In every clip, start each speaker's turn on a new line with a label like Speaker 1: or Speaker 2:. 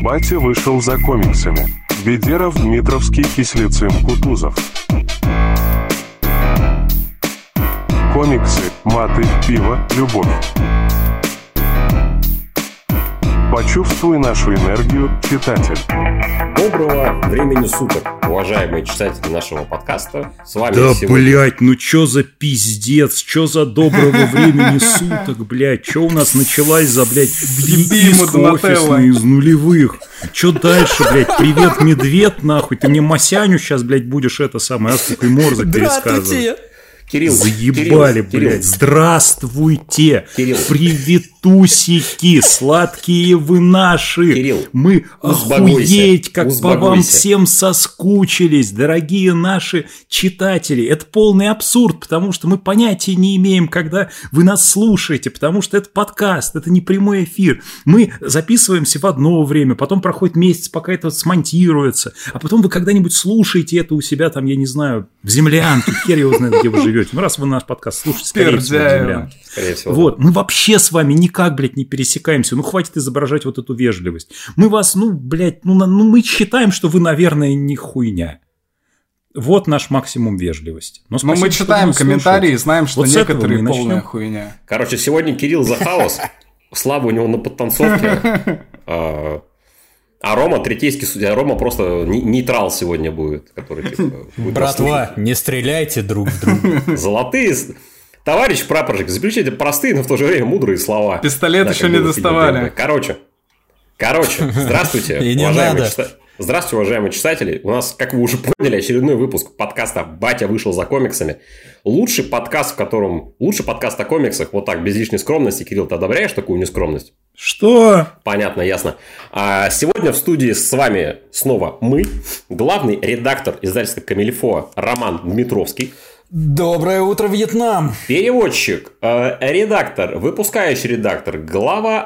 Speaker 1: Батя вышел за комиксами. Ведеров, Дмитровский, Кислицын, Кутузов. Комиксы, маты, пиво, любовь. Почувствуй нашу энергию, читатель.
Speaker 2: Доброго времени суток, уважаемые читатели нашего подкаста. С вами
Speaker 3: да,
Speaker 2: сегодня...
Speaker 3: блядь, ну чё за пиздец? Чё за доброго времени суток, блядь? Чё у нас началась за, блядь, переписка офисная из нулевых? Чё дальше, блядь? Привет, медведь, нахуй. Ты мне Масяню сейчас, блядь, будешь это самое азбукой Морзе пересказывать.
Speaker 2: Кирилл,
Speaker 3: заебали, блядь. Здравствуйте.
Speaker 2: Кирилл.
Speaker 3: Приветусики, сладкие вы наши.
Speaker 2: Кирилл,
Speaker 3: мы охуеть, как по вам всем соскучились, дорогие наши читатели. Это полный абсурд, потому что мы понятия не имеем, когда вы нас слушаете, потому что это подкаст, это не прямой эфир. Мы записываемся в одно время, потом проходит месяц, пока это смонтируется, а потом вы когда-нибудь слушаете это у себя там, я не знаю, в землянке, хер его знает, где вы живете. Ну, раз вы наш подкаст слушаете, скорее всего, в землянке. Вот, мы вообще с вами никак, блядь, не пересекаемся. Ну, хватит изображать вот эту вежливость. Мы вас, мы считаем, что вы, наверное, не хуйня. Вот наш максимум вежливости. Но
Speaker 4: мы читаем комментарии и знаем, что вот некоторые полная хуйня.
Speaker 2: Короче, сегодня Кирилл за хаос. Слава у него на подтанцовке. А Рома третейский судья. Рома просто нейтрал сегодня будет. Который,
Speaker 5: братва, не стреляйте друг в друга.
Speaker 2: Золотые... Товарищ прапорщик, заключите простые, но в то же время мудрые слова.
Speaker 4: Пистолет еще не доставали.
Speaker 2: Короче, здравствуйте, уважаемые читатели. У нас, как вы уже поняли, очередной выпуск подкаста «Батя вышел за комиксами». Лучший подкаст о комиксах, вот так, без лишней скромности. Кирилл, ты одобряешь такую нескромность?
Speaker 3: Что?
Speaker 2: Понятно, ясно. А сегодня в студии с вами снова мы, главный редактор издательства «Камильфо» Роман Дмитровский.
Speaker 5: Доброе утро, Вьетнам!
Speaker 2: Переводчик, выпускающий редактор, глава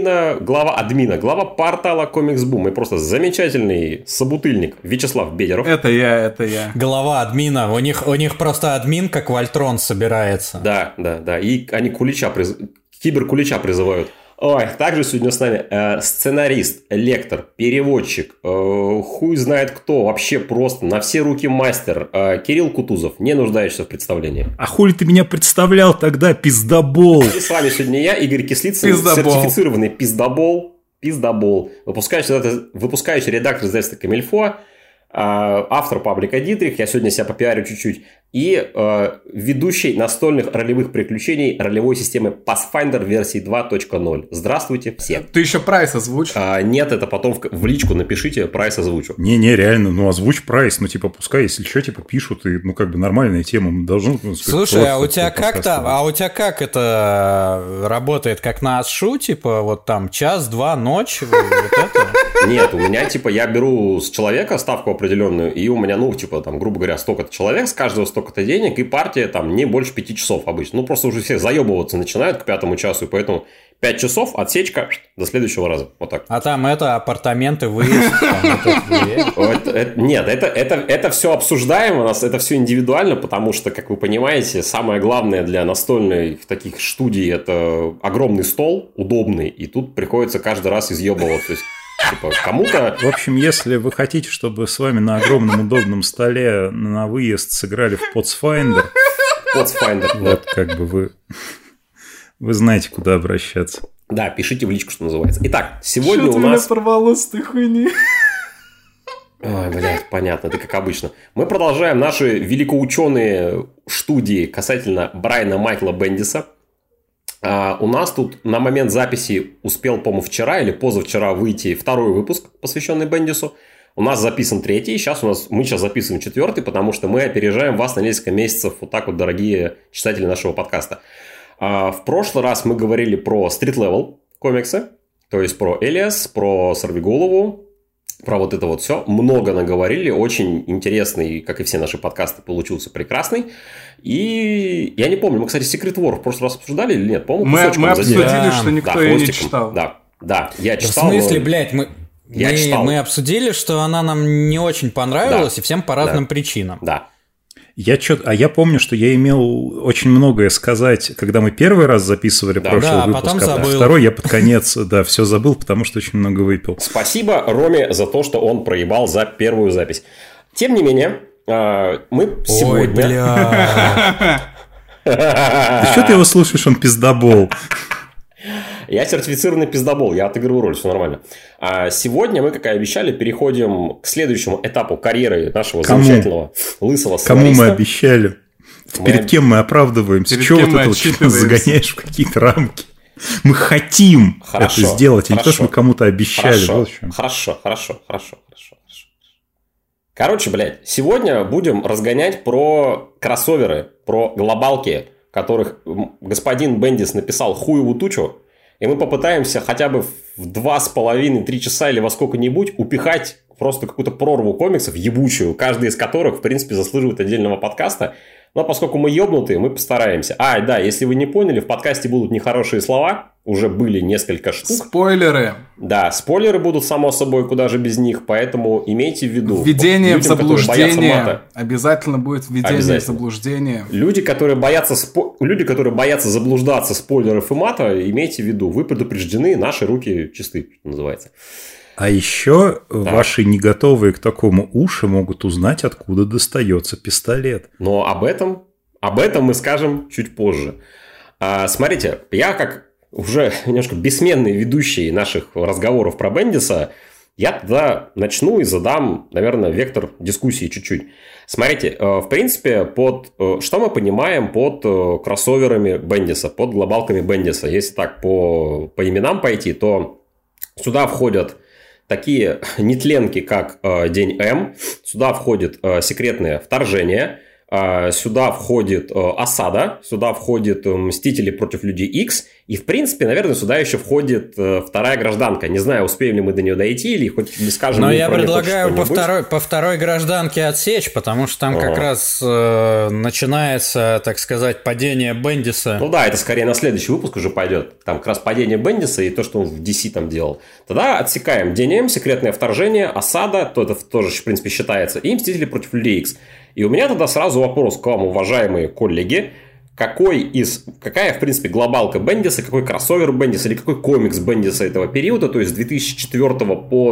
Speaker 2: портала Комикс-Бум и просто замечательный собутыльник Вячеслав Бедеров.
Speaker 4: Это я.
Speaker 5: Глава админа, у них просто админ, как Вольтрон, собирается.
Speaker 2: Да, и они киберкулича призывают. Ой, также сегодня с нами сценарист, лектор, переводчик, хуй знает кто, вообще просто на все руки мастер, Кирилл Кутузов, не нуждаешься в представлении.
Speaker 3: А хули ты меня представлял тогда, пиздобол?
Speaker 2: И с вами сегодня я, Игорь Кислицын, сертифицированный пиздобол, выпускающий редактор издательства «Камильфо», автор паблика Дитрих, я сегодня себя попиарю чуть-чуть, и ведущий настольных ролевых приключений ролевой системы Pathfinder версии 2.0. Здравствуйте все.
Speaker 4: Ты еще прайс озвучь?
Speaker 2: Нет, это потом в личку напишите, прайс озвучу.
Speaker 3: Не, реально, озвучь прайс, пускай, если что, пишут, и, нормальная тема должна...
Speaker 5: Слушай, а у тебя как это работает, как на Асшу, вот там час-два, ночь, вот это?
Speaker 2: Нет, у меня, я беру с человека ставку определенную, и у меня, грубо говоря, столько-то человек, с каждого столько-то денег, и партия не больше 5 часов обычно. Просто уже все заебываться начинают к 5 часу, и поэтому 5 часов, отсечка, до следующего раза. Вот так.
Speaker 5: А там апартаменты, выезд?
Speaker 2: Нет, это все обсуждаемо, у нас это все индивидуально, потому что, как вы понимаете, самое главное для настольной в таких студий это огромный стол, удобный, и тут приходится каждый раз изъебываться. То есть, кому-то...
Speaker 3: В общем, если вы хотите, чтобы с вами на огромном удобном столе на выезд сыграли в Pathfinder, вот вы знаете, куда обращаться.
Speaker 2: Да, пишите в личку, что называется. Итак, сегодня
Speaker 4: у нас... Что-то меня порвало с этой хуйни.
Speaker 2: Ой, блядь, понятно, это как обычно. Мы продолжаем наши великоученые студии касательно Брайана Майкла Бендиса. У нас тут на момент записи успел, по-моему, вчера или позавчера выйти второй выпуск, посвященный Бендису. У нас записан третий, мы сейчас записываем четвертый, потому что мы опережаем вас на несколько месяцев, вот так вот, дорогие читатели нашего подкаста. В прошлый раз мы говорили про стрит-левел комиксы, то есть про Элиас, про Сорвиголову, про вот это вот все. Много наговорили, очень интересный, как и все наши подкасты, получился прекрасный. И я не помню, мы, кстати, Secret War в прошлый раз обсуждали или нет? По-моему,
Speaker 4: мы обсудили, что никто ее не читал.
Speaker 2: Да, я читал.
Speaker 5: В смысле, блядь, мы обсудили, что она нам не очень понравилась, и всем по разным причинам.
Speaker 2: Да.
Speaker 3: Я помню, что я имел очень многое сказать, когда мы первый раз записывали прошлый выпуск,
Speaker 5: потом забыл.
Speaker 3: Второй я под конец, все забыл, потому что очень много выпил.
Speaker 2: Спасибо Роме за то, что он проебал за первую запись. Тем не менее, мы сегодня...
Speaker 5: Ой, бля...
Speaker 3: Ты что ты его слушаешь, он пиздобол?
Speaker 2: Я сертифицированный пиздобол, я отыгрываю роль, все нормально. А сегодня мы, как и обещали, переходим к следующему этапу карьеры нашего замечательного лысого сценариста.
Speaker 3: Кому мы обещали? Перед кем мы оправдываемся? Чего вот это вот загоняешь в какие-то рамки? Мы хотим это сделать, а не то, что мы кому-то обещали.
Speaker 2: Хорошо. Короче, блядь, сегодня будем разгонять про кроссоверы, про глобалки, которых господин Бендис написал хуеву тучу. И мы попытаемся хотя бы в 2,5-3 часа или во сколько-нибудь упихать просто какую-то прорву комиксов ебучую, каждый из которых, в принципе, заслуживает отдельного подкаста. Но поскольку мы ебнутые, мы постараемся. Да, если вы не поняли, в подкасте будут нехорошие слова. Уже были несколько штук.
Speaker 4: Спойлеры.
Speaker 2: Да, спойлеры будут, само собой, куда же без них. Поэтому имейте в виду.
Speaker 4: Введение в заблуждение. Обязательно будет введение в заблуждение.
Speaker 2: Люди, которые боятся заблуждаться спойлеров и мата, имейте в виду. Вы предупреждены, наши руки чисты, что называется.
Speaker 3: А еще ваши не готовые к такому уши могут узнать, откуда достается пистолет.
Speaker 2: Но об этом мы скажем чуть позже. Смотрите, я как уже немножко бессменный ведущий наших разговоров про Бендиса, я тогда начну и задам, наверное, вектор дискуссии чуть-чуть. Смотрите, в принципе, что мы понимаем под кроссоверами Бендиса, под глобалками Бендиса? Если так по именам пойти, то сюда входят такие нетленки, как День М, сюда входит Секретное вторжение, сюда входит Осада, сюда входит Мстители против Людей Икс, и, в принципе, наверное, сюда еще входит Вторая Гражданка. Не знаю, успеем ли мы до нее дойти, или хоть не скажем...
Speaker 5: Но я предлагаю по второй Гражданке отсечь, потому что там как раз начинается, так сказать, падение Бендиса.
Speaker 2: Ну да, это скорее на следующий выпуск уже пойдет. Там как раз падение Бендиса и то, что он в DC там делал. Тогда отсекаем День М, Секретное вторжение, Осада, то это тоже, в принципе, считается, и Мстители против Людей Икс. И у меня тогда сразу вопрос к вам, уважаемые коллеги. Какая, в принципе, глобалка Бендиса, какой кроссовер Бендиса или какой комикс Бендиса этого периода, то есть с 2004 по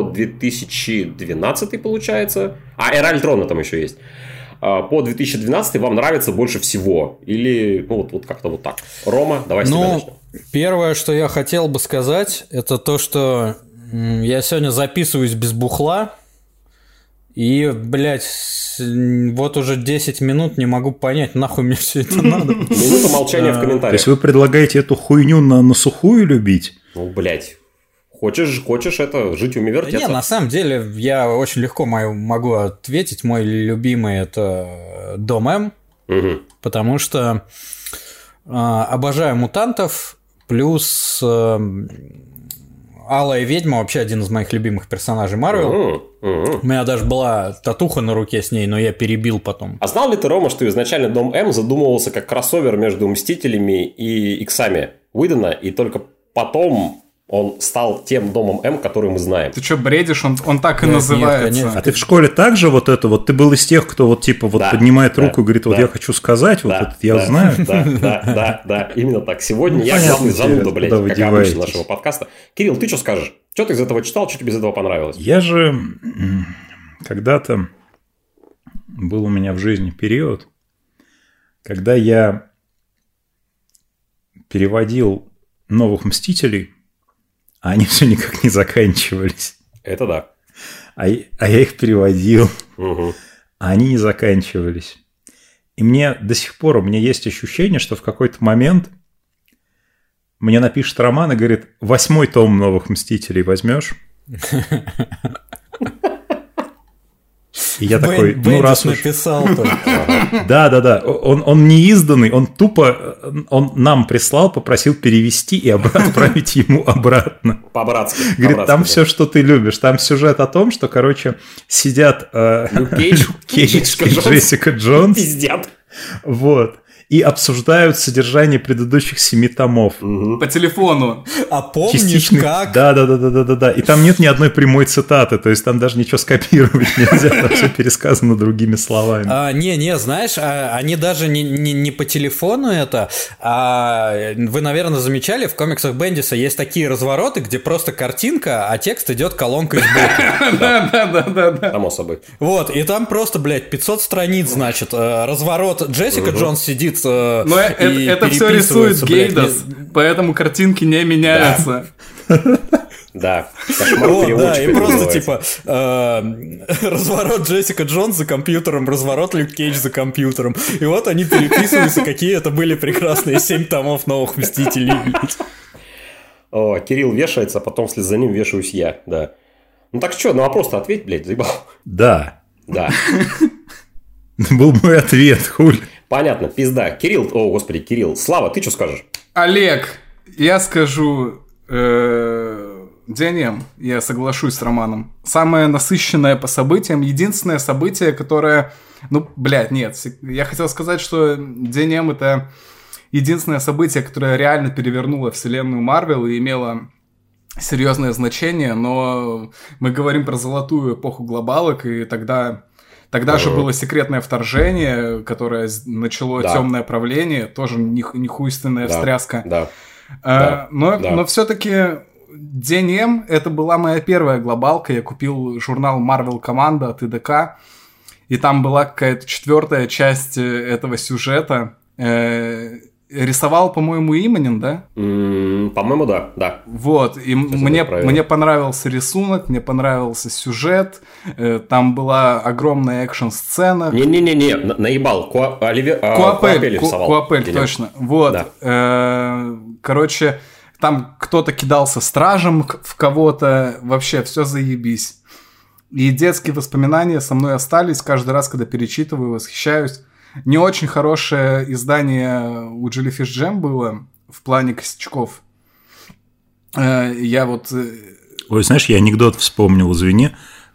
Speaker 2: 2012, получается. Эра Альтрона там еще есть. По 2012 вам нравится больше всего? Или, вот как-то вот так. Рома, давай с тебя начнем.
Speaker 5: Первое, что я хотел бы сказать, это то, что я сегодня записываюсь без бухла. И, блядь, вот уже 10 минут не могу понять, нахуй мне все это надо.
Speaker 2: Минута молчания в комментариях.
Speaker 3: То есть вы предлагаете эту хуйню на сухую любить?
Speaker 2: Ну, блядь. Хочешь это, жить, уми, вертеться?
Speaker 5: Не, на самом деле, я очень легко могу ответить. Мой любимый – это Дом М. Угу. Потому что обожаю мутантов, плюс... Алая ведьма вообще один из моих любимых персонажей Марвел. У меня даже была татуха на руке с ней, но я перебил потом.
Speaker 2: А знал ли ты, Рома, что изначально Дом М задумывался как кроссовер между Мстителями и Иксами Уидона, и только потом он стал тем Домом М, который мы знаем?
Speaker 4: Ты что, бредишь? Он так и называется.
Speaker 3: А ты в школе также ты был из тех, кто поднимает руку и говорит, я хочу сказать, я знаю.
Speaker 2: Да, именно так. Сегодня я главный зануда, блядь, как обычно нашего подкаста. Кирилл, ты что скажешь? Что ты из этого читал, что тебе из этого понравилось?
Speaker 3: Я же когда-то был у меня в жизни период, когда я переводил новых Мстителей, а они все никак не заканчивались.
Speaker 2: Это да.
Speaker 3: А я их переводил, а они не заканчивались. И мне до сих пор, у меня есть ощущение, что в какой-то момент мне напишет Роман и говорит, 8-й том новых Мстителей возьмешь? И я такой, раз уж...
Speaker 5: написал
Speaker 3: Да. Он не изданный, он нам прислал, попросил перевести и отправить ему обратно.
Speaker 2: По-братски.
Speaker 3: Говорит, там все, что ты любишь. Там сюжет о том, что, сидят
Speaker 2: Люк Кейдж
Speaker 3: и Джессика Джонс.
Speaker 2: Пиздят.
Speaker 3: Вот. и обсуждают содержание предыдущих 7 томов.
Speaker 4: По телефону.
Speaker 5: А помнишь как?
Speaker 3: Да. И там нет ни одной прямой цитаты, то есть там даже ничего скопировать нельзя, там все пересказано другими словами.
Speaker 5: Знаешь, они даже не по телефону это, вы, наверное, замечали, в комиксах Бендиса есть такие развороты, где просто картинка, а текст идет колонкой сбоку.
Speaker 4: Да.
Speaker 2: Само собой.
Speaker 5: Вот, и там просто, 500 страниц, значит, разворот. Джессика Джонс сидит
Speaker 4: но это все рисует Гейдас, поэтому картинки не меняются.
Speaker 2: Да, кошмар переводчика.
Speaker 5: Да, и просто типа разворот Джессика Джонс за компьютером, разворот Люк Кейдж за компьютером. И вот они переписываются, какие это были прекрасные 7 томов новых Мстителей.
Speaker 2: О, Кирилл вешается, а потом вслед за ним вешаюсь я, да. Ну так что, на вопрос-то ответь, блядь, заебал.
Speaker 3: Да.
Speaker 2: Был
Speaker 3: мой ответ, хули.
Speaker 2: Понятно, пизда. Кирилл, Слава, ты что скажешь?
Speaker 4: Олег, я скажу... День М, я соглашусь с Романом. Самое насыщенное по событиям, единственное событие, которое... Я хотел сказать, что День М — это единственное событие, которое реально перевернуло вселенную Марвел и имело серьезное значение, но мы говорим про золотую эпоху глобалок, и тогда же было секретное вторжение, которое начало темное правление, тоже нехуйственная встряска. Но все-таки День М — это была моя первая глобалка. Я купил журнал Marvel Команда от ИДК, и там была какая-то 4-я часть этого сюжета. Рисовал, по-моему, Иманин, да?
Speaker 2: По-моему, да.
Speaker 4: Вот, и мне понравился рисунок, мне понравился сюжет, там была огромная экшн-сцена.
Speaker 2: Не-не-не, наебал,
Speaker 4: Куапель рисовал. Куапель, точно. Вот, короче, там кто-то кидался стражем в кого-то, вообще все заебись. И детские воспоминания со мной остались, каждый раз, когда перечитываю, восхищаюсь. Не очень хорошее издание у Jellyfish Jam было в плане косячков. Я вот...
Speaker 3: Ой, знаешь, я анекдот вспомнил, извини.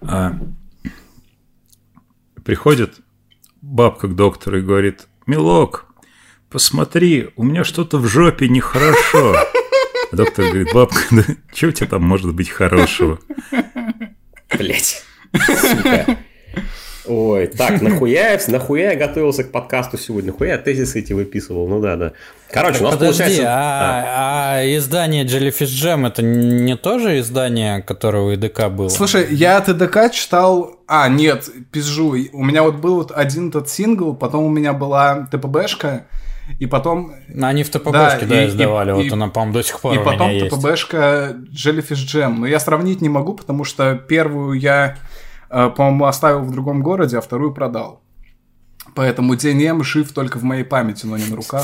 Speaker 3: Приходит бабка к доктору и говорит: «Милок, посмотри, у меня что-то в жопе нехорошо». Доктор говорит: «Бабка, да что у тебя там может быть хорошего?»
Speaker 2: Блять, сука. Ой, так, нахуя я готовился к подкасту сегодня? Нахуя я тезисы эти выписывал? Ну да. Короче, у нас
Speaker 5: получается... издание Jellyfish Jam — это не тоже издание, которое у ИДК было?
Speaker 4: Слушай, я от ИДК читал... нет, пизжу. У меня вот был один тот сингл, потом у меня была ТПБшка, и потом...
Speaker 5: Они в ТПБшке, издавали. Вот она, по-моему, до сих пор у меня есть.
Speaker 4: И потом ТПБшка Jellyfish Jam. Но я сравнить не могу, потому что первую я... по-моему, оставил в другом городе, а вторую продал. Поэтому День М жив только в моей памяти, но не на руках.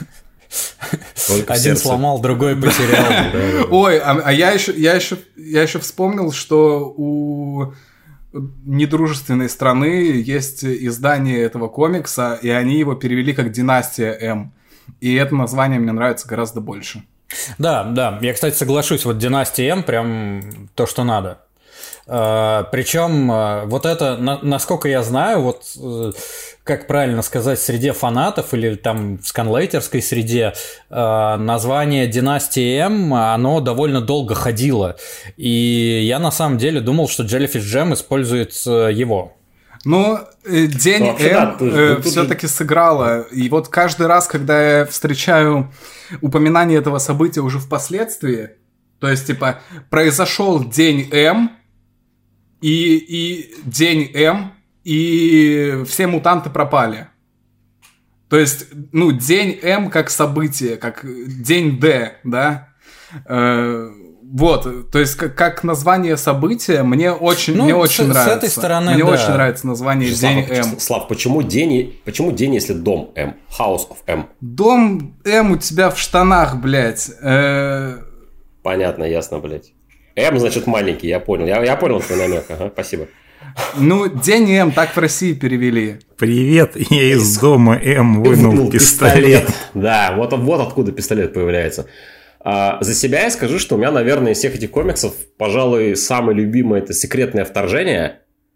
Speaker 5: Один сломал, другой потерял.
Speaker 4: Ой, я еще вспомнил, что у недружественной страны есть издание этого комикса, и они его перевели как «Династия М». И это название мне нравится гораздо больше.
Speaker 5: Да, я, кстати, соглашусь, вот «Династия М» прям то, что надо. Причем вот это, насколько я знаю, вот как правильно сказать, в среде фанатов или там в сканлейтерской среде название «Династия М», оно довольно долго ходило. И я на самом деле думал, что Jellyfish Jam использует его.
Speaker 4: Ну, День М все-таки сыграла. И вот каждый раз, когда я встречаю упоминание этого события уже впоследствии, то есть, типа, произошел День М, и День М, и все мутанты пропали. То есть, День М как событие, как День Д, да? Вот, то есть, как название события, мне очень нравится.
Speaker 5: С этой стороны,
Speaker 4: мне очень нравится название День М.
Speaker 2: Слав, почему день, если Дом М? House of M.
Speaker 4: Дом М у тебя в штанах, блядь.
Speaker 2: Понятно, ясно, блядь. М, значит, маленький, я понял. Я понял твой намек, ага, спасибо.
Speaker 4: День М так в России перевели.
Speaker 3: Привет, я из дома М вынул пистолет.
Speaker 2: Да, вот откуда пистолет появляется. За себя я скажу, что у меня, наверное, из всех этих комиксов, пожалуй, самое любимое — это «Секретное вторжение».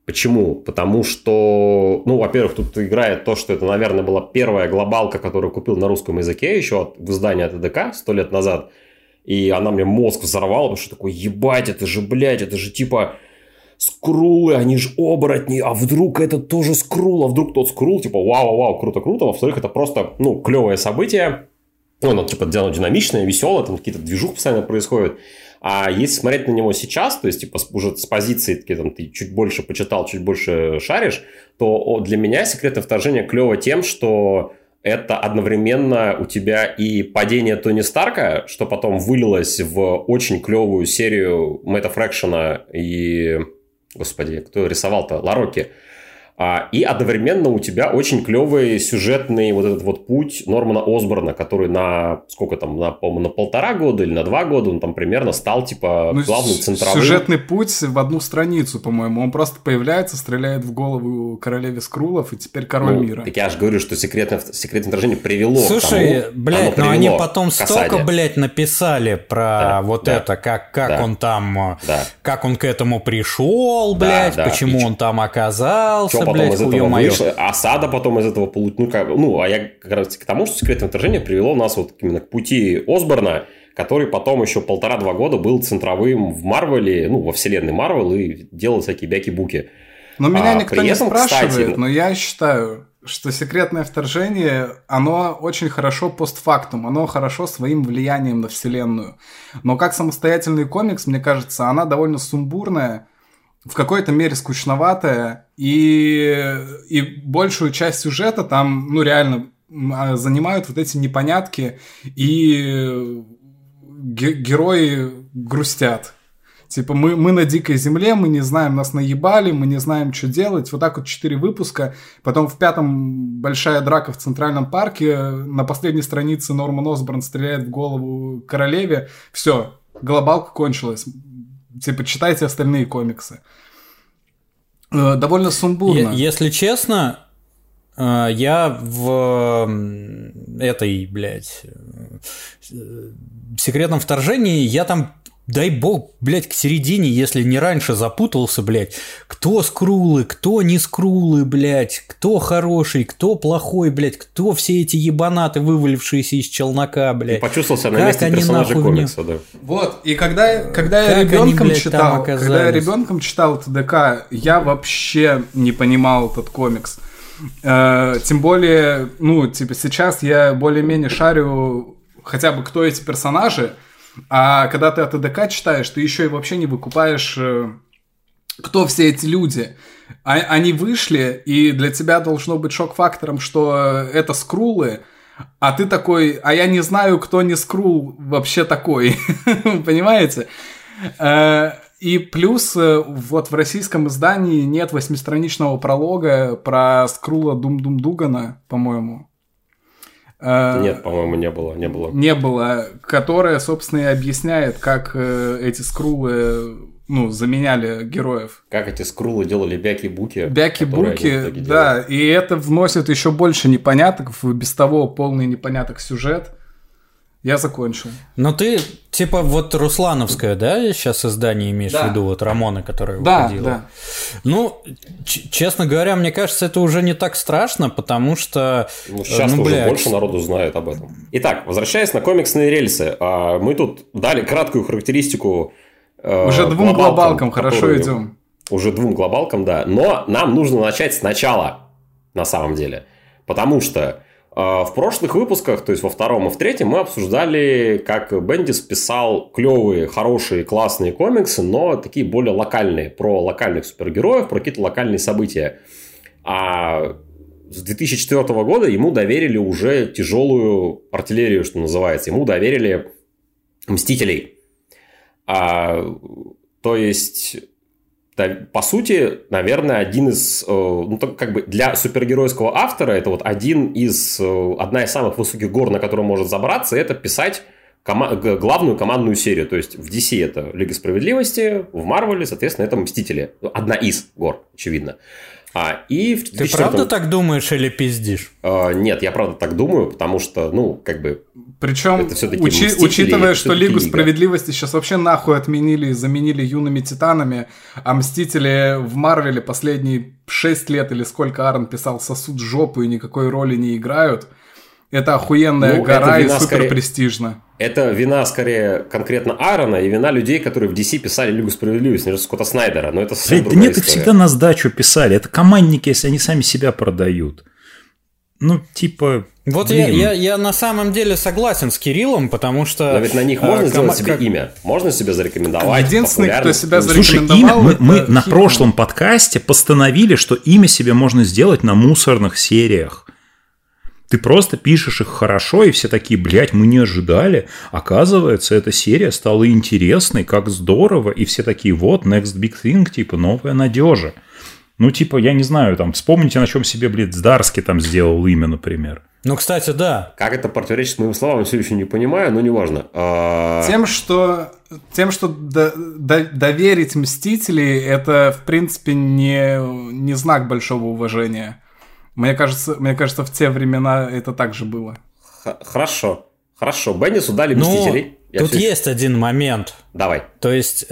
Speaker 2: Почему? Потому что, ну, во-первых, тут играет то, что это, наверное, была первая глобалка, которую купил на русском языке еще в издании от ТДК 100 лет назад. И она мне мозг взорвала, потому что такой, ебать, это же, блядь, это же типа скрулы, они же оборотни, а вдруг это тоже скрул, а вдруг тот скрул, типа, вау, круто-круто. Во-вторых, это просто, ну, клевое событие. Ну, типа, динамичное, веселое, там какие-то движухи постоянно происходят. А если смотреть на него сейчас, то есть, типа, уже с позиции, там, ты чуть больше почитал, чуть больше шаришь, то для меня «Секретное вторжение» клево тем, что это одновременно у тебя и падение Тони Старка, что потом вылилось в очень клевую серию Мэтта Фрэкшена и... Господи, кто рисовал-то? Ларокки. И одновременно у тебя очень клевый сюжетный вот этот вот путь Нормана Осборна, который на, сколько там, по-моему, на 1,5 года или на 2 года он там примерно стал, типа, главным центровым.
Speaker 4: Сюжетный путь в одну страницу, по-моему. Он просто появляется, стреляет в голову королеве Скрулов, и теперь король мира.
Speaker 2: Так я же говорю, что секретное вторжение привело
Speaker 5: Слушай,
Speaker 2: к тому,
Speaker 5: блядь, но они потом столько, блядь, написали про это, как он там, как он к этому пришел, блядь, почему он там оказался.
Speaker 2: Потом из этого вышло, осада потом из этого получила. А я как раз к тому, что «Секретное вторжение» привело нас вот именно к пути Осборна, который потом еще 1,5-2 года был центровым в Марвеле, ну, во вселенной Марвел, и делал всякие бяки-буки.
Speaker 4: Но меня никто не спрашивает, кстати, но я считаю, что «Секретное вторжение», оно очень хорошо постфактум, оно хорошо своим влиянием на вселенную. Но как самостоятельный комикс, мне кажется, она довольно сумбурная, в какой-то мере скучноватая, и большую часть сюжета там, ну, реально занимают вот эти непонятки, и герои грустят. Типа, мы на дикой земле, мы не знаем, нас наебали, мы не знаем, что делать. Вот так вот 4 выпуска. Потом в 5-м большая драка в Центральном парке. На последней странице Норман Осборн стреляет в голову королеве. Все, глобалка кончилась. Типа, читайте остальные комиксы. Довольно сумбурно.
Speaker 5: Если честно, я в этой, блядь, «Секретном вторжении», я там, дай бог, блядь, к середине, если не раньше, запутался, блядь, кто скрулы, кто не скрулы, блядь, кто хороший, кто плохой, блядь, кто все эти ебанаты, вывалившиеся из челнока, блядь.
Speaker 2: И почувствовался на месте персонажа комикса, да.
Speaker 4: Вот, и когда я ребенком читал ТДК, я вообще не понимал этот комикс. Тем более, ну, типа, сейчас я более-менее шарю хотя бы, кто эти персонажи, а когда ты от ТДК читаешь, ты еще и вообще не выкупаешь, кто все эти люди. Они вышли, и для тебя должно быть шок-фактором, что это скрулы, а ты такой, а я не знаю, кто не скрул вообще такой. Понимаете? И плюс вот в российском издании нет 8-страничного пролога про скрула Дум-Дум-Дугана, по-моему.
Speaker 2: Нет, по-моему, не было.
Speaker 4: Не было, которая, собственно, и объясняет, как эти скрулы, ну, заменяли героев.
Speaker 2: Как эти скрулы делали бяки-буки.
Speaker 4: Бяки-буки, да, и это вносит еще больше непоняток в без того полный непоняток сюжет. Я закончил.
Speaker 5: Но ты, типа, вот Руслановская, да, сейчас издание имеешь в виду, вот Рамона, которая выходила?
Speaker 4: Да.
Speaker 5: Ну, честно говоря, мне кажется, это уже не так страшно, потому что...
Speaker 2: Ну, сейчас уже больше народу знает об этом. Итак, возвращаясь на комиксные рельсы, мы тут дали краткую характеристику
Speaker 4: уже 2 глобалкам хорошо идем.
Speaker 2: Уже 2 глобалкам, да. Но нам нужно начать сначала, на самом деле. Потому что в прошлых выпусках, то есть во 2-м и в 3-м, мы обсуждали, как Бендис писал клевые, хорошие, классные комиксы, но такие более локальные, про локальных супергероев, про какие-то локальные события. А с 2004 года ему доверили уже тяжелую артиллерию, что называется. Ему доверили Мстителей. То есть, по сути, наверное, один из... Ну, как бы для супергеройского автора это вот одна из самых высоких гор, на которую может забраться, это писать главную командную серию. То есть, в DC это Лига Справедливости, в Марвеле, соответственно, это Мстители. Одна из гор, очевидно.
Speaker 5: Ты правда так думаешь или пиздишь?
Speaker 2: Нет, я правда так думаю, потому что,
Speaker 4: Причем, учитывая, что Лигу Справедливости сейчас вообще нахуй отменили и заменили юными титанами, а Мстители в Марвеле последние 6 лет или сколько Аарон писал сосут жопу и никакой роли не играют, это охуенная гора и супер престижно.
Speaker 2: Это вина скорее конкретно Аарона и вина людей, которые в DC писали Лигу Справедливости, не Скотта Снайдера, но это совсем другая история.
Speaker 3: Нет, их всегда на сдачу писали, это командники, если они сами себя продают.
Speaker 5: Вот я на самом деле согласен с Кириллом, потому что...
Speaker 2: Но ведь на них можно сделать себе имя, можно себе зарекомендовать.
Speaker 4: Единственный, кто себя зарекомендовал...
Speaker 3: Слушай, мы на прошлом подкасте постановили, что имя себе можно сделать на мусорных сериях. Ты просто пишешь их хорошо, и все такие, блядь, мы не ожидали. Оказывается, эта серия стала интересной, как здорово. И все такие, вот, next big thing, новая надежа. Я не знаю, вспомните, на чем себе, блядь, Здарский сделал имя, например.
Speaker 5: Кстати, да.
Speaker 2: Как это противоречит моим словам, я все еще не понимаю, но неважно.
Speaker 4: Тем, что доверить Мстителей, это, в принципе, не знак большого уважения. Мне кажется, в те времена это так же было.
Speaker 2: Хорошо. Бендису дали Мстителей.
Speaker 5: Тут есть один момент.
Speaker 2: Давай.
Speaker 5: То есть,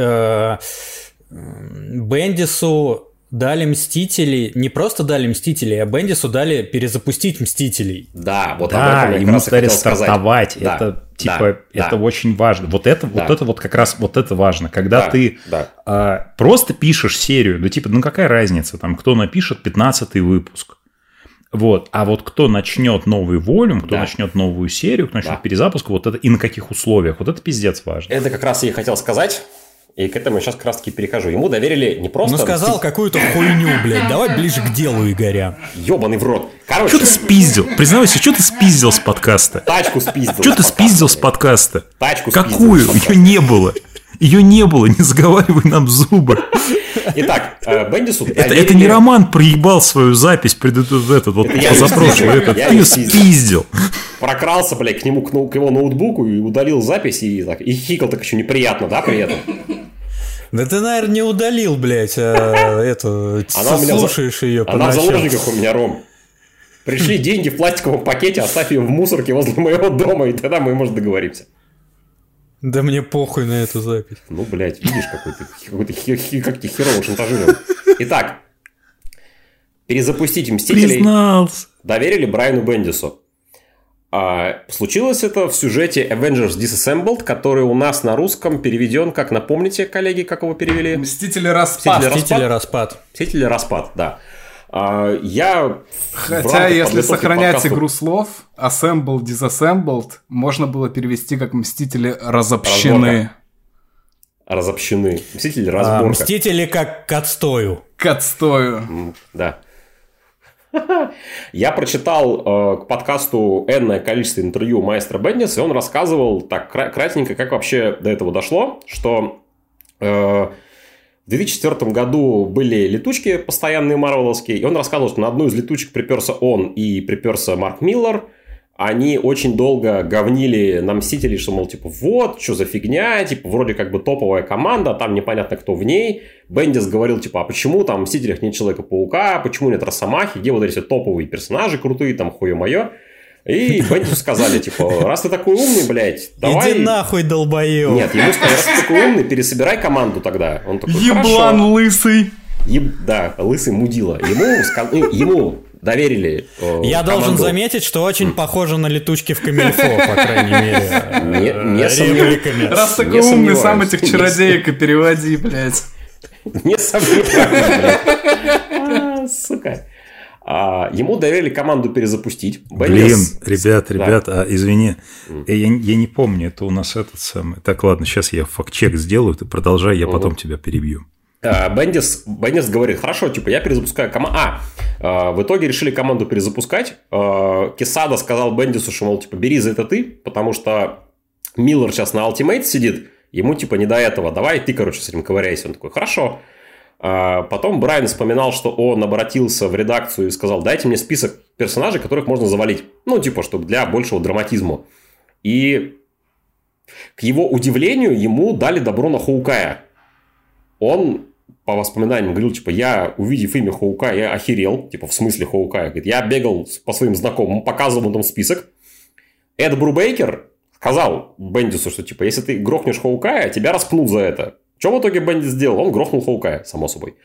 Speaker 5: Бендису дали Мстителей, не просто дали Мстителей, а Бендису дали перезапустить Мстителей.
Speaker 2: Да, вот
Speaker 3: об этом я ему стали стартовать. Да, это очень важно. Вот это как раз важно. Когда ты просто пишешь серию, какая разница, кто напишет 15-й выпуск. А кто начнет новый волюм, кто начнет новую серию, кто начнет перезапуск, и на каких условиях, это пиздец важно.
Speaker 2: Это как раз я и хотел сказать, и к этому я сейчас как раз таки перехожу. Ему доверили не просто...
Speaker 5: сказал какую-то хуйню, блядь, давай ближе к делу, Игоря.
Speaker 2: Ёбаный в рот.
Speaker 3: Что ты спиздил? Признавайся, что ты спиздил с подкаста?
Speaker 2: Тачку спиздил.
Speaker 3: Что ты спиздил с подкаста?
Speaker 2: Тачку спиздил.
Speaker 3: Какую? Ее не было. Не заговаривай нам зубы.
Speaker 2: Итак, Бендису
Speaker 3: доверили... Это не Роман проебал свою запись позапрошлый. Ты ее спиздил.
Speaker 2: Прокрался, блядь, к нему, к его ноутбуку и удалил запись, и хихикал так еще неприятно, да, при этом?
Speaker 5: Да ты, наверное, не удалил, блядь, слушаешь ее по ночам.
Speaker 2: Она в заложниках у меня, Ром. Пришли деньги в пластиковом пакете, оставь ее в мусорке возле моего дома, и тогда мы, может, договоримся.
Speaker 5: Да мне похуй на эту запись.
Speaker 2: Блядь, видишь, как ты херово шантажировал. Итак, перезапустить Мстителей доверили Брайану Бендису. Случилось это в сюжете Avengers Disassembled, который у нас на русском переведен, как напомните, коллеги, как его перевели?
Speaker 4: Мстители Распад.
Speaker 2: Мстители Распад, да.
Speaker 4: Хотя, если сохранять игру слов, Assembled, Disassembled можно было перевести как Мстители Разобщены.
Speaker 2: Разобщены. Мстители Разборка.
Speaker 5: Мстители как к отстою.
Speaker 4: К отстою.
Speaker 2: Да. Я прочитал к подкасту энное количество интервью маэстро Бендиса, и он рассказывал так кратенько, как вообще до этого дошло, что в 2004 году были летучки постоянные марвеловские, и он рассказывал, что на одну из летучек приперся он и приперся Марк Миллер. Они очень долго говнили на Мстителей, что, мол, вот, что за фигня, вроде как бы топовая команда, там непонятно, кто в ней. Бендис говорил, а почему там в Мстителях нет Человека-паука, почему нет Росомахи, где вот эти топовые персонажи крутые, там хуе-мое. И Бендису сказали, раз ты такой умный, блядь, давай...
Speaker 5: Иди нахуй, долбоёб.
Speaker 2: Нет, ему сказали, раз ты такой умный, пересобирай команду тогда. Он такой,
Speaker 4: еблан лысый.
Speaker 2: Да, лысый мудила. Ему доверили
Speaker 5: Я должен заметить, что очень похоже на летучки в Камильфо, по крайней мере.
Speaker 2: Не сомневаюсь.
Speaker 4: Раз такой умный, сам этих чародеек и переводи, блядь.
Speaker 2: Не сомневаюсь, блядь. Сука. Ему доверили команду перезапустить.
Speaker 3: Блин, ребят, извини, я не помню, это у нас этот самый... Так, ладно, сейчас я факт-чек сделаю, ты продолжай, я потом тебя перебью.
Speaker 2: Бендис говорит, хорошо, я перезапускаю команду. В итоге решили команду перезапускать. Кесада сказал Бендису, что, мол, бери за это ты, потому что Миллер сейчас на Ultimate сидит, ему, не до этого, давай ты, с этим ковыряйся. Он такой, хорошо. Потом Брайан вспоминал, что он обратился в редакцию и сказал, дайте мне список персонажей, которых можно завалить. Чтобы для большего драматизма. И к его удивлению, ему дали добро на Хоукая. Он по воспоминаниям говорил, типа, я, увидев имя Хоукая, я охерел, типа, в смысле Хоукая. Говорит, я бегал по своим знакомым, показывал ему там список. Эд Брубейкер сказал Бендису, что, типа, если ты грохнешь Хоукая, тебя распнут за это. Что в итоге Бендис сделал? Он грохнул Хоукая, само собой.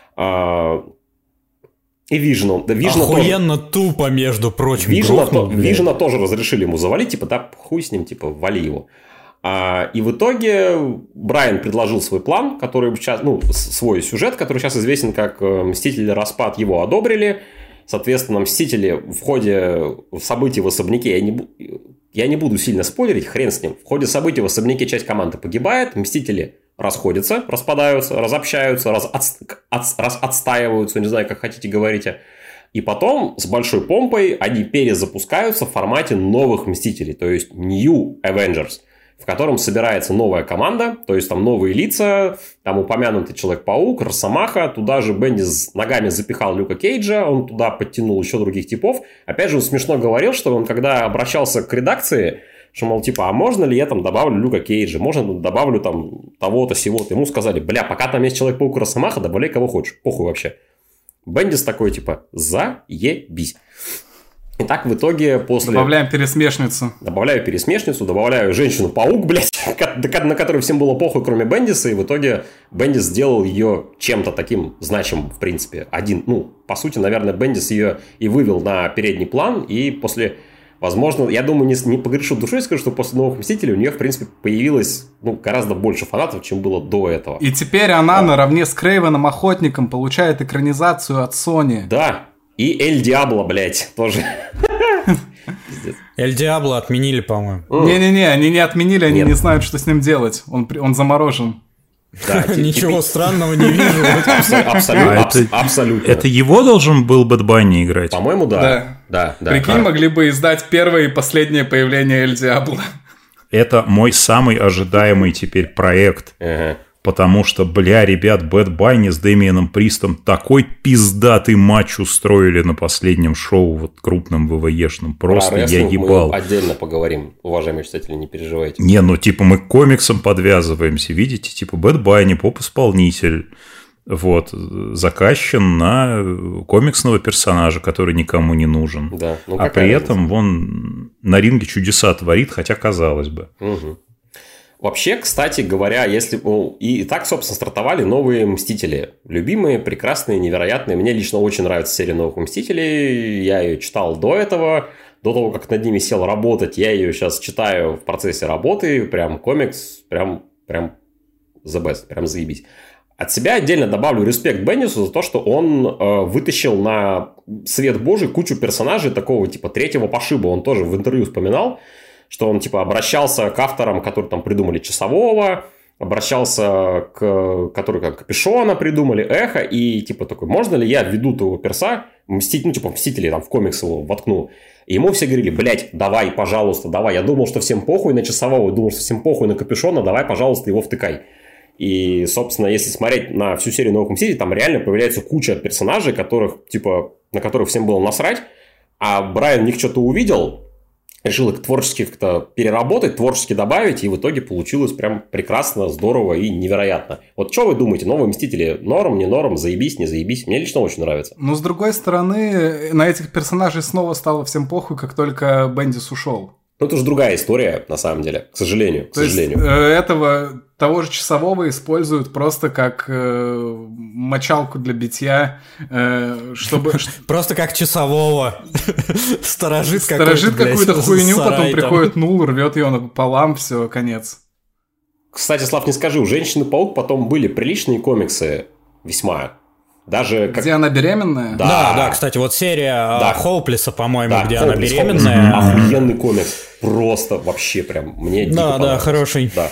Speaker 2: И Вижена.
Speaker 5: Охуенно тоже... тупо, между прочим.
Speaker 2: Вижена тоже разрешили ему завалить, типа, да, хуй с ним, типа, вали его. И в итоге Брайан предложил свой план, который сейчас, свой сюжет, который сейчас известен как «Мстители. Распад», его одобрили. Соответственно, Мстители в ходе событий в особняке, я не буду сильно спойлерить, хрен с ним. В ходе событий в особняке часть команды погибает, Мстители расходятся, распадаются, разобщаются, отстаиваются, не знаю, как хотите говорите. И потом с большой помпой они перезапускаются в формате новых Мстителей, то есть New Avengers, в котором собирается новая команда, то есть там новые лица, там упомянутый Человек-паук, Росомаха, туда же Бендис ногами запихал Люка Кейджа, он туда подтянул еще других типов. Опять же, он смешно говорил, что он когда обращался к редакции, что, мол, типа, а можно ли я там добавлю Люка Кейджа, можно добавлю там того-то, сего-то. Ему сказали, бля, пока там есть Человек-паук и Росомаха, добавляй кого хочешь, похуй вообще. Бендис такой, типа, заебись. И так в итоге после...
Speaker 4: Добавляем пересмешницу.
Speaker 2: Добавляю пересмешницу, добавляю Женщину-паук, блядь, на которую всем было похуй, кроме Бендиса. И в итоге Бендис сделал ее чем-то таким значимым, в принципе. По сути, наверное, Бендис ее и вывел на передний план. И после, возможно, я думаю, не погрешу душой, скажу, что после «Новых Мстителей» у нее, в принципе, появилось гораздо больше фанатов, чем было до этого.
Speaker 4: И теперь она наравне с Крейвеном Охотником получает экранизацию от Sony.
Speaker 2: Да. И Эль Диабло, блядь, тоже.
Speaker 5: Эль Диабло отменили, по-моему.
Speaker 4: Не-не-не, они не отменили, они не знают, что с ним делать. Он заморожен.
Speaker 5: Ничего странного не вижу.
Speaker 2: Абсолютно.
Speaker 3: Это его должен был Бэд Банни играть?
Speaker 2: По-моему, да.
Speaker 4: Прикинь, могли бы издать первое и последнее появление Эль Диабло.
Speaker 3: Это мой самый ожидаемый теперь проект. Потому что, ребят, Бэд Банни с Дэмианом Пристом такой пиздатый матч устроили на последнем шоу, вот крупном ВВЕшном. Просто я ебал.
Speaker 2: Мы отдельно поговорим, уважаемые читатели, не переживайте.
Speaker 3: Не, мы к комиксам подвязываемся, видите? Типа Бэд Банни, поп-исполнитель, вот, закащен на комиксного персонажа, который никому не нужен.
Speaker 2: Да,
Speaker 3: а при этом он на ринге чудеса творит, хотя казалось бы.
Speaker 2: Угу. Вообще, кстати говоря, если... И так, собственно, стартовали новые Мстители. Любимые, прекрасные, невероятные. Мне лично очень нравится серия новых Мстителей. Я ее читал до того, как над ними сел работать. Я ее сейчас читаю в процессе работы. Прям комикс, прям the best, прям заебись. От себя отдельно добавлю респект Бендису за то, что он вытащил на свет божий кучу персонажей такого типа третьего пошиба. Он тоже в интервью вспоминал, что он, типа, обращался к авторам, которые там придумали Часового, обращался к которые как Капюшона придумали, Эхо, и, типа, такой, можно ли я введу того перса, Мстители там в комикс его воткну. И ему все говорили, блядь, давай, пожалуйста, давай. Я думал, что всем похуй на Часового, думал, что всем похуй на Капюшона, давай, пожалуйста, его втыкай. И, собственно, если смотреть на всю серию новых Мстителей, там реально появляется куча персонажей, на которых всем было насрать, а Брайан в них что-то увидел, решил их творчески как-то переработать, творчески добавить, и в итоге получилось прям прекрасно, здорово и невероятно. Вот что вы думаете, новые Мстители норм, не норм, заебись, не заебись? Мне лично очень нравится.
Speaker 4: Но с другой стороны, на этих персонажей снова стало всем похуй, как только Бендис ушел.
Speaker 2: Ну, это уже другая история, на самом деле, к сожалению.
Speaker 4: То есть, того же Часового используют просто как мочалку для битья, чтобы...
Speaker 5: Просто как Часового. Сторожит
Speaker 4: какую-то хуйню, потом приходит Нул, рвет ее напополам, все, конец.
Speaker 2: Кстати, Слав, не скажи, у Женщины-паук потом были приличные комиксы, весьма... Даже
Speaker 4: где она беременная?
Speaker 5: Да, кстати, вот серия Хоуплеса, по-моему, где она беременная.
Speaker 2: Охуенный комикс. Просто вообще прям мне дико понравился.
Speaker 5: Да, хороший.
Speaker 2: Да.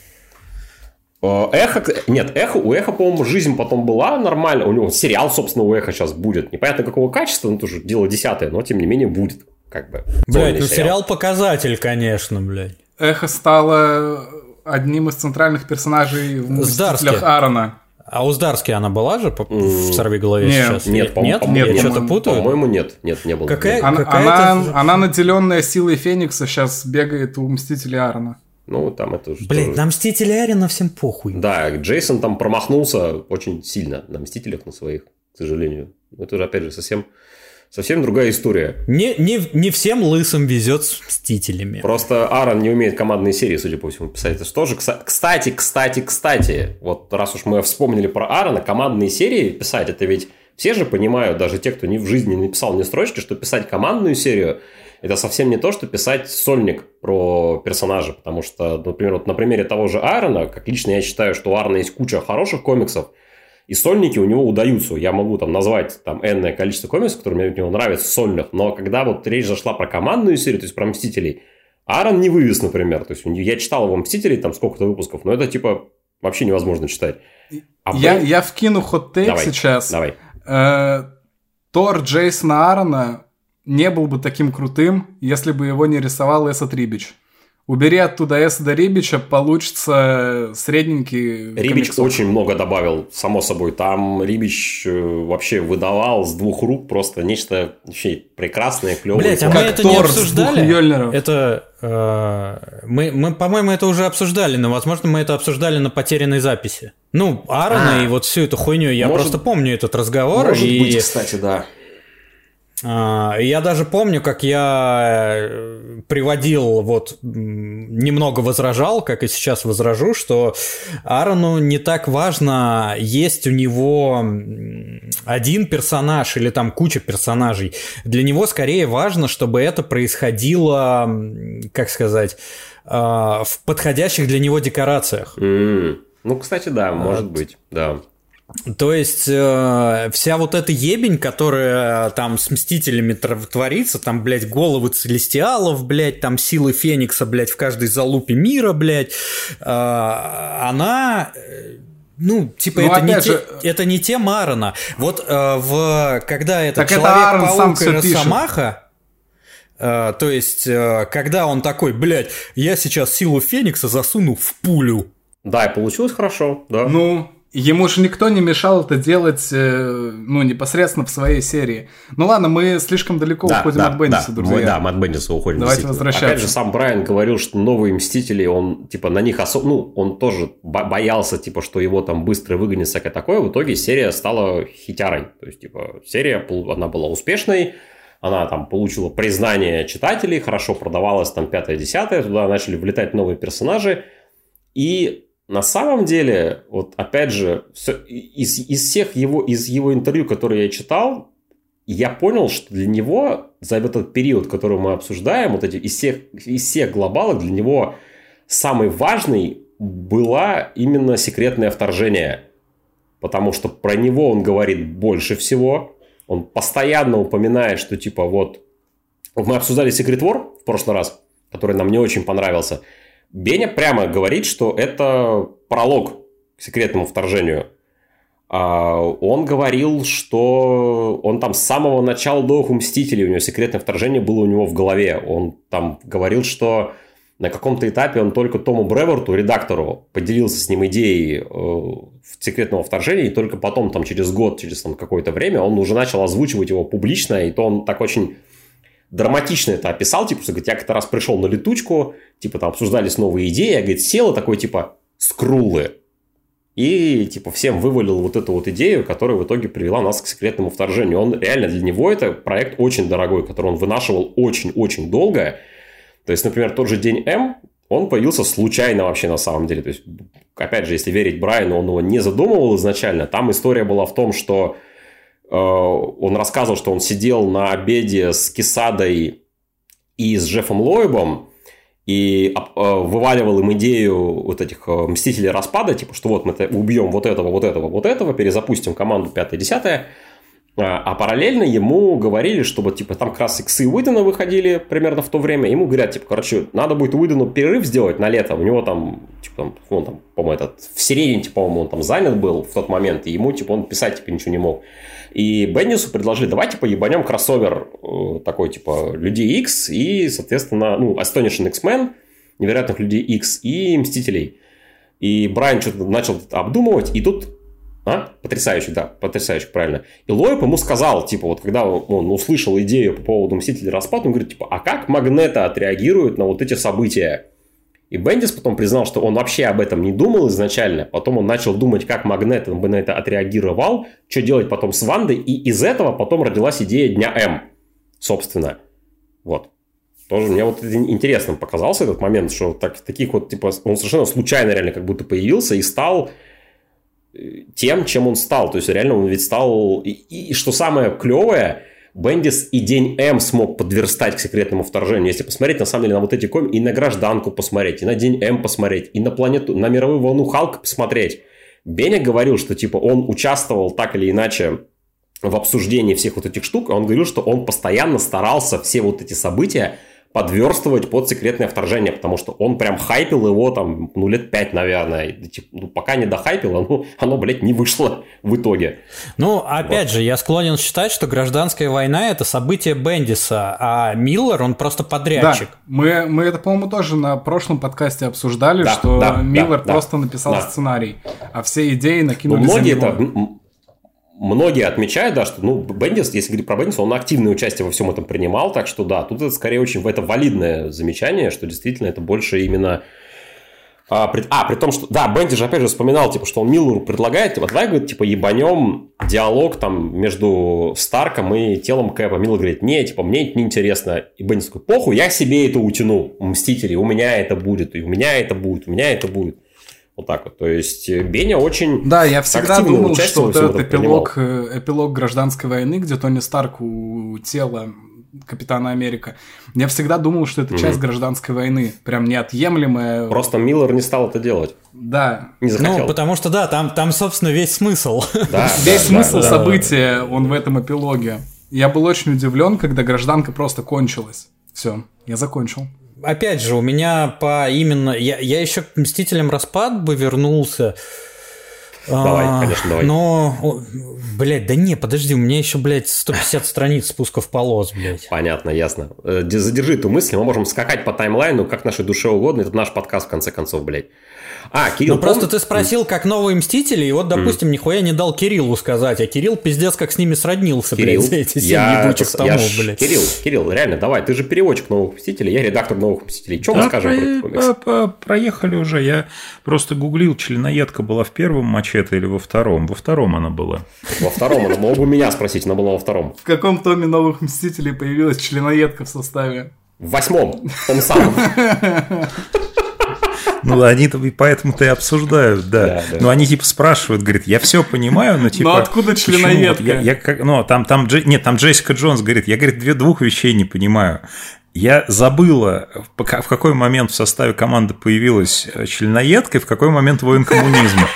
Speaker 2: У Эхо, по-моему, жизнь потом была нормально. У него сериал, собственно, у Эхо сейчас будет. Непонятно какого качества, но тоже дело 10-е, но тем не менее будет.
Speaker 5: Блядь, сериал показатель, конечно, блядь.
Speaker 4: Эхо стало одним из центральных персонажей в «Мстителях» Аарона.
Speaker 5: А у Здарски она была же в «Сорвиголове» сейчас?
Speaker 2: Нет,
Speaker 5: я что-то путаю?
Speaker 2: По-моему, нет, не было.
Speaker 4: Она наделенная силой Феникса сейчас бегает у Мстителей Аарона.
Speaker 2: Ну, там это...
Speaker 5: Блядь, на Мстители Арина всем похуй.
Speaker 2: Да, Джейсон там промахнулся очень сильно на Мстителях, на своих, к сожалению. Это же, опять же, совсем другая история.
Speaker 5: Не всем лысым везет с Мстителями.
Speaker 2: Просто Аарон не умеет командные серии, судя по всему, писать. Это же тоже... Кстати, вот раз уж мы вспомнили про Аарона, командные серии писать, это ведь все же понимают, даже те, кто в жизни не написал ни строчки, что писать командную серию – это совсем не то, что писать сольник про персонажа. Потому что, например, вот на примере того же Аарона, как лично я считаю, что у Аарона есть куча хороших комиксов, и сольники у него удаются. Я могу там назвать там энное количество комиксов, которые мне от него нравятся, сольных. Но когда вот речь зашла про командную серию, то есть про Мстителей, Аарон не вывез, например. То есть я читал его Мстителей, там сколько-то выпусков, но это типа вообще невозможно читать.
Speaker 4: Я вкину хот-тейк сейчас.
Speaker 2: Давай.
Speaker 4: Тор Джейсона Аарона не был бы таким крутым, если бы его не рисовал Эсад Рибич. Убери оттуда Эсада Рибича, получится средненький
Speaker 2: Рибич
Speaker 4: комиксов.
Speaker 2: очень много добавил, само собой. Там Рибич вообще выдавал с двух рук просто нечто вообще прекрасное, клевое.
Speaker 5: Блять, а мы это не обсуждали? Это мы, по-моему, это уже обсуждали, но, возможно, мы это обсуждали на потерянной записи. Ну, Аарона и вот всю эту хуйню. Я просто помню этот разговор.
Speaker 2: Может быть, кстати, да.
Speaker 5: Я даже помню, как я приводил, вот, немного возражал, как и сейчас возражу, что Аарону не так важно, есть у него один персонаж или там куча персонажей. Для него скорее важно, чтобы это происходило, как сказать, в подходящих для него декорациях.
Speaker 2: Ну, кстати, да, может быть, да.
Speaker 5: То есть, вся вот эта ебень, которая там с Мстителями творится, там, блядь, головы Целестиалов, блядь, там силы Феникса, блядь, в каждой залупе мира, блядь, она... Ну, типа, это не тема Аарона. Вот когда этот Человек-паук и Росомаха... То есть, когда он такой, блядь, я сейчас силу Феникса засуну в пулю.
Speaker 2: Да, и получилось хорошо, да.
Speaker 4: Ну... Ему же никто не мешал это делать, ну, непосредственно в своей серии. Ну ладно, мы слишком далеко уходим от Бендиса, друзья.
Speaker 2: Да, мы от Бендиса уходим.
Speaker 4: Давайте возвращаться.
Speaker 2: Опять же, сам Брайан говорил, что новые Мстители, он, типа, на них особо... Ну, он тоже боялся, типа, что его там быстро выгонят, всякое такое. В итоге серия стала хитярой. То есть, типа, серия, она была успешной, она там получила признание читателей, хорошо продавалась там 5-10, туда начали влетать новые персонажи. И... На самом деле, вот опять же, из его интервью, которые я читал, я понял, что для него за этот период, который мы обсуждаем, вот эти из всех глобалок, для него самый важный была именно «Секретное вторжение». Потому что про него он говорит больше всего. Он постоянно упоминает, что типа вот... Мы обсуждали Secret War в прошлый раз, который нам не очень понравился. Беня прямо говорит, что это пролог к секретному вторжению. Он говорил, что он там с самого начала до Мстителей, у него секретное вторжение было у него в голове. Он там говорил, что на каком-то этапе он только Тому Бреворту, редактору, поделился с ним идеей секретного вторжения, и только потом, там, через год, через там, какое-то время, он уже начал озвучивать его публично, и то он так очень... драматично это описал, типа, что, говорит, я как-то раз пришел на летучку, типа, там обсуждались новые идеи, я, говорит, сел и такой, типа, скруллы. И, типа, всем вывалил вот эту вот идею, которая в итоге привела нас к секретному вторжению. Он реально, для него это проект очень дорогой, который он вынашивал очень-очень долго. То есть, например, тот же День М, он появился случайно вообще на самом деле. То есть, опять же, если верить Брайану, он его не задумывал изначально. Там история была в том, что он рассказывал, что он сидел на обеде с Кесадой и с Джеффом Лоебом и вываливал им идею вот этих Мстителей Распада, типа, что вот мы убьем вот этого, перезапустим команду 5-10. А параллельно ему говорили, чтобы типа там как раз иксы Уидона выходили примерно в то время. Ему говорят, типа, короче, надо будет Уидону перерыв сделать на лето. У него там, типа, он там, по-моему, в середине, по-моему, он там занят был в тот момент. И ему, типа, он писать, типа, ничего не мог. И Бендису предложили, давай, типа, ебанем кроссовер такой, типа, Людей Икс и, соответственно, ну, Astonishing X-Men, Невероятных Людей Икс и Мстителей. И Брайан что-то начал обдумывать, и тут... Потрясающе, да, потрясающе, правильно. И Лоеб ему сказал, типа, вот когда он услышал идею по поводу Мстителей Распад, он говорит, типа, а как Магнето отреагирует на вот эти события? И Бендис потом признал, что он вообще об этом не думал изначально. Потом он начал думать, как Магнето бы на это отреагировал, что делать потом с Вандой. И из этого потом родилась идея Дня М, собственно. Вот. Тоже мне вот интересным показался этот момент, что таких вот, типа, он совершенно случайно реально как будто появился и стал тем, чем он стал. То есть, реально он ведь стал... И что самое клевое, Бендис и День М смог подверстать к секретному вторжению. Если посмотреть, на самом деле, на вот эти комиксы, и на Гражданку посмотреть, и на День М посмотреть, и на планету, на Мировую волну Халка посмотреть. Беня говорил, что, типа, он участвовал так или иначе в обсуждении всех вот этих штук. Он говорил, что он постоянно старался все вот эти события подверстывать под секретное вторжение, потому что он прям хайпил его там, лет 5, наверное. Типа, пока не дохайпил, оно, блядь, не вышло в итоге.
Speaker 5: Ну, опять же, я склонен считать, что гражданская война – это событие Бендиса, а Миллер, он просто подрядчик.
Speaker 4: Да, мы это, по-моему, тоже на прошлом подкасте обсуждали, что Миллер просто написал сценарий, а все идеи накинули за него.
Speaker 2: Многие отмечают, да, что, Бендис, если говорить про Бендиса, он активное участие во всем этом принимал, так что, да, тут это скорее очень валидное замечание, что действительно это больше именно... при том, что, да, Бендис же опять же вспоминал, типа, что он Миллеру предлагает, типа, давай, говорит, типа, ебанем диалог там между Старком и телом Кэпа. Миллер говорит, не, типа, мне это неинтересно. И Бендис такой, похуй, я себе это утяну, Мстители, у меня это будет, и у меня это будет, у меня это будет. Вот так вот. То есть, Беня очень...
Speaker 4: Да, я всегда думал, что вот этот эпилог гражданской войны, где Тони Старк у тела Капитана Америка, я всегда думал, что это часть гражданской войны. Прям неотъемлемая.
Speaker 2: Просто Миллер не стал это делать.
Speaker 4: Да.
Speaker 2: Не захотел.
Speaker 5: Ну, потому что, да, там собственно, весь смысл.
Speaker 4: Весь смысл события, он в этом эпилоге. Я был очень удивлен, когда гражданка просто кончилась. Все, я закончил.
Speaker 5: Опять же, у меня Я еще к «Мстителям. Распад» бы вернулся.
Speaker 2: Давай, конечно, давай.
Speaker 5: Но, блядь, да не, подожди, у меня еще, блядь, 150 страниц спусков полос, блядь.
Speaker 2: Понятно, ясно. Задержи эту мысль, мы можем скакать по таймлайну, как нашей душе угодно. Это наш подкаст, в конце концов, блядь. Кирилл...
Speaker 5: Ну, просто ты спросил, как новые «Мстители», и вот, допустим, нихуя не дал Кириллу сказать, а Кирилл пиздец как с ними сроднился,
Speaker 2: Кирилл,
Speaker 5: блядь, за эти 7 ебучих томов, блядь.
Speaker 2: Кирилл, реально, давай, ты же переводчик «Новых Мстителей», я редактор «Новых Мстителей». Что мы скажем про этот комикс?
Speaker 3: Проехали уже, я просто гуглил, членоедка была в первом «Мачете» или во втором? Во втором она была.
Speaker 2: Во втором она, мог бы меня спросить, она была во втором.
Speaker 4: В каком томе «Новых Мстителей» появилась членоедка в составе?
Speaker 2: В 8-м, в том самом.
Speaker 3: Ну, они-то поэтому-то и обсуждают, да. Но они типа спрашивают, говорит, я все понимаю, но типа...
Speaker 4: Ну, откуда членоедка?
Speaker 3: Там Джессика Джонс говорит, я, говорит, двух вещей не понимаю. Я забыла, в какой момент в составе команды появилась членоедка и в какой момент войн коммунизма.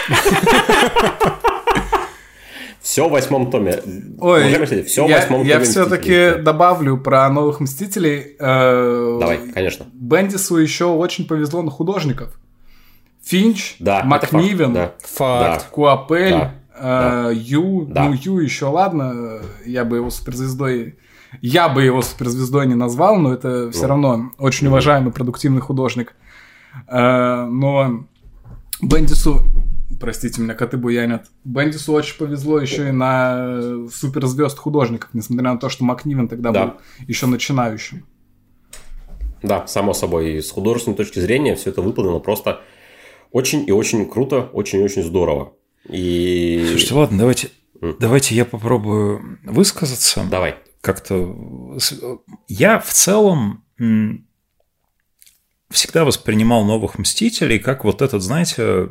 Speaker 2: Все в 8-м томе.
Speaker 4: Ой,
Speaker 2: все в 8-м томе.
Speaker 4: Я все-таки добавлю про «Новых Мстителей».
Speaker 2: Давай, конечно.
Speaker 4: Бендису еще очень повезло на художников. Финч, Макнивен, Куапель, Ю. Ну, Ю еще ладно, я бы его суперзвездой не назвал, но это все равно очень уважаемый, продуктивный художник. Но Бендису... Простите меня, коты буянят. Бендису очень повезло еще и на суперзвезд художников, несмотря на то, что Макнивен тогда был еще начинающим.
Speaker 2: Да, само собой. И с художественной точки зрения все это выполнено просто очень и очень круто, очень и очень здорово. И...
Speaker 3: Слушайте, ладно, давайте я попробую высказаться.
Speaker 2: Давай.
Speaker 3: Как-то... Я в целом... всегда воспринимал «Новых Мстителей» как вот этот, знаете,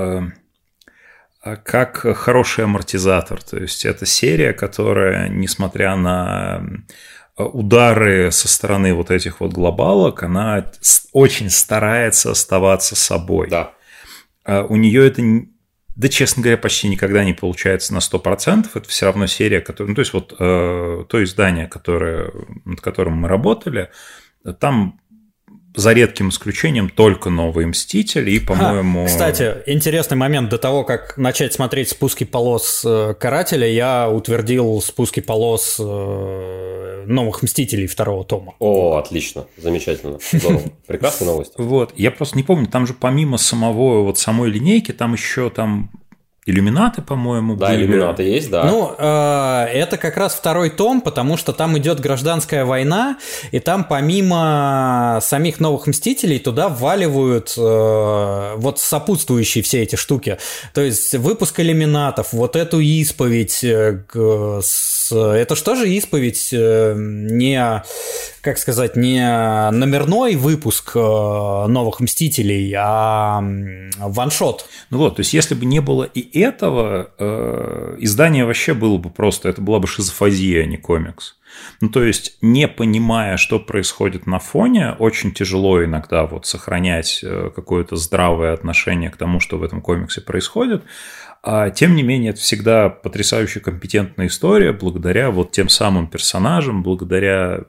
Speaker 3: как хороший амортизатор. То есть, это серия, которая, несмотря на удары со стороны вот этих вот глобалок, она очень старается оставаться собой.
Speaker 2: Да.
Speaker 3: У нее это, да, честно говоря, почти никогда не получается на 100%. Это все равно серия, которая... Ну, то есть, вот то издание, над которым мы работали, там... За редким исключением только «Новые Мстители» и, по-моему...
Speaker 5: Кстати, интересный момент. До того, как начать смотреть «Спуски полос Карателя», я утвердил «Спуски полос Новых Мстителей» второго тома.
Speaker 2: О, отлично. Замечательно. Здорово. Прекрасная новость.
Speaker 3: Вот. Я просто не помню, там же помимо самой линейки, там еще там Иллюминаты, по-моему,
Speaker 2: да,
Speaker 3: были.
Speaker 2: иллюминаты есть, да.
Speaker 5: Ну, это как раз второй том, потому что там идет гражданская война, и там помимо самих новых Мстителей туда вваливают вот сопутствующие все эти штуки. То есть выпуск иллюминатов, вот эту исповедь, это что же исповедь не, как сказать, не номерной выпуск новых Мстителей, а ваншот.
Speaker 3: Ну вот, то есть если бы не было и этого, издание вообще было бы просто, это была бы шизофазия, а не комикс. Ну, то есть, не понимая, что происходит на фоне, очень тяжело иногда вот сохранять какое-то здравое отношение к тому, что в этом комиксе происходит. А тем не менее, это всегда потрясающе компетентная история, благодаря вот тем самым персонажам, благодаря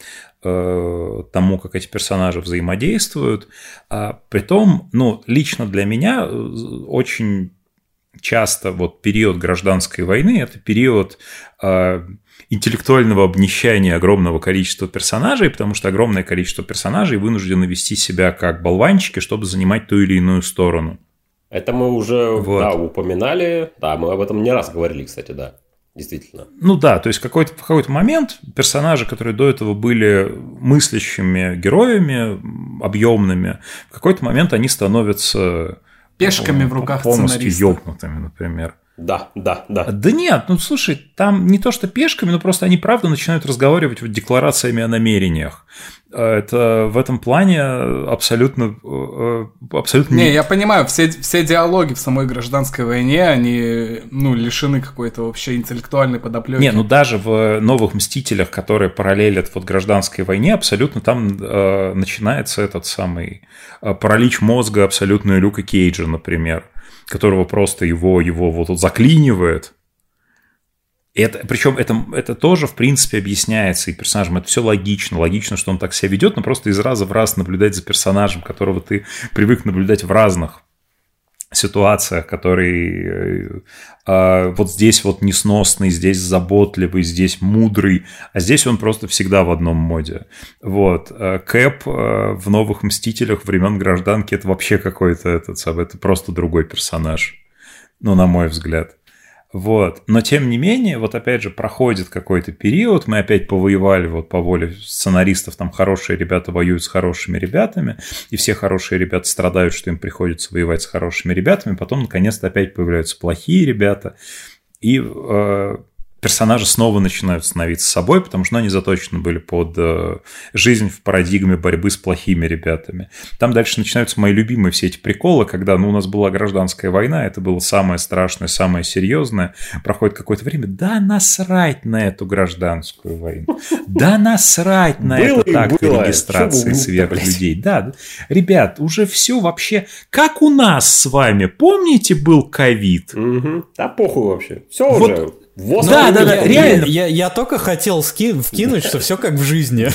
Speaker 3: тому, как эти персонажи взаимодействуют. Притом, ну, лично для меня очень часто вот период гражданской войны – это период интеллектуального обнищания огромного количества персонажей, потому что огромное количество персонажей вынуждено вести себя как болванчики, чтобы занимать ту или иную сторону.
Speaker 2: Это мы уже да, упоминали. Да, мы об этом не раз говорили, кстати, да. Действительно.
Speaker 3: Ну да, то есть в какой-то момент персонажи, которые до этого были мыслящими героями, объемными, в какой-то момент они становятся
Speaker 4: пешками в руках
Speaker 3: полностью
Speaker 4: сценариста.
Speaker 3: ёбнутыми, например.
Speaker 2: Да.
Speaker 3: Да нет, ну слушай, там не то что пешками, но просто они правда начинают разговаривать вот декларациями о намерениях. Это в этом плане абсолютно...
Speaker 4: Не, я понимаю, все диалоги в самой гражданской войне, они, ну, лишены какой-то вообще интеллектуальной подоплёки.
Speaker 3: Не, ну даже в «Новых Мстителях», которые параллелят вот гражданской войне, абсолютно там начинается этот самый паралич мозга абсолютно Люка Кейджа, например, которого просто его вот заклинивает. Причем это тоже, в принципе, объясняется и персонажем. Это все логично, что он так себя ведет, но просто из раза в раз наблюдать за персонажем, которого ты привык наблюдать в разных ситуациях, который вот здесь вот несносный, здесь заботливый, здесь мудрый, а здесь он просто всегда в одном моде. Вот. Кэп в «Новых Мстителях» времен гражданки — это вообще какой-то это просто другой персонаж, ну, на мой взгляд. Вот. Но, тем не менее, вот опять же, проходит какой-то период, мы опять повоевали вот по воле сценаристов, там хорошие ребята воюют с хорошими ребятами, и все хорошие ребята страдают, что им приходится воевать с хорошими ребятами, потом, наконец-то, опять появляются плохие ребята, и персонажи снова начинают становиться собой, потому что они заточены были под жизнь в парадигме борьбы с плохими ребятами. Там дальше начинаются мои любимые все эти приколы, когда у нас была гражданская война, это было самое страшное, самое серьезное. Проходит какое-то время, да насрать на эту гражданскую войну, да насрать на этот акт регистрации сверхлюдей. Да, ребят, уже все вообще, как у нас с вами, помните, был ковид?
Speaker 2: Да похуй вообще, все уже...
Speaker 5: Да, реально. Я только хотел вкинуть, что все как в жизни.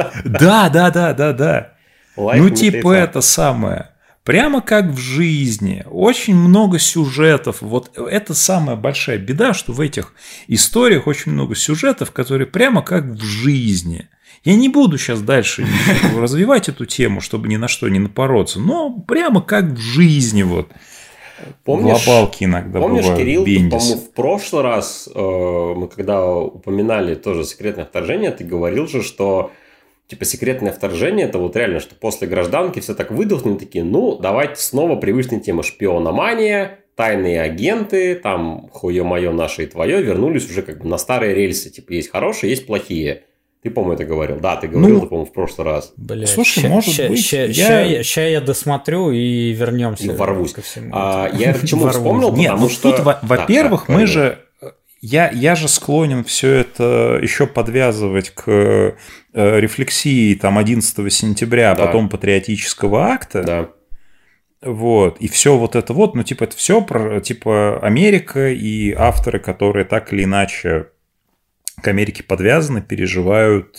Speaker 3: Да. Ну, типа это самое. Прямо как в жизни. Очень много сюжетов. Вот это самая большая беда, что в этих историях очень много сюжетов, которые прямо как в жизни. Я не буду сейчас дальше развивать эту тему, чтобы ни на что не напороться, но прямо как в жизни вот. Глобалки иногда
Speaker 2: помнишь,
Speaker 3: бывают,
Speaker 2: Кирилл,
Speaker 3: Бендис.
Speaker 2: по-моему, в прошлый раз мы когда упоминали тоже секретное вторжение, ты говорил же, что типа секретное вторжение это вот реально, что после гражданки все так выдохнули, такие, ну, давайте снова привычные темы: шпиономания, тайные агенты, там, хуе-мое, наше и твое, вернулись уже как бы на старые рельсы, типа есть хорошие, есть плохие. Ты, по-моему, это говорил. Да, ты говорил, по-моему, в прошлый раз.
Speaker 5: Бля,
Speaker 3: слушай, может быть,
Speaker 5: ща я досмотрю и вернемся.
Speaker 2: И ворвусь.
Speaker 5: Ко всему.
Speaker 2: Я к чему вспомнил, потому что...
Speaker 3: Тут, во-первых, мы же... Я же склонен все это еще подвязывать к рефлексии там 11 сентября, а потом патриотического акта.
Speaker 2: Да.
Speaker 3: Вот, и все вот это вот, ну, типа, это все про, типа, Америка и авторы, которые так или иначе к Америке подвязаны, переживают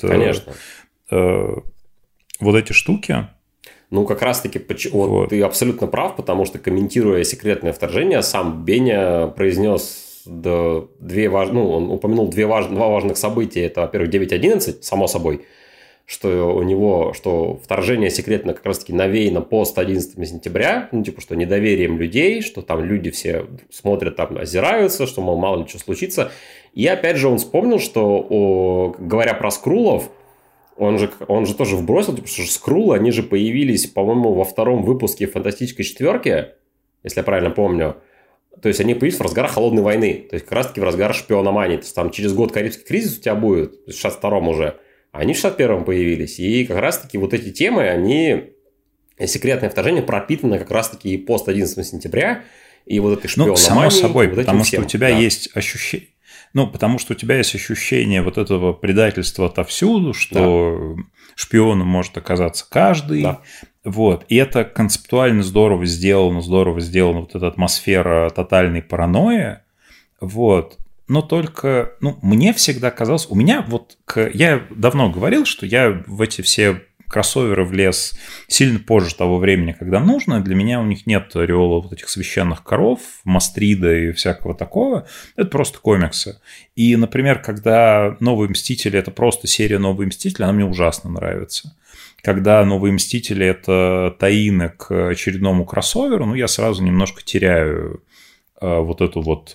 Speaker 3: вот эти штуки.
Speaker 2: Ну, как раз-таки, вот. Ты абсолютно прав, потому что, комментируя секретное вторжение, сам Беня произнес он упомянул два важных события. Это, во-первых, 9.11, само собой. что у него, что вторжение секретно как раз-таки навеяно пост 11 сентября, ну, типа, что недоверием людей, что там люди все смотрят, там, озираются, что, мол, мало ли что случится. И опять же он вспомнил, что, говоря про скрулов, он же тоже вбросил, типа, что скрулы, они же появились, по-моему, во втором выпуске «Фантастической четверки», если я правильно помню. То есть они появились в разгар холодной войны, то есть как раз-таки в разгар шпиономании. То есть там через год Карибский кризис у тебя будет, в 62-м уже, а они в 61-м появились. И как раз-таки вот эти темы, они, секретное вторжение пропитано как раз-таки и пост 11 сентября, и вот этой шпиономании.
Speaker 3: Само собой,
Speaker 2: вот
Speaker 3: потому что у тебя есть ощущение... Ну, потому что у тебя есть ощущение вот этого предательства отовсюду, что шпионом может оказаться каждый. Да. Вот. И это концептуально здорово сделано вот эта атмосфера тотальной паранойи. Вот. Но только, мне всегда казалось... У меня я давно говорил, что я в эти все кроссоверы влез сильно позже того времени, когда нужно. Для меня у них нет ореола вот этих священных коров, Мастрида и всякого такого. Это просто комиксы. И, например, когда «Новые Мстители» — это просто серия «Новые Мстители», она мне ужасно нравится. Когда «Новые Мстители» — это таины к очередному кроссоверу, я сразу немножко теряю вот эту вот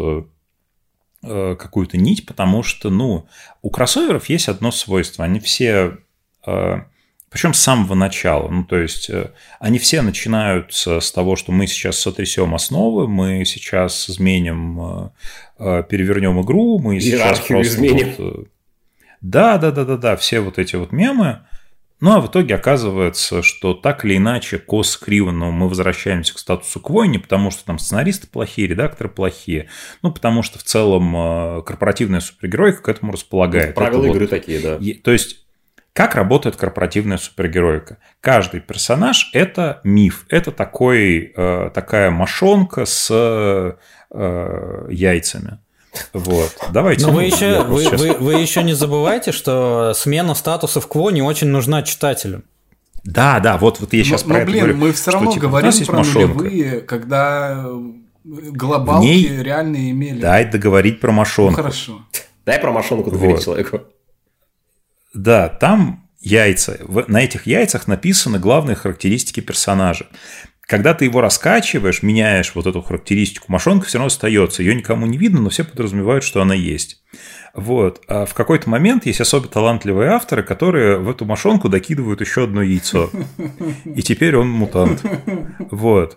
Speaker 3: какую-то нить, потому что, у кроссоверов есть одно свойство. Они все... Причем с самого начала. То есть, они все начинаются с того, что мы сейчас сотрясем основы, мы сейчас изменим, перевернем игру, мы сейчас просто... изменим. Да, все вот эти вот мемы. А в итоге оказывается, что так или иначе, косо-криво, мы возвращаемся к статусу кво, не потому что там сценаристы плохие, редакторы плохие, потому что в целом корпоративная супергеройка к этому располагает.
Speaker 2: Правила игры такие, да.
Speaker 3: То есть, как работает корпоративная супергеройка? Каждый персонаж – это миф, это такая мошонка с яйцами. Вот. Давайте.
Speaker 5: Но вы еще не забывайте, что смена статусов кво не очень нужна читателю.
Speaker 3: Да, вот я сейчас про это говорю.
Speaker 4: Мы все равно говорим про нулевые, когда глобалки реально имели.
Speaker 3: Дай договорить про мошонку.
Speaker 4: Хорошо.
Speaker 2: Дай про мошонку договорить человеку.
Speaker 3: Да, там яйца. На этих яйцах написаны главные характеристики персонажа. Когда ты его раскачиваешь, меняешь вот эту характеристику, мошонка все равно остается. Ее никому не видно, но все подразумевают, что она есть. Вот. А в какой-то момент есть особо талантливые авторы, которые в эту мошонку докидывают еще одно яйцо. И теперь он мутант. Вот.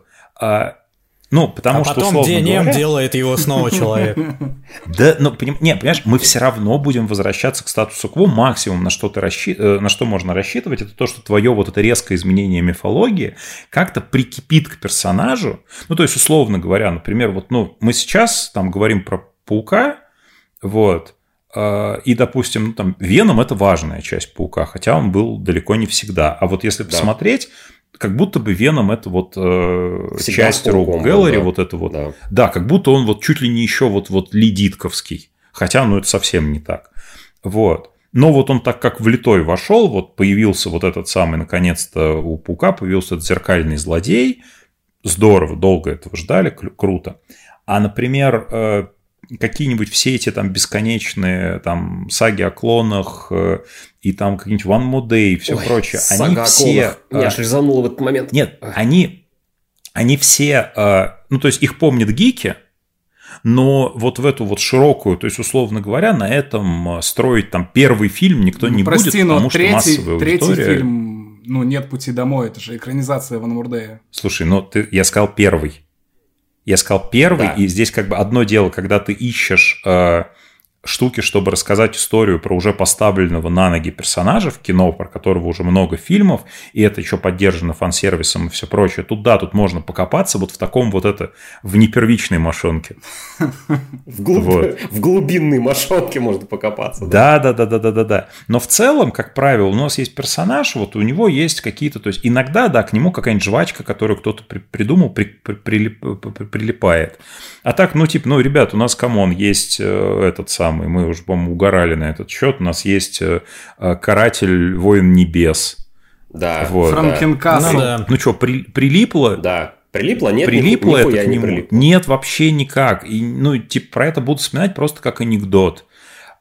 Speaker 3: Потому что,
Speaker 5: потом ДНМ делает его снова человек.
Speaker 3: Да, понимаешь, мы все равно будем возвращаться к статусу кво. Максимум, на что можно рассчитывать, это то, что твое вот это резкое изменение мифологии как-то прикипит к персонажу. То есть, условно говоря, например, мы сейчас там говорим про Паука, вот, и, допустим, Веном – это важная часть Паука, хотя он был далеко не всегда. А вот если посмотреть... Как будто бы Веном это часть Роуг Гэллери, вот это вот. Да, как будто он чуть ли не еще лидитковский. Хотя, это совсем не так. Вот. Но он так как влитой вошел, появился этот самый, наконец-то, у Паука появился этот зеркальный злодей. Здорово, долго этого ждали, круто. А, например, какие-нибудь все эти бесконечные саги о клонах и какие-нибудь One More Day и все прочее, они все...
Speaker 2: Я аж резанул в этот момент.
Speaker 3: Нет, они все... то есть, их помнят гики, но в эту широкую, то есть, условно говоря, на этом строить первый фильм никто не будет, потому что массовая аудитория...
Speaker 4: Третий фильм, «Нет пути домой», это же экранизация One More Day.
Speaker 3: Слушай, я сказал первый. Я сказал первый, да. И здесь одно дело, когда ты ищешь штуки, чтобы рассказать историю про уже поставленного на ноги персонажа в кино, про которого уже много фильмов, и это еще поддержано фан-сервисом и все прочее. Тут можно покопаться в таком в непервичной мошонке.
Speaker 2: В глубинной мошонке можно покопаться.
Speaker 3: Да. Но в целом, как правило, у нас есть персонаж, у него есть какие-то... То есть, иногда, к нему какая-нибудь жвачка, которую кто-то придумал, прилипает. А так, ребят, у нас, камон, есть этот самый, мы уже, по-моему, угорали на этот счет, у нас есть Каратель Воин Небес.
Speaker 2: Да.
Speaker 4: Франкенкасл.
Speaker 3: Прилипло?
Speaker 2: Да. Прилипло? Нет,
Speaker 3: прилипло это к нему? Нет, вообще никак. И, про это буду вспоминать просто как анекдот.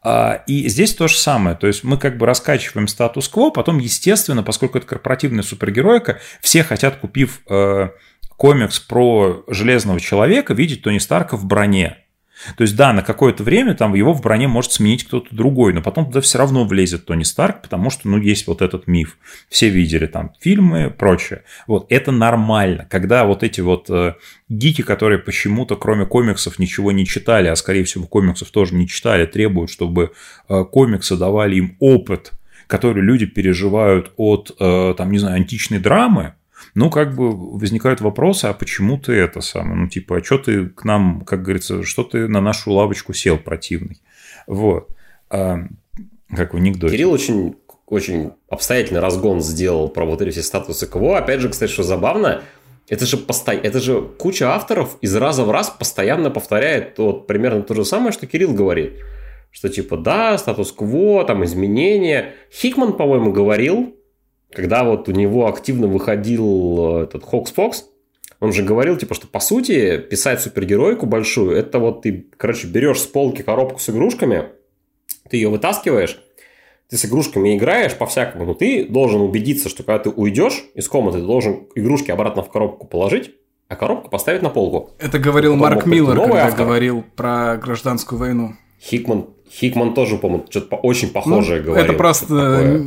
Speaker 3: И здесь то же самое. То есть мы как бы раскачиваем статус-кво, потом, естественно, поскольку это корпоративная супергероика, все хотят, купив комикс про Железного Человека, видеть Тони Старка в броне. То есть, да, на какое-то время там его в броне может сменить кто-то другой, но потом туда все равно влезет Тони Старк, потому что, ну, есть вот этот миф. Все видели там фильмы, прочее. Вот, это нормально. Когда вот эти вот гики, которые почему-то, кроме комиксов, ничего не читали, а, скорее всего, комиксов тоже не читали, требуют, чтобы комиксы давали им опыт, который люди переживают от, там, не знаю, античной драмы, ну, как бы возникают вопросы, а почему ты это самое? Ну, типа, а что ты к нам, как говорится, что ты на нашу лавочку сел противный? Вот. Как в анекдоте.
Speaker 2: Кирилл очень обстоятельный разгон сделал про вот эти все статусы КВО. Опять же, кстати, что забавно, это же куча авторов из раза в раз постоянно повторяет вот примерно то же самое, что Кирилл говорит. Что типа, да, статус-кво, там изменения. Хикман, по-моему, говорил, когда вот у него активно выходил этот Хокс-Покс, он же говорил, типа, что по сути писать супергеройку большую, это вот ты, короче, берешь с полки коробку с игрушками, ты ее вытаскиваешь, ты с игрушками играешь по-всякому, но ты должен убедиться, что когда ты уйдешь из комнаты, ты должен игрушки обратно в коробку положить, а коробку поставить на полку.
Speaker 4: Это говорил Марк Миллер, когда говорил про гражданскую войну.
Speaker 2: Хикман тоже, по-моему, что-то очень похожее говорил.
Speaker 4: Это просто...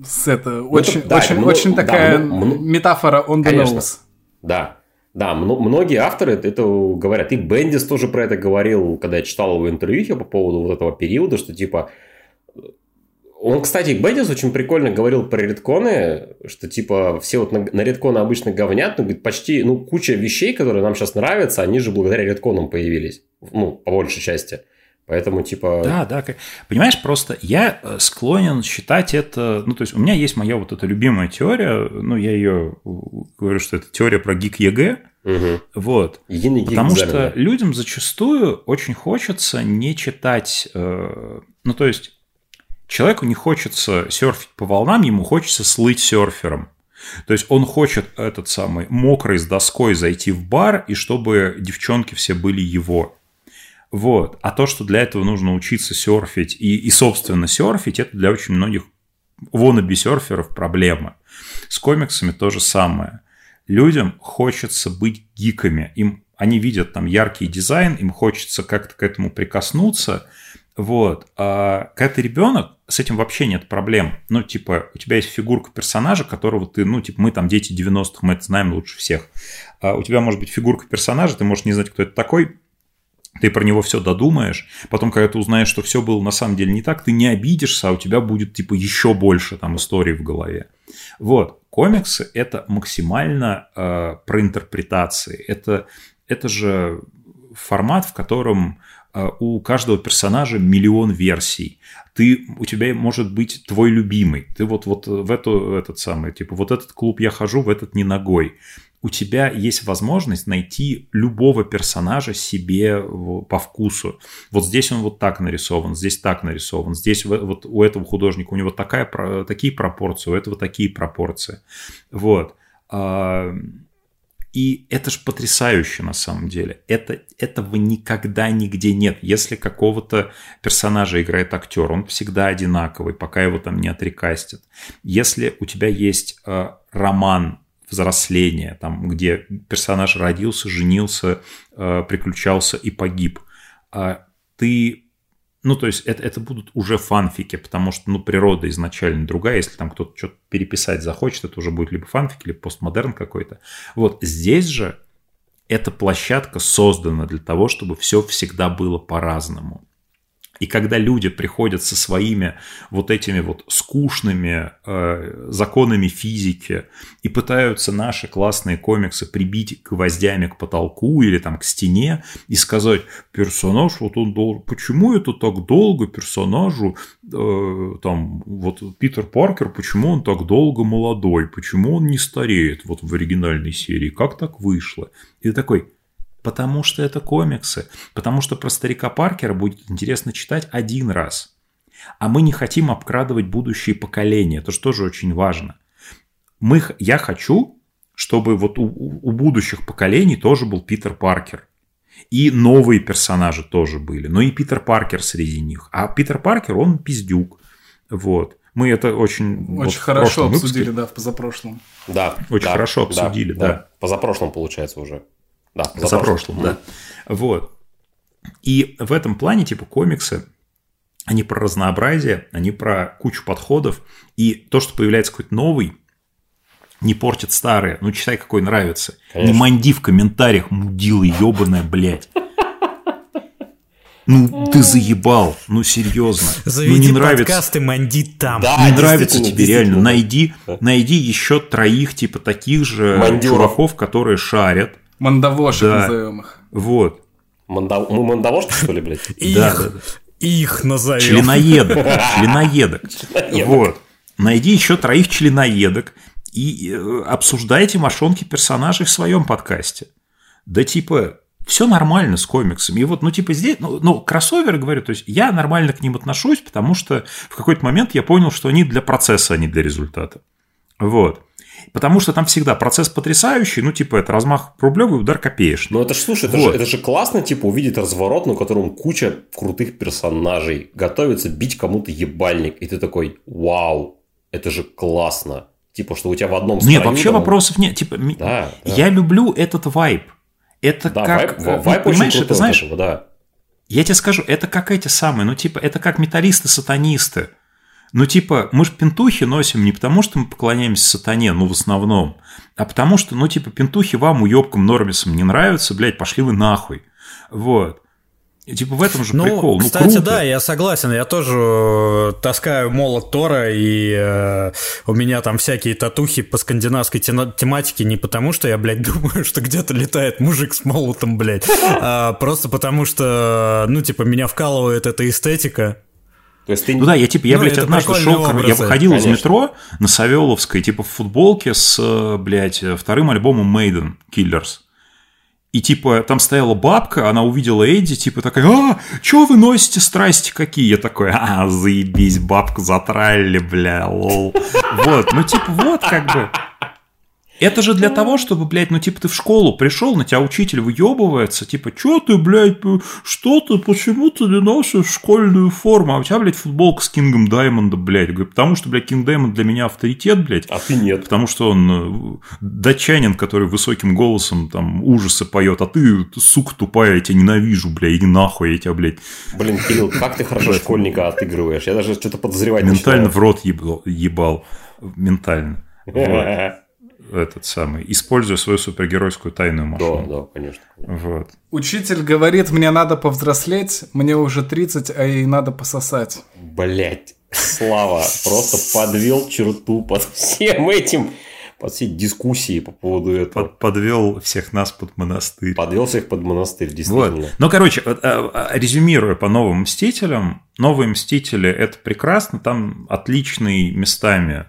Speaker 4: очень такая метафора on the nose.
Speaker 2: Да, многие авторы это говорят. И Бендис тоже про это говорил, когда я читал его интервью по поводу вот этого периода, что типа... Он, кстати, Бендис очень прикольно говорил про редконы, что типа все вот на редконы обычно говнят, но говорит, почти, куча вещей, которые нам сейчас нравятся, они же благодаря редконам появились, по большей части. Поэтому, типа...
Speaker 3: Да. Понимаешь, просто я склонен считать это... Ну, то есть, у меня есть моя вот эта любимая теория, я ее говорю, что это теория про гик-ЕГЭ.
Speaker 2: Угу.
Speaker 3: Вот. Потому что людям зачастую очень хочется не читать... то есть, человеку не хочется серфить по волнам, ему хочется слыть серфером. То есть, он хочет этот самый мокрый с доской зайти в бар, и чтобы девчонки все были его. Вот. А то, что для этого нужно учиться серфить и собственно, серфить, это для очень многих wannabe-серферов проблема. С комиксами то же самое. Людям хочется быть гиками. Они видят там яркий дизайн, им хочется как-то к этому прикоснуться. Вот. А когда ты ребенок, с этим вообще нет проблем. У тебя есть фигурка персонажа, которого ты, мы там дети 90-х, мы это знаем лучше всех. А у тебя может быть фигурка персонажа, ты можешь не знать, кто это такой, ты про него все додумаешь, потом, когда ты узнаешь, что все было на самом деле не так, ты не обидишься, а у тебя будет еще больше там историй в голове. Вот, комиксы – это максимально про интерпретации. Это же формат, в котором у каждого персонажа миллион версий. У тебя может быть твой любимый. Ты вот в этот клуб я хожу, в этот не ногой. У тебя есть возможность найти любого персонажа себе по вкусу. Вот здесь он вот так нарисован, здесь так нарисован, здесь вот у этого художника у него такие пропорции, у этого такие пропорции. Вот. И это же потрясающе на самом деле. Этого никогда нигде нет. Если какого-то персонажа играет актер, он всегда одинаковый, пока его там не отрекастят. Если у тебя есть роман взросления, там, где персонаж родился, женился, приключался и погиб, то есть это будут уже фанфики, потому что, природа изначально другая, если там кто-то что-то переписать захочет, это уже будет либо фанфик, либо постмодерн какой-то. Вот здесь же эта площадка создана для того, чтобы все всегда было по-разному. И когда люди приходят со своими вот этими вот скучными законами физики и пытаются наши классные комиксы прибить гвоздями к потолку или там к стене и сказать, персонаж, вот он должен... Почему это так долго персонажу, Питер Паркер, почему он так долго молодой, почему он не стареет вот в оригинальной серии, как так вышло? И ты такой... Потому что это комиксы. Потому что про старика Паркера будет интересно читать один раз. А мы не хотим обкрадывать будущие поколения. Это же тоже очень важно. Я хочу, чтобы вот у будущих поколений тоже был Питер Паркер. И новые персонажи тоже были. Но и Питер Паркер среди них. А Питер Паркер, он пиздюк. Вот. Мы это очень
Speaker 4: хорошо обсудили, да, в позапрошлом.
Speaker 2: Да.
Speaker 3: Очень хорошо обсудили, да.
Speaker 2: Позапрошлом, получается, уже. Да,
Speaker 3: позапрошлом, да. Вот. И в этом плане, типа, комиксы, они про разнообразие, они про кучу подходов. И то, что появляется какой-то новый, не портит старые. Ну, читай, какой нравится. Конечно. Не манди в комментариях, мудила ебаная, блядь. Ну, ты заебал, ну, серьезно.
Speaker 5: Заведи
Speaker 3: ну, не нравится.
Speaker 5: подкаст и манди там.
Speaker 3: Да, не нравится тебе реально. Найди еще 3 типа таких же Мандюров. Чуваков, которые шарят.
Speaker 4: Мандавошек назовем их.
Speaker 3: Вот.
Speaker 2: Мы мандавошки, что ли, блядь?
Speaker 5: Их назовем.
Speaker 3: Членоедок. Вот. Найди еще 3 членоедок и обсуждайте мошонки персонажей в своем подкасте. Да типа... Все нормально с комиксами. И вот, ну, типа, здесь, кроссоверы, говорю, то есть я нормально к ним отношусь, потому что в какой-то момент я понял, что они для процесса, а не для результата. Вот. Потому что там всегда процесс потрясающий, ну, типа, это размах рублевый, удар копеечный.
Speaker 2: Ну, это ж, слушай, это же классно, типа, увидеть разворот, на котором куча крутых персонажей готовится бить кому-то ебальник, и ты такой, вау, это же классно. Типа, что у тебя в одном строю...
Speaker 3: Нет, вообще вопросов нет. Типа, я люблю этот вайб. Это да, как,
Speaker 2: вайп
Speaker 3: понимаешь, это знаешь,
Speaker 2: этого, да.
Speaker 3: Я тебе скажу, это как эти самые, ну, типа, это как металлисты-сатанисты. Ну, типа, мы же пентухи носим не потому, что мы поклоняемся сатане, ну, в основном, а потому что, ну, типа, пентухи вам, уёбкам, нормисам не нравятся, блядь, пошли вы нахуй. Вот. И, типа, в этом же прикол. Ну,
Speaker 5: кстати,
Speaker 3: круто.
Speaker 5: Да, я согласен. Я тоже таскаю молот Тора, и у меня там всякие татухи по скандинавской тематике не потому, что я, блядь, думаю, что где-то летает мужик с молотом, блядь, а просто потому что, ну, типа, меня вкалывает эта эстетика.
Speaker 2: То есть ты...
Speaker 3: Ну да, я блядь, однажды шел, я выходил из метро на Савеловской, типа, в футболке с, блядь, 2-м альбомом Maiden, Killers. И, типа, там стояла бабка, она увидела Эдди, типа, такая, чё вы носите, страсти какие? Я такой, заебись, бабку затралили, бля, лол. Вот, ну, типа, вот, как бы. Это же для того, чтобы, блядь, ну, типа, ты в школу пришел, на тебя учитель выебывается, типа, чё ты, блядь, что ты, почему ты не носишь школьную форму? А у тебя, блядь, футболка с Кингом Даймонда, блядь. Говорю, потому что, блядь, Кинг Даймонд для меня авторитет, блядь.
Speaker 2: А ты нет.
Speaker 3: Потому что он датчанин, который высоким голосом там ужасы поет, а ты, сука тупая, я тебя ненавижу, блядь, иди нахуй, я тебя, блядь.
Speaker 2: Блин, Кирилл, как ты хорошо школьника отыгрываешь? Я даже что-то подозревать не
Speaker 3: ментально в рот ебал. Ментально. Вот. Этот самый, используя свою супергеройскую тайную машину.
Speaker 2: Да, конечно.
Speaker 3: Вот.
Speaker 4: Учитель говорит, мне надо повзрослеть, мне уже 30, а ей надо пососать.
Speaker 2: Блять, Слава просто подвел черту под всем этим, под всей дискуссией по поводу этого.
Speaker 3: Подвел всех нас под монастырь.
Speaker 2: Подвел всех под монастырь, действительно.
Speaker 3: Вот. Ну, короче, резюмируя по новым Мстителям, новые Мстители – это прекрасно, там отличные местами.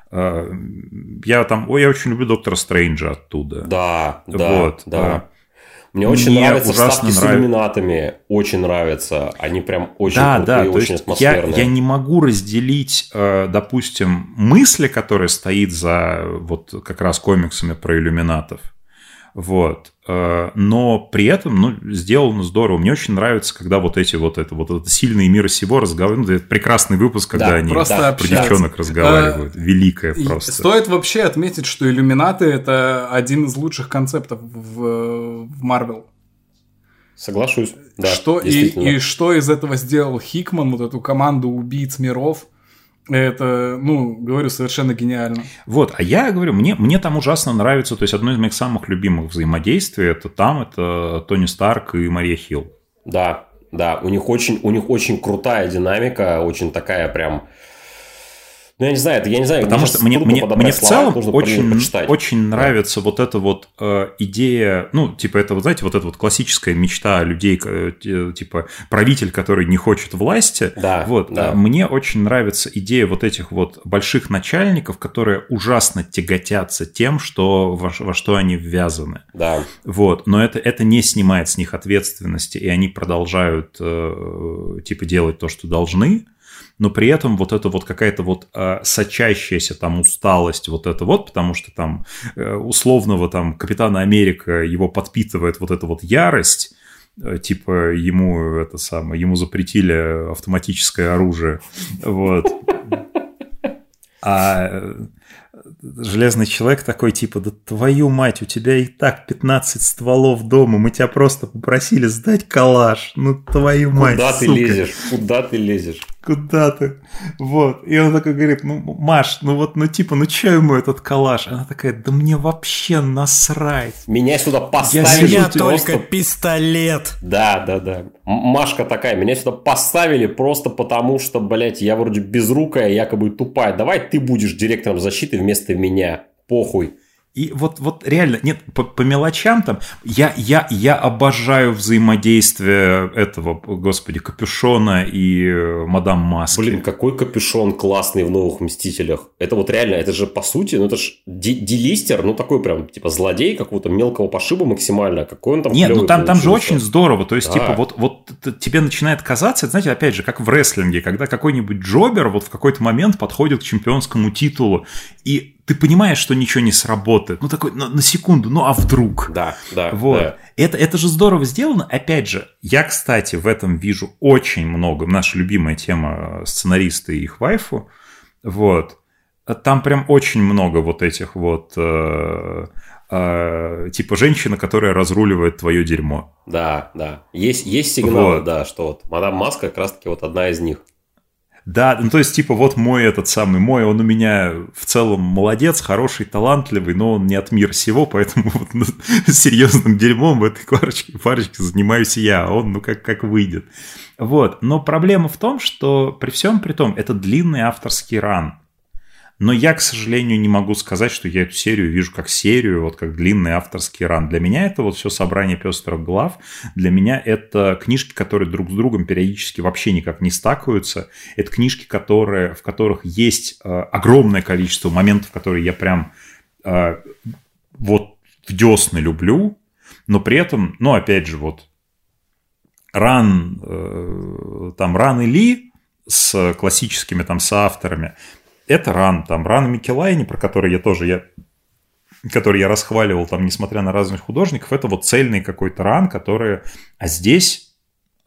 Speaker 3: Я очень люблю Доктора Стрэнджа оттуда.
Speaker 2: Да,
Speaker 3: вот.
Speaker 2: Да. Мне очень нравятся вставки с иллюминатами. Очень нравятся. Они прям очень крутые, очень атмосферные.
Speaker 3: Я не могу разделить, допустим, мысли, которые стоит за вот как раз комиксами про иллюминатов. Вот. Но при этом, сделано здорово. Мне очень нравится, когда вот это сильные мира сего разговаривают. Это прекрасный выпуск, когда они про девчонок разговаривают. Великое просто.
Speaker 4: Стоит вообще отметить, что иллюминаты — это один из лучших концептов в Marvel.
Speaker 2: Соглашусь. Да,
Speaker 4: что из этого сделал Хикман, вот эту команду убийц миров. Это, говорю, совершенно гениально.
Speaker 3: Вот, а я говорю, мне там ужасно нравится, то есть одно из моих самых любимых взаимодействий, это Тони Старк и Мария Хилл.
Speaker 2: Да, у них очень крутая динамика, очень такая прям... я не знаю,
Speaker 3: потому что мне в целом очень нравится вот эта вот идея, это, знаете, вот эта вот классическая мечта людей, типа правитель, который не хочет власти.
Speaker 2: Да.
Speaker 3: Мне очень нравится идея вот этих вот больших начальников, которые ужасно тяготятся тем, во что они ввязаны.
Speaker 2: Да.
Speaker 3: Вот, но это не снимает с них ответственности, и они продолжают делать то, что должны. Но при этом вот это вот какая-то вот сочащаяся там усталость, потому что там условного там Капитана Америка его подпитывает вот эта вот ярость, типа ему запретили автоматическое оружие, вот. А Железный Человек такой, типа, да твою мать, у тебя и так 15 стволов дома, мы тебя просто попросили сдать калаш, ну твою мать,
Speaker 2: Куда ты лезешь? Куда ты лезешь?
Speaker 3: Куда ты? Вот. И он такой говорит, ну, Маш, ну вот, ну типа, ну чё ему этот калаш? Она такая, да мне вообще насрать.
Speaker 2: Меня сюда поставили.
Speaker 5: Я только пистолет.
Speaker 2: Да. Машка такая, меня сюда поставили просто потому, что, блядь, я вроде безрукая, якобы тупая. Давай ты будешь директором защиты вместо меня. Похуй.
Speaker 3: И вот реально, нет, по мелочам там, я обожаю взаимодействие этого, господи, Капюшона и Мадам Маски.
Speaker 2: Блин, какой Капюшон классный в «Новых Мстителях». Это вот реально, это же по сути, ну это же делистер, ну такой прям, типа злодей какого-то мелкого пошиба максимально. Какой он там
Speaker 3: нет, ну там же
Speaker 2: получился.
Speaker 3: очень здорово, то есть,
Speaker 2: да.
Speaker 3: типа, вот тебе начинает казаться, это, знаете, опять же, как в рестлинге, когда какой-нибудь джобер вот в какой-то момент подходит к чемпионскому титулу, и ты понимаешь, что ничего не сработает. Ну, такой, на секунду, ну, а вдруг?
Speaker 2: Да.
Speaker 3: Вот.
Speaker 2: Да.
Speaker 3: Это же здорово сделано. Опять же, я, кстати, в этом вижу очень много. Наша любимая тема сценаристы и их вайфу. Вот. Там прям очень много вот этих вот... типа женщина, которая разруливает твое дерьмо.
Speaker 2: Да. Есть сигналы,
Speaker 3: вот.
Speaker 2: Да, что вот Мадам Маска как раз-таки вот одна из них.
Speaker 3: Да, ну то есть, типа, вот он у меня в целом молодец, хороший, талантливый, но он не от мира сего, поэтому вот, серьезным дерьмом в этой парочке занимаюсь я, а он, ну, как выйдет. Вот, но проблема в том, что при всем при том, это длинный авторский ран. Но я, к сожалению, не могу сказать, что я эту серию вижу как серию, вот как длинный авторский ран. Для меня это вот все собрание пестрых глав. Для меня это книжки, которые друг с другом периодически вообще никак не стакаются. Это книжки, в которых есть огромное количество моментов, которые я прям вот в десны люблю. Но при этом, ну, опять же, вот Ран и Ли с классическими там соавторами. Это Ран Микелайни, про который который я расхваливал, там, несмотря на разных художников, это вот цельный какой-то Ран, который... А здесь,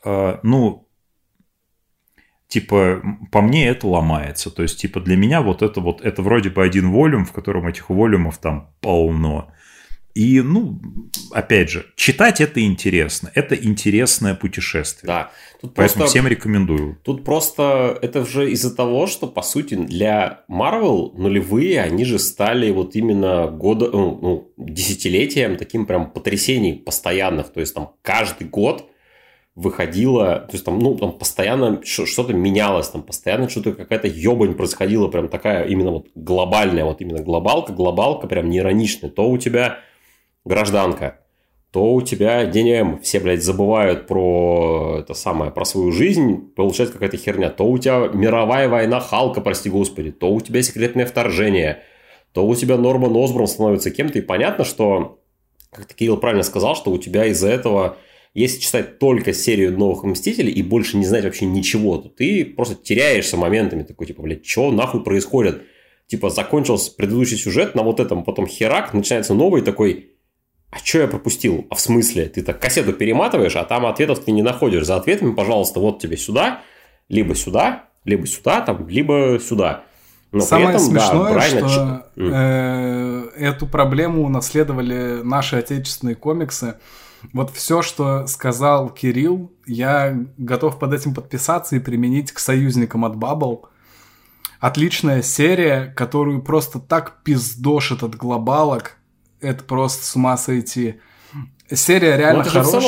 Speaker 3: типа, по мне это ломается. То есть, типа, для меня вот это вроде бы один волюм, в котором этих волюмов там полно. И, опять же, читать это интересно. Это интересное путешествие.
Speaker 2: Да. Тут
Speaker 3: поэтому
Speaker 2: просто,
Speaker 3: всем рекомендую.
Speaker 2: Тут просто это же из-за того, что, по сути, для Marvel нулевые, они же стали вот именно десятилетием таким прям потрясений постоянных. То есть, там каждый год выходило, то есть, там постоянно что-то менялось, там постоянно что-то какая-то ебань происходила, прям такая именно вот глобальная, вот именно глобалка прям не ироничная. То у тебя Гражданка, то у тебя День М, все, блядь, забывают про свою жизнь, получается какая-то херня, то у тебя мировая война Халка, прости господи, то у тебя Секретное вторжение, то у тебя Норман Осборн становится кем-то, и понятно, что, как ты, Кирилл, правильно сказал, что у тебя из-за этого, если читать только серию Новых Мстителей и больше не знать вообще ничего, то ты просто теряешься моментами, такой, типа, блядь, что нахуй происходит? Типа, закончился предыдущий сюжет на вот этом, потом херак, начинается новый такой... А что я пропустил? А в смысле? Ты так кассету перематываешь, а там ответов ты не находишь. За ответами, пожалуйста, вот тебе сюда, либо сюда, либо сюда. Но
Speaker 4: самое
Speaker 2: при этом,
Speaker 4: смешное, что эту проблему унаследовали наши отечественные комиксы. Вот все, что сказал Кирилл, я готов под этим подписаться и применить к союзникам от Bubble. Отличная серия, которую просто так пиздошит от глобалок. Это просто с ума сойти. Серия реально хорошая.
Speaker 2: Это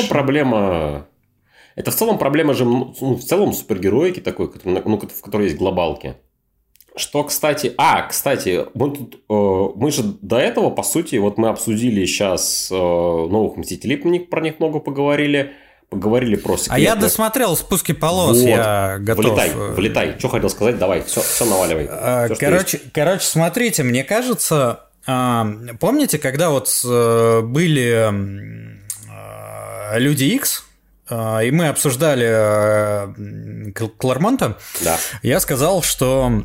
Speaker 2: в целом проблема же, в целом супергероики такой, в которой есть глобалки. Что, кстати... мы же до этого, по сути, вот мы обсудили сейчас Новых Мстителей, про них много поговорили. Поговорили про секретных.
Speaker 5: А я досмотрел «Спуски полос», вот. Я готов.
Speaker 2: Влетай. Что хотел сказать? Давай, все наваливай.
Speaker 5: Короче, смотрите, мне кажется... Помните, когда вот были Люди Икс, и мы обсуждали Клармонта,
Speaker 2: да.
Speaker 5: Я сказал, что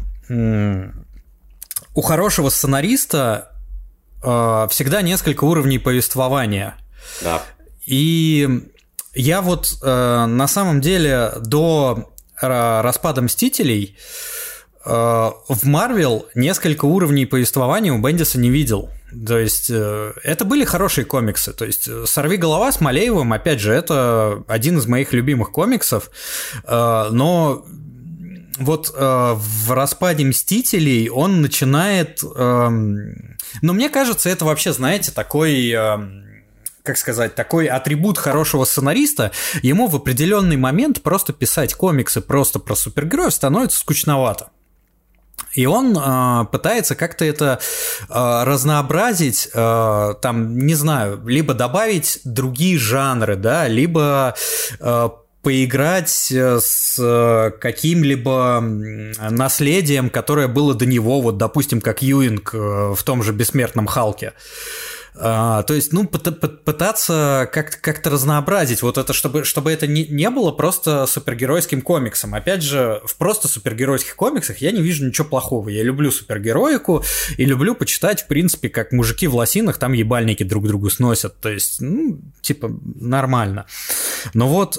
Speaker 5: у хорошего сценариста всегда несколько уровней повествования.
Speaker 2: Да.
Speaker 5: И Я вот на самом деле до распада «Мстителей» в Марвел несколько уровней повествования у Бендиса не видел. То есть это были хорошие комиксы. То есть «Сорвиголова» с Малеевым, опять же, это один из моих любимых комиксов. Но вот в распаде «Мстителей» он начинает... Но мне кажется, это вообще, знаете, такой... как сказать, такой атрибут хорошего сценариста, ему в определенный момент просто писать комиксы просто про супергероев становится скучновато. И он пытается как-то это разнообразить, там, не знаю, либо добавить другие жанры, да, либо поиграть с каким-либо наследием, которое было до него, вот, допустим, как Юинг в том же «Бессмертном Халке». То есть, ну, пытаться как-то разнообразить вот это, чтобы это не было просто супергеройским комиксом. Опять же, в просто супергеройских комиксах я не вижу ничего плохого. Я люблю супергероику и люблю почитать, в принципе, как мужики в лосинах там ебальники друг другу сносят. То есть, ну, типа, нормально. Но вот...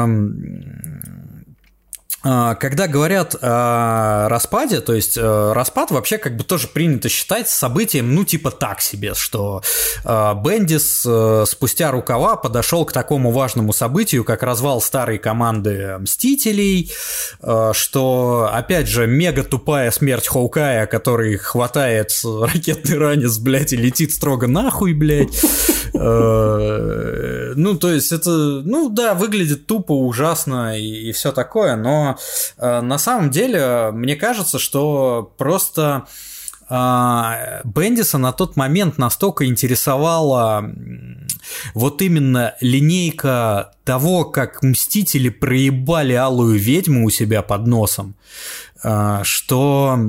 Speaker 5: Когда говорят о распаде, то есть распад вообще как бы тоже принято считать событием, ну типа так себе, что Бендис спустя рукава подошел к такому важному событию, как развал старой команды Мстителей, что, опять же, мега тупая смерть Хоукая, который хватает ракетный ранец, блядь, и летит строго нахуй, блядь. Ну, то есть это, ну да, выглядит тупо, ужасно и все такое, но на самом деле мне кажется, что просто Бендиса на тот момент настолько интересовала вот именно линейка того, как Мстители проебали Алую Ведьму у себя под носом, что...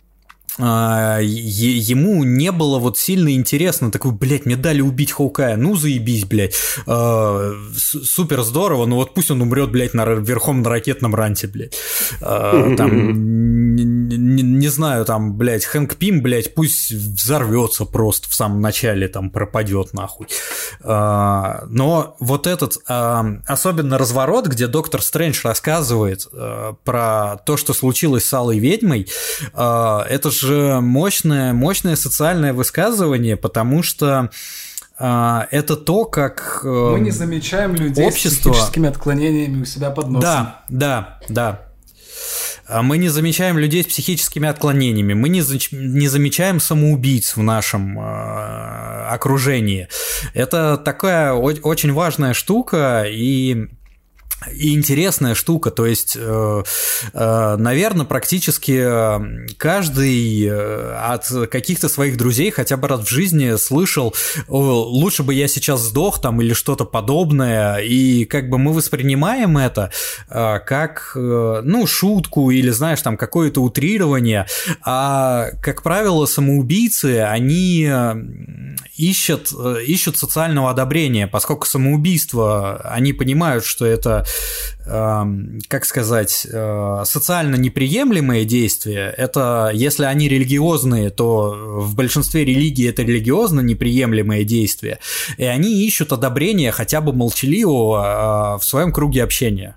Speaker 5: ему не было вот сильно интересно, такой, блядь, мне дали убить Хоукая, ну заебись, блядь, супер здорово, но вот пусть он умрет, блядь, верхом на ракетном ранте, блядь, там, не знаю, там, блядь, Хэнк Пим, блядь, пусть взорвется просто в самом начале, там, пропадет нахуй, но вот этот, особенно разворот, где Доктор Стрэндж рассказывает про то, что случилось с Алой Ведьмой, это же мощное социальное высказывание, потому что это то, как
Speaker 4: мы не замечаем людей
Speaker 5: общество...
Speaker 4: с психическими отклонениями у себя под носом.
Speaker 5: Да. Мы не замечаем людей с психическими отклонениями, мы не замечаем самоубийц в нашем окружении. Это такая очень важная штука и интересная штука, то есть, наверное, практически каждый от каких-то своих друзей хотя бы раз в жизни слышал: лучше бы я сейчас сдох там или что-то подобное, и как бы мы воспринимаем это как, ну, шутку или, знаешь, там какое-то утрирование, а, как правило, самоубийцы, они ищут социального одобрения, поскольку самоубийство, они понимают, что это, как сказать, социально неприемлемые действия. Это, если они религиозные, то в большинстве религий это религиозно неприемлемые действия, и они ищут одобрения хотя бы молчаливого в своем круге общения.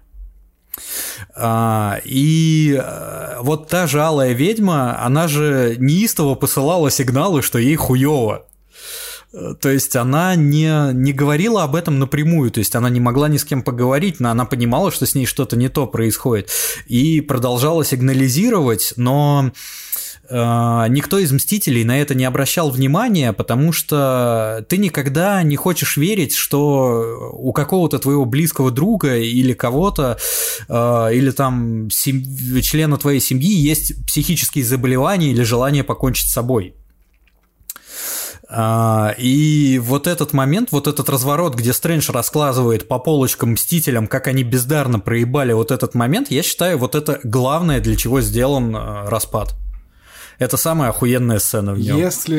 Speaker 5: И вот та же Алая Ведьма, она же неистово посылала сигналы, что ей хуёво. То есть она не говорила об этом напрямую, то есть она не могла ни с кем поговорить, но она понимала, что с ней что-то не то происходит, и продолжала сигнализировать, но никто из Мстителей на это не обращал внимания, потому что ты никогда не хочешь верить, что у какого-то твоего близкого друга или кого-то, или там члена твоей семьи есть психические заболевания или желание покончить с собой. И вот этот момент, вот этот разворот, где Стрэндж раскладывает по полочкам Мстителям, как они бездарно проебали вот этот момент, я считаю, вот это главное, для чего сделан распад. Это самая охуенная сцена в нем.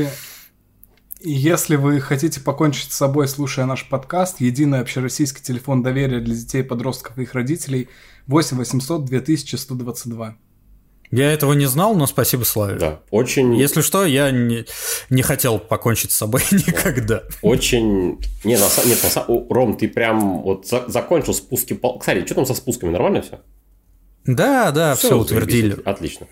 Speaker 4: Если вы хотите покончить с собой, слушая наш подкаст, единый общероссийский телефон доверия для детей, подростков и их родителей 8 800 2122.
Speaker 5: Я этого не знал, но спасибо Славе.
Speaker 2: Да, очень...
Speaker 5: Если что, я не хотел покончить с собой никогда.
Speaker 2: Очень... Ром, ты прям вот закончил спуски... Кстати, что там со спусками? Нормально все?
Speaker 5: Да, все утвердили.
Speaker 2: Отлично.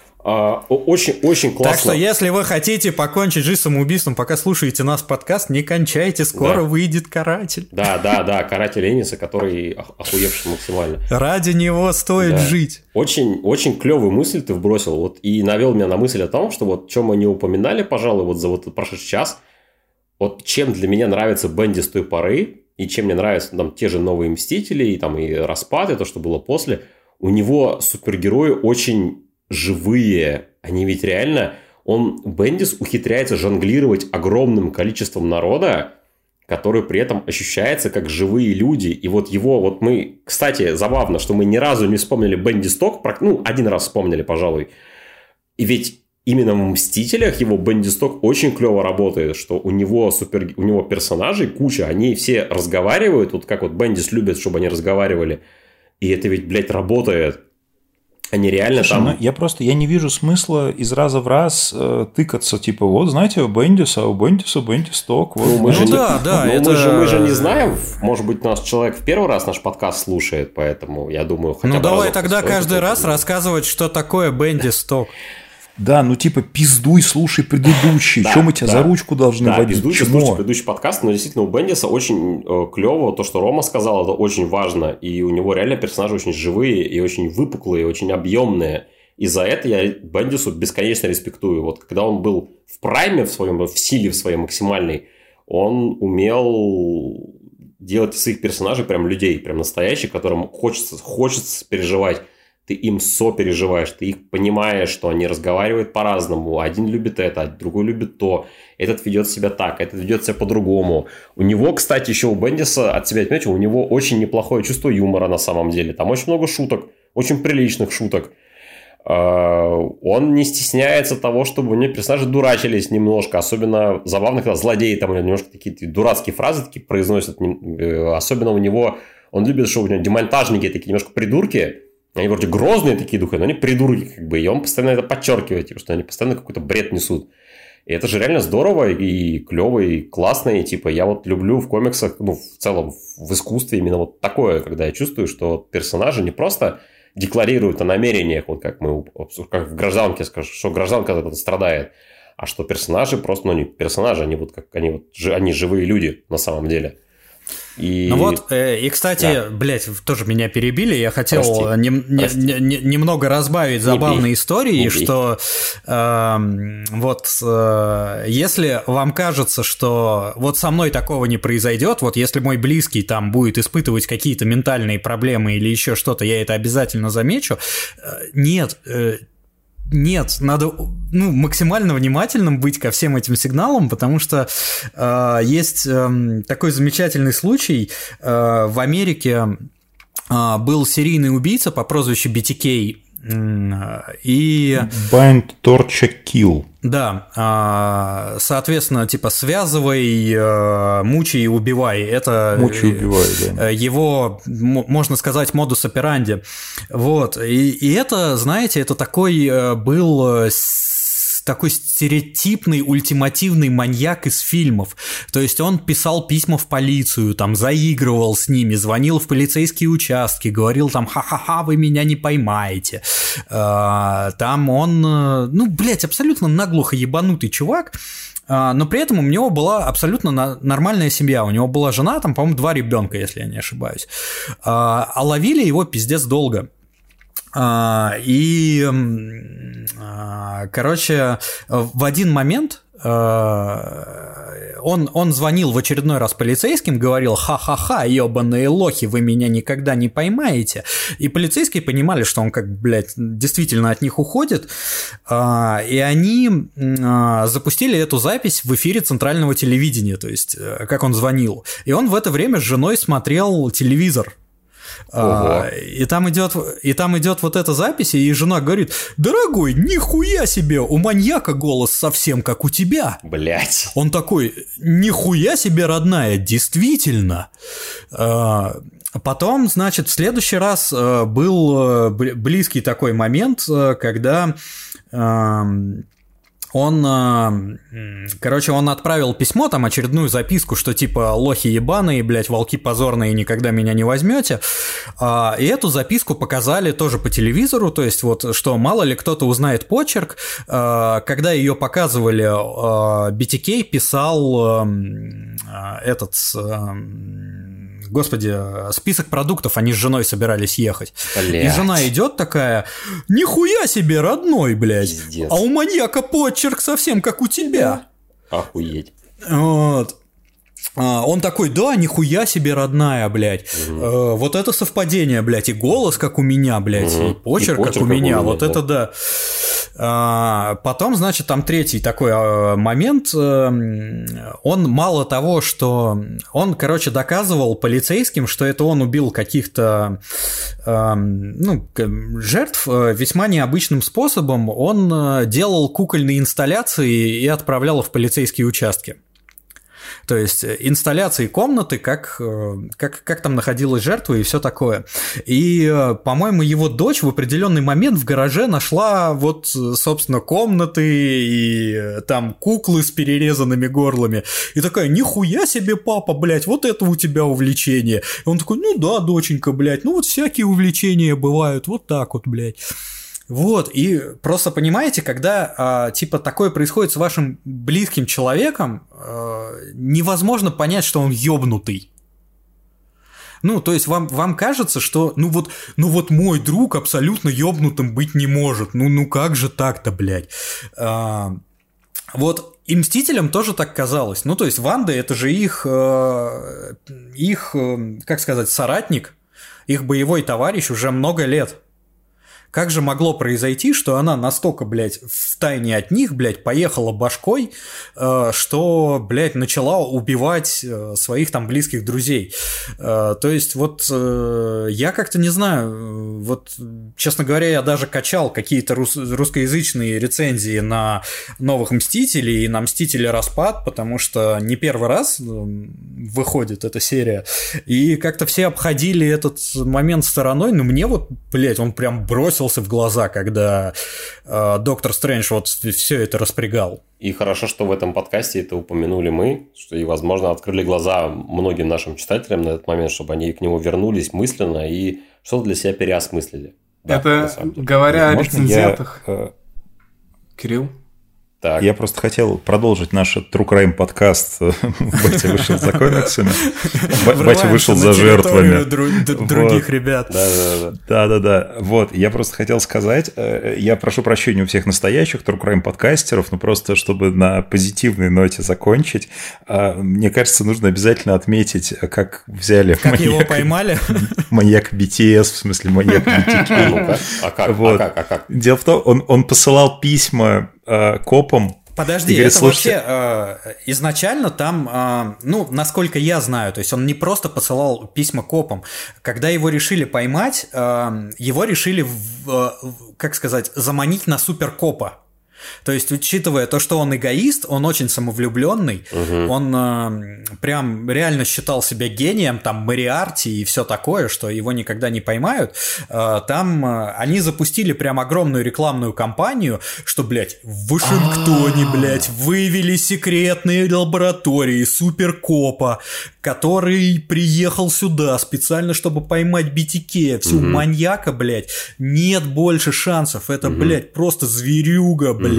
Speaker 2: Очень классно.
Speaker 5: Так что, если вы хотите покончить жизнь самоубийством, пока слушаете нас подкаст, не кончайте, скоро выйдет «Каратель».
Speaker 2: Да, «Каратель Эниса», который охуевший максимально.
Speaker 5: Ради него стоит жить.
Speaker 2: Очень клевую мысль ты вбросил, вот, и навел меня на мысль о том, что вот, что мы не упоминали, пожалуй, вот за вот прошедший час, вот чем для меня нравится Бенди с той поры, и чем мне нравятся там те же «Новые Мстители», и там и «Распад», и то, что было после, у него супергерои очень... живые, они ведь реально, Бендис ухитряется жонглировать огромным количеством народа, который при этом ощущается как живые люди, и вот мы, кстати, забавно, что мы ни разу не вспомнили Бенди Сток, один раз вспомнили, пожалуй, и ведь именно в «Мстителях» его Бенди Сток очень клево работает, что у него персонажей куча, они все разговаривают, вот как вот Бендис любит, чтобы они разговаривали, и это ведь, блядь, работает. Они реально там...
Speaker 3: Я не вижу смысла из раза в раз тыкаться, типа, вот, знаете, у Бендиса Бенди Сток. Вот,
Speaker 2: мы же не знаем, может быть, наш человек в первый раз наш подкаст слушает, поэтому я думаю...
Speaker 5: давай тогда каждый раз рассказывать, что такое Бенди Сток.
Speaker 3: Да, пиздуй, слушай предыдущий. Чем мы тебя за ручку должны водить?
Speaker 2: Пиздуй, слушай предыдущий подкаст. Но действительно у Бендиса очень клево. То, что Рома сказал, это очень важно. И у него реально персонажи очень живые и очень выпуклые, очень объемные. И за это я Бендису бесконечно респектую. Вот когда он был в прайме, в силе в своей максимальной, он умел делать из своих персонажей прям людей, прям настоящих, которым хочется переживать. Ты им сопереживаешь, ты их понимаешь, что они разговаривают по-разному. Один любит это, другой любит то. Этот ведет себя так, этот ведет себя по-другому. У него, кстати, еще у Бендиса, от себя отметил, у него очень неплохое чувство юмора на самом деле. Там очень много шуток, очень приличных шуток. Он не стесняется того, чтобы у него персонажи дурачились немножко. Особенно забавно, когда злодеи там немножко такие дурацкие фразы такие произносят. Особенно у него, он любит, что у него демонтажники такие немножко придурки. Они вроде грозные такие духи, но они придурки, как бы. И он постоянно это подчеркивает, типа, что они постоянно какой-то бред несут. И это же реально здорово и клево, и классно. И типа я вот люблю в комиксах, в целом в искусстве именно вот такое, когда я чувствую, что персонажи не просто декларируют о намерениях, вот как в «Гражданке», скажем, что гражданка от этого страдает, а что персонажи просто, не персонажи, они живые люди на самом деле.
Speaker 5: И кстати, блядь, тоже меня перебили, я хотел немного разбавить забавной историей, что если вам кажется, что вот со мной такого не произойдет, вот если мой близкий там будет испытывать какие-то ментальные проблемы или еще что-то, я это обязательно замечу. Нет, надо максимально внимательным быть ко всем этим сигналам, потому что есть такой замечательный случай. В Америке был серийный убийца по прозвищу BTK. И...
Speaker 3: Bind, Torture, Kill.
Speaker 5: Да, соответственно, типа связывай, мучай и убивай. Это его, можно сказать, модус операнди. Вот. И это, знаете, это такой был такой стереотипный, ультимативный маньяк из фильмов. То есть он писал письма в полицию, там, заигрывал с ними, звонил в полицейские участки, говорил там: ха-ха-ха, вы меня не поймаете. Там он, абсолютно наглухо ебанутый чувак, но при этом у него была абсолютно нормальная семья. У него была жена, там, по-моему, 2 ребенка, если я не ошибаюсь. А ловили его пиздец долго. Короче, в один момент он звонил в очередной раз полицейским, говорил: ха-ха-ха, ебаные лохи, вы меня никогда не поймаете. И полицейские понимали, что он действительно от них уходит, и они запустили эту запись в эфире центрального телевидения, то есть как он звонил. И он в это время с женой смотрел телевизор. И там идет вот эта запись, и жена говорит: дорогой, нихуя себе, у маньяка голос совсем как у тебя.
Speaker 2: Блять.
Speaker 5: Он такой: нихуя себе, родная, действительно. Потом, значит, в следующий раз был близкий такой момент, когда он отправил письмо, там очередную записку, что типа лохи ебаные, блять, волки позорные, никогда меня не возьмете. И эту записку показали тоже по телевизору, то есть вот, что мало ли кто-то узнает почерк. Когда ее показывали, BTK писал список продуктов, они с женой собирались ехать.
Speaker 2: Блядь.
Speaker 5: И жена идет такая: нихуя себе, родной, блядь.
Speaker 2: Пиздец.
Speaker 5: А у маньяка почерк совсем как у тебя.
Speaker 2: Охуеть.
Speaker 5: Вот. Он такой: да, нихуя себе, родная, блядь. Вот это совпадение, блядь, и голос как у меня, блядь, и почерк как у меня, вот это да. Потом, значит, там третий такой момент. Он мало того, что он, короче, доказывал полицейским, что это он убил каких-то жертв весьма необычным способом. Он делал кукольные инсталляции и отправлял их в полицейские участки. То есть инсталляции комнаты, как там находилась жертва и все такое. И, по-моему, его дочь в определенный момент в гараже нашла вот, собственно, комнаты и там куклы с перерезанными горлами. И такая: нихуя себе, папа, блядь, вот это у тебя увлечение. И он такой: ну да, доченька, блядь, ну вот всякие увлечения бывают, вот так вот, блядь. Вот, и просто понимаете, когда типа такое происходит с вашим близким человеком, невозможно понять, что он ёбнутый. Ну, то есть вам кажется, что ну вот мой друг абсолютно ёбнутым быть не может. Ну как же так-то, блядь? Вот и Мстителям тоже так казалось. Ну, то есть Ванда — это же их, как сказать, соратник, их боевой товарищ уже много лет. Как же могло произойти, что она настолько, блядь, втайне от них, блядь, поехала башкой, что, блядь, начала убивать своих там близких друзей? То есть вот я как-то не знаю, вот, честно говоря, я даже качал какие-то русскоязычные рецензии на новых Мстителей и на Мстители Распад, потому что не первый раз выходит эта серия, и как-то все обходили этот момент стороной, но мне вот, блядь, он прям бросился в глаза, когда Доктор Стрэндж вот все это распрягал.
Speaker 2: И хорошо, что в этом подкасте это упомянули мы, что и, возможно, открыли глаза многим нашим читателям на этот момент, чтобы они к нему вернулись мысленно и что-то для себя переосмыслили. Да,
Speaker 4: это говоря о рецензентах. Кирилл?
Speaker 3: Так. Я просто хотел продолжить наш True Crime подкаст. Батя вышел за комиксами. Батя вышел за жертвами
Speaker 5: других ребят.
Speaker 3: Да. Вот, я просто хотел сказать, я прошу прощения у всех настоящих True Crime подкастеров, но просто чтобы на позитивной ноте закончить, мне кажется, нужно обязательно отметить, как взяли
Speaker 5: как маньяка, его поймали?
Speaker 3: Маньяк BTS, в смысле маньяк BTK.
Speaker 2: А как?
Speaker 3: Дело в том, он посылал письма копам.
Speaker 5: Подожди, говорит, это слушайте... вообще изначально там, насколько я знаю, то есть он не просто посылал письма копам. Когда его решили поймать, его решили, как сказать, заманить на суперкопа. То есть, учитывая то, что он эгоист, он очень самовлюбленный, он прям реально считал себя гением, там, Мориарти и все такое, что его никогда не поймают, там они запустили прям огромную рекламную кампанию, что, блядь, в Вашингтоне, блядь, вывели секретные лаборатории суперкопа, который приехал сюда специально, чтобы поймать BTK, всю маньяка, блядь, нет больше шансов, это, блядь, просто зверюга, блядь.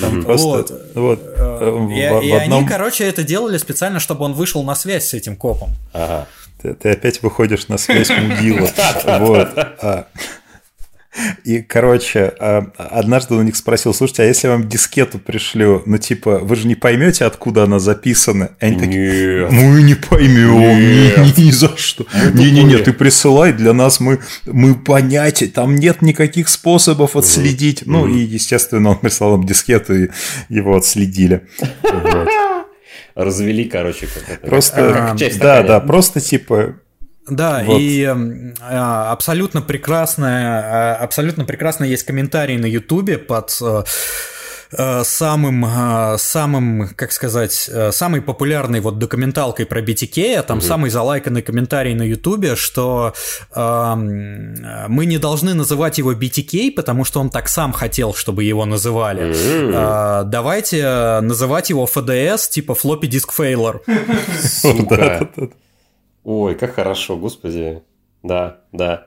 Speaker 5: Они, короче, это делали специально, чтобы он вышел на связь с этим копом.
Speaker 3: Ага. Ты опять выходишь на связь мудила. Вот. И, короче, однажды у них спросил: слушайте, а если я вам дискету пришлю, ну, типа, вы же не поймете, откуда она записана? И они такие: мы не поймем, ни за что. Не-не-не, ты присылай, для нас мы понятия, там нет никаких способов отследить. Ну, и, естественно, он прислал им дискету, и его отследили.
Speaker 2: Развели, короче,
Speaker 3: просто, да, просто, типа...
Speaker 5: Да, вот. И абсолютно прекрасно есть комментарий на Ютубе под самой популярной вот документалкой про BTK, там самый залайканный комментарий на Ютубе, что мы не должны называть его BTK, потому что он так сам хотел, чтобы его называли. Давайте называть его FDS, типа Floppy Disk Failure.
Speaker 2: Сука. Ой, как хорошо, господи. Да.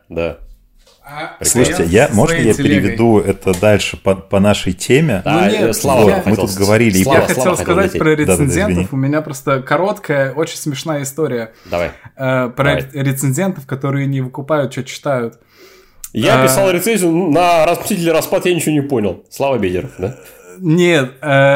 Speaker 6: Слушайте, можно я переведу это дальше по нашей теме?
Speaker 2: Да,
Speaker 4: нет,
Speaker 2: Слава,
Speaker 6: мы тут говорили.
Speaker 4: Я хотел сказать про рецензентов.
Speaker 6: Да,
Speaker 4: у меня просто короткая, очень смешная история.
Speaker 2: Давай.
Speaker 4: Про рецензентов, которые не выкупают, что читают.
Speaker 2: Я писал рецензию на «Мстители. Распад», я ничего не понял. Слава Бедеров, да?
Speaker 4: Нет.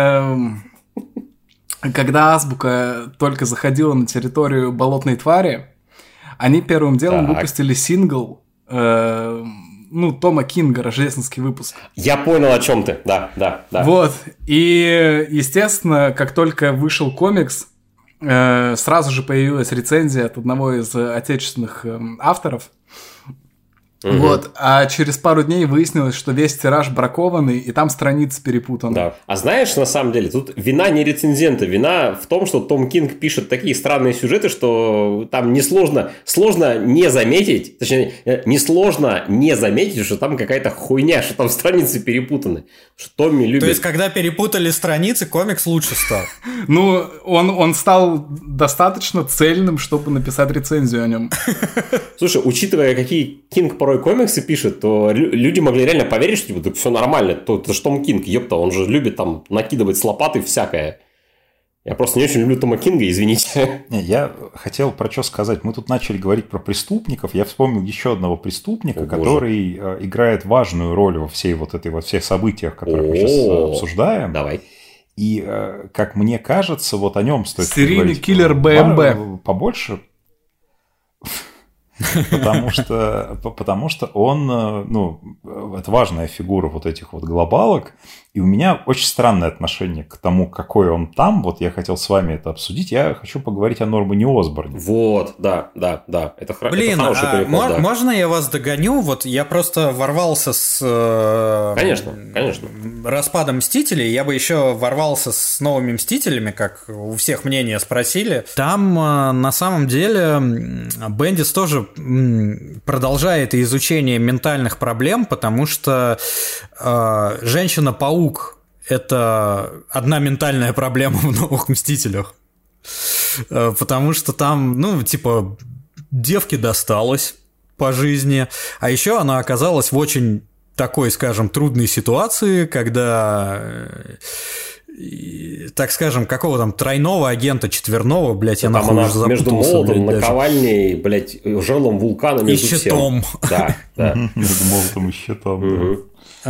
Speaker 4: Когда Азбука только заходила на территорию болотной твари, они первым делом выпустили сингл Тома Кинга, рождественский выпуск.
Speaker 2: Я понял, о чем ты, да.
Speaker 4: Вот, и, естественно, как только вышел комикс, сразу же появилась рецензия от одного из отечественных авторов. Вот, а через пару дней выяснилось, что весь тираж бракованный, и там страницы перепутаны.
Speaker 2: Да. А знаешь, на самом деле, тут вина не рецензента, вина в том, что Том Кинг пишет такие странные сюжеты, что там сложно не заметить, точнее, несложно не заметить, что там какая-то хуйня, что там страницы перепутаны. Что Томми любит.
Speaker 5: То есть, когда перепутали страницы, комикс лучше стал.
Speaker 4: Ну, он стал достаточно цельным, чтобы написать рецензию о нем.
Speaker 2: Слушай, учитывая, какие Кинг порой комиксы пишет, то люди могли реально поверить, что типа, все нормально, это же Том Кинг, ёпта, он же любит там накидывать с лопаты всякое. Я просто не очень люблю Тома Кинга, извините.
Speaker 6: Я хотел про что сказать. Мы тут начали говорить про преступников. Я вспомнил еще одного преступника, который играет важную роль во всех событиях, которые мы сейчас обсуждаем.
Speaker 2: Давай.
Speaker 6: И, как мне кажется, вот о нем стоит
Speaker 4: серийный киллер БМБ.
Speaker 6: Побольше. Потому что он, это важная фигура вот этих вот глобалок, и у меня очень странное отношение к тому, какой он там. Вот я хотел с вами это обсудить. Я хочу поговорить о Нормане Осборне.
Speaker 2: Вот, да. Это
Speaker 5: Блин,
Speaker 2: это хороший переход, да.
Speaker 5: Можно я вас догоню? Вот я просто ворвался с
Speaker 2: конечно.
Speaker 5: распадом Мстителей. Я бы еще ворвался с новыми Мстителями, как у всех мнения спросили. Там на самом деле Бендис тоже продолжает изучение ментальных проблем, потому что Женщина-паук – это одна ментальная проблема в новых Мстителях. Потому что там, девке досталось по жизни, а еще она оказалась в очень такой, скажем, трудной ситуации, когда, так скажем, какого там тройного агента, четверного, блядь, я нахуй уже запутался.
Speaker 2: Между молотом, наковальней, блядь, жерлом вулкана, между
Speaker 5: всем. И щитом.
Speaker 2: Да.
Speaker 6: Между молотом и щитом.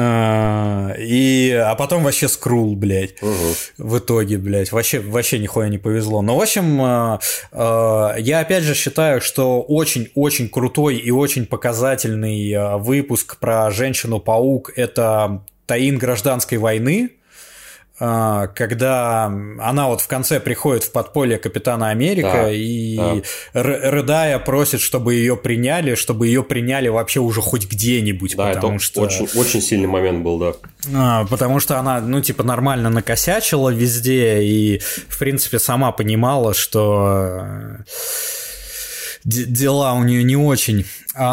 Speaker 5: А потом вообще скрул, блядь. В итоге, блядь, вообще нихуя не повезло. Но, в общем, я опять же считаю, что очень-очень крутой и очень показательный выпуск про Женщину-паук – это «Таин гражданской войны», когда она вот в конце приходит в подполье Капитана Америка рыдая просит, чтобы ее приняли вообще уже хоть где-нибудь.
Speaker 2: Да,
Speaker 5: потому
Speaker 2: это
Speaker 5: что...
Speaker 2: очень сильный момент был, да.
Speaker 5: Потому что она, нормально накосячила везде и, в принципе, сама понимала, что дела у нее не очень.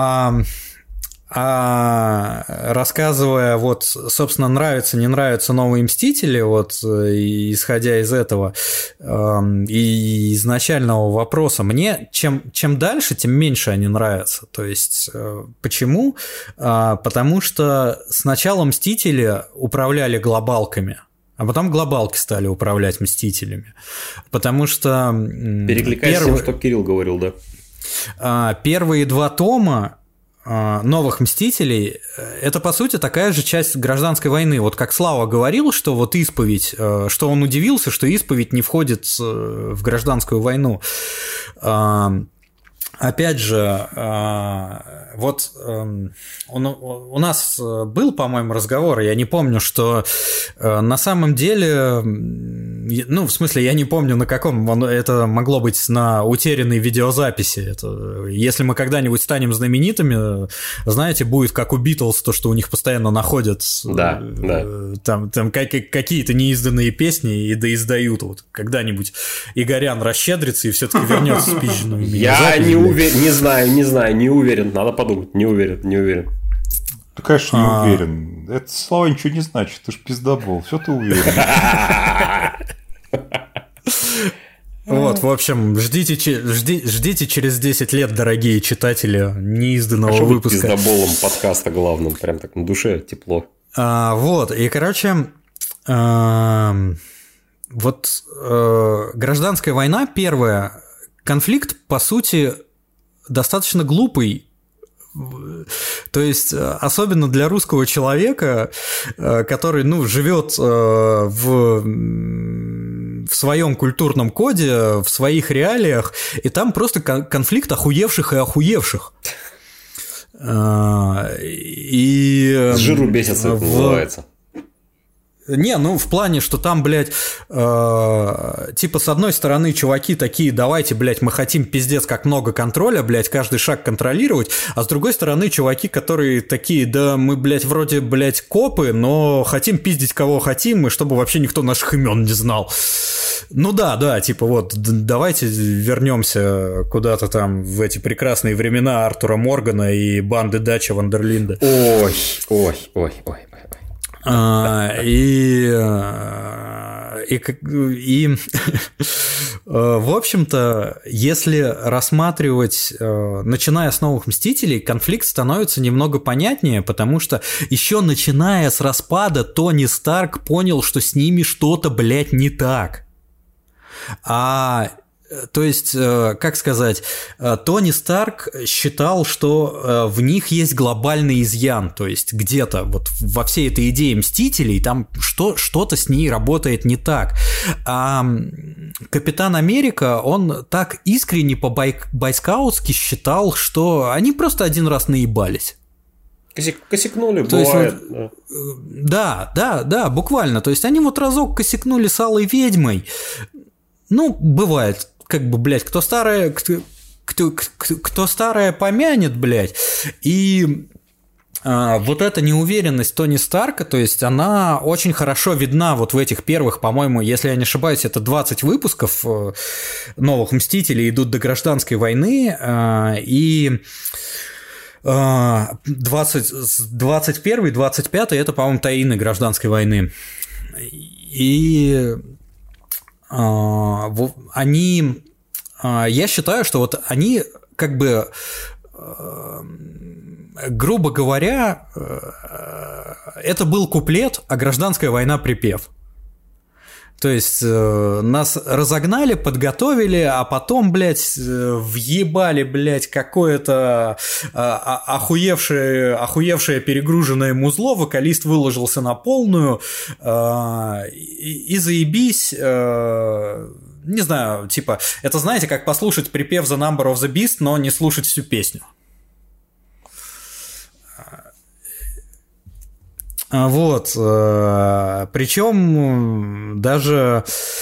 Speaker 5: Рассказывая, вот, собственно, нравятся, не нравятся новые Мстители, вот, исходя из этого и изначального вопроса, мне чем дальше, тем меньше они нравятся. То есть, почему? Потому что сначала Мстители управляли глобалками, а потом глобалки стали управлять Мстителями. Потому что...
Speaker 2: Перекликаясь с тем, что Кирилл говорил, да.
Speaker 5: Первые два тома новых Мстителей – это, по сути, такая же часть гражданской войны. Вот как Слава говорил, что вот исповедь, что он удивился, что исповедь не входит в гражданскую войну. Опять же, вот у нас был, по-моему, разговор, я не помню, что на самом деле, ну, в смысле, я не помню, на каком, это могло быть на утерянной видеозаписи. Это, если мы когда-нибудь станем знаменитыми, знаете, будет как у Битлз, то, что у них постоянно находят там какие-то неизданные песни и доиздают. Вот когда-нибудь Игорян расщедрится и все-таки вернется с пизженными видеозаписями.
Speaker 2: Я не знаю, не уверен, надо подумать, не уверен.
Speaker 6: Ты, конечно, не уверен. Это слова ничего не значит, ты ж пиздобол, все ты уверен.
Speaker 5: Вот, в общем, ждите через 10 лет, дорогие читатели, неизданного выпуска.
Speaker 2: Пиздоболом подкаста главным, прям так на душе тепло.
Speaker 5: Вот, и, короче, вот гражданская война первая, конфликт, по сути, достаточно глупый. То есть, особенно для русского человека, который, ну, живет в своем культурном коде, в своих реалиях, и там просто конфликт охуевших и охуевших. И
Speaker 2: с жиру бесится, это называется.
Speaker 5: Не, ну в плане, что там, блядь, типа с одной стороны чуваки такие, давайте, блядь, мы хотим пиздец как много контроля, блядь, каждый шаг контролировать, а с другой стороны чуваки, которые такие, да мы, блядь, вроде, блядь, копы, но хотим пиздить кого хотим, и чтобы вообще никто наших имен не знал. Ну да, типа вот, давайте вернемся куда-то там в эти прекрасные времена Артура Моргана и банды Дача Вандерлинда.
Speaker 2: Ой.
Speaker 5: И в общем-то, если рассматривать, начиная с «Новых Мстителей», конфликт становится немного понятнее, потому что еще начиная с распада Тони Старк понял, что с ними что-то, блядь, не так. То есть, как сказать, Тони Старк считал, что в них есть глобальный изъян, то есть где-то вот во всей этой идее Мстителей там что-то с ней работает не так. А Капитан Америка, он так искренне по-байскаутски считал, что они просто один раз наебались.
Speaker 2: Косякнули, бывает.
Speaker 5: Есть, да, буквально. То есть они вот разок косякнули с Алой Ведьмой. Ну, бывает. Как бы, блядь, кто старое помянет, блядь, и вот эта неуверенность Тони Старка, то есть она очень хорошо видна вот в этих первых, по-моему, если я не ошибаюсь, это 20 выпусков «Новых Мстителей» идут до гражданской войны, и 21-й, 25-й это, по-моему, таины гражданской войны, и они, я считаю, что вот они как бы, грубо говоря, это был куплет, а гражданская война припев. То есть нас разогнали, подготовили, а потом, блядь, въебали, блядь, какое-то охуевшее перегруженное музло, вокалист выложился на полную, и заебись, не знаю, типа, это, знаете, как послушать припев The Number of the Beast, но не слушать всю песню. Вот, причем даже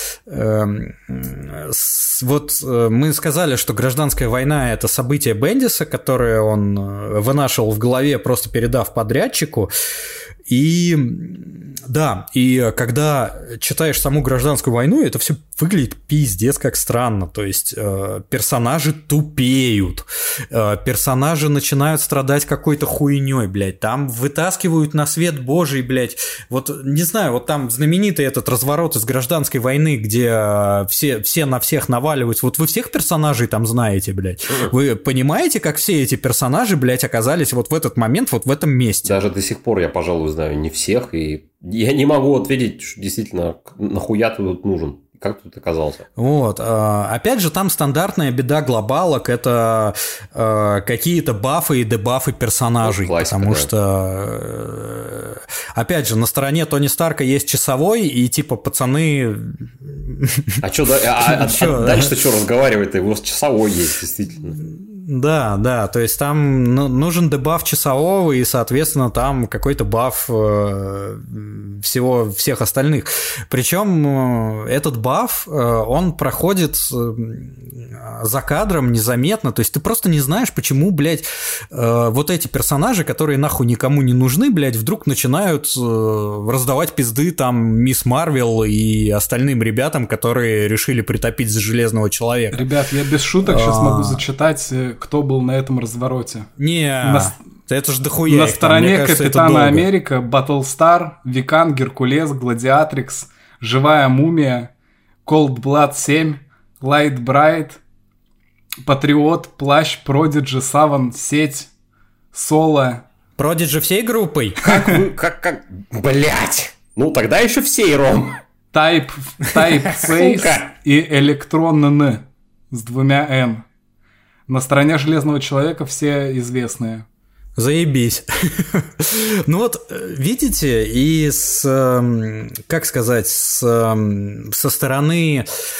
Speaker 5: вот мы сказали, что гражданская война – это событие Бендиса, которое он вынашивал в голове, просто передав подрядчику. И да, и когда читаешь саму гражданскую войну, это все выглядит пиздец как странно. То есть персонажи тупеют, персонажи начинают страдать какой-то хуйней, блядь. Там вытаскивают на свет Божий, блядь. Вот не знаю, вот там знаменитый этот разворот из гражданской войны, где все на всех наваливаются. Вот вы всех персонажей там знаете, блядь. Вы понимаете, как все эти персонажи, блядь, оказались вот в этот момент, вот в этом месте?
Speaker 2: Даже до сих пор я, пожалуй, знаю не всех, и я не могу ответить, что действительно, нахуя ты тут нужен. Как тут оказался?
Speaker 5: Вот. Опять же, там стандартная беда глобалок – это какие-то бафы и дебафы персонажей. Вот классика, потому что, опять же, на стороне Тони Старка есть часовой, и типа пацаны…
Speaker 2: А что, дальше-то что разговаривает? Его часовой есть, действительно.
Speaker 5: Да, то есть там нужен дебаф часового и, соответственно, там какой-то баф всех остальных. Причем этот баф, он проходит за кадром незаметно, то есть ты просто не знаешь, почему, блядь, вот эти персонажи, которые нахуй никому не нужны, блядь, вдруг начинают раздавать пизды там Мисс Марвел и остальным ребятам, которые решили притопить Железного Человека.
Speaker 4: Ребят, я без шуток сейчас могу зачитать, кто был на этом развороте.
Speaker 5: Это ж дохуя.
Speaker 4: На стороне Капитана Америка, Баттлстар, Викан, Геркулес, Гладиатрикс, Живая Мумия, Cold Blood 7, Light Bright, Патриот, Плащ, Продиджи, Саван, Сеть, Соло.
Speaker 5: Продиджи всей группой?
Speaker 2: Как, блять. Ну, тогда еще всей, Ром.
Speaker 4: Type Face и Электрон Н с 2 Н. На стороне Железного Человека все известные.
Speaker 5: Заебись. Ну вот, видите, и как сказать, со стороны,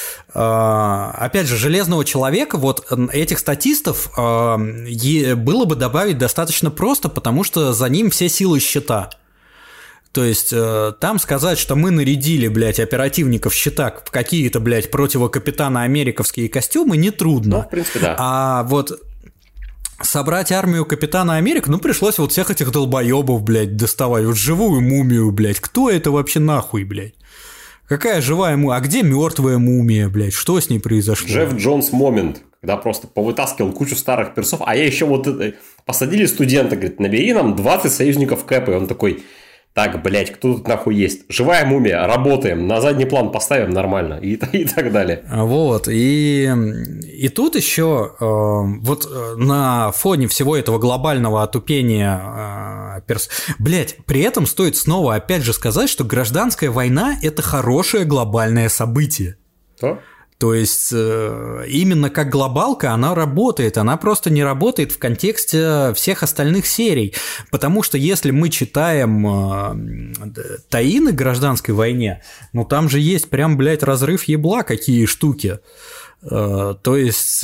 Speaker 5: опять же, Железного Человека, вот этих статистов было бы добавить достаточно просто, потому что за ним все силы щита. То есть там сказать, что мы нарядили, блядь, оперативников щита в какие-то, блядь, противокапитана америковские костюмы, нетрудно.
Speaker 2: Ну, в принципе, да.
Speaker 5: А вот собрать армию Капитана Америка, пришлось вот всех этих долбоебов, блядь, доставать. Вот живую мумию, блядь. Кто это вообще нахуй, блядь? Какая живая мумия? А где мертвая мумия, блядь? Что с ней произошло?
Speaker 2: Джефф Джонс момент, когда просто повытаскивал кучу старых персов, а я еще вот посадили студента, говорит, набери нам 20 союзников Кэпа, и он такой... Так, блядь, кто тут нахуй есть? Живая мумия, работаем, на задний план поставим нормально и так далее.
Speaker 5: Вот, и тут еще вот на фоне всего этого глобального отупения блядь, при этом стоит снова опять же сказать, что гражданская война – это хорошее глобальное событие.
Speaker 2: Что?
Speaker 5: То есть именно как глобалка она работает, она просто не работает в контексте всех остальных серий, потому что если мы читаем таины гражданской войне, там же есть прям, блядь, разрыв ебла, какие штуки. То есть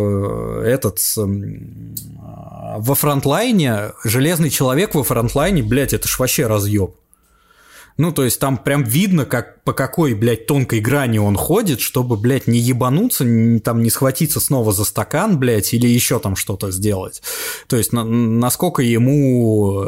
Speaker 5: во фронтлайне, Железный Человек во фронтлайне, блядь, это ж вообще разъеб. То есть там прям видно, по какой, блядь, тонкой грани он ходит, чтобы, блядь, не ебануться, не схватиться снова за стакан, блядь, или еще там что-то сделать. То есть насколько ему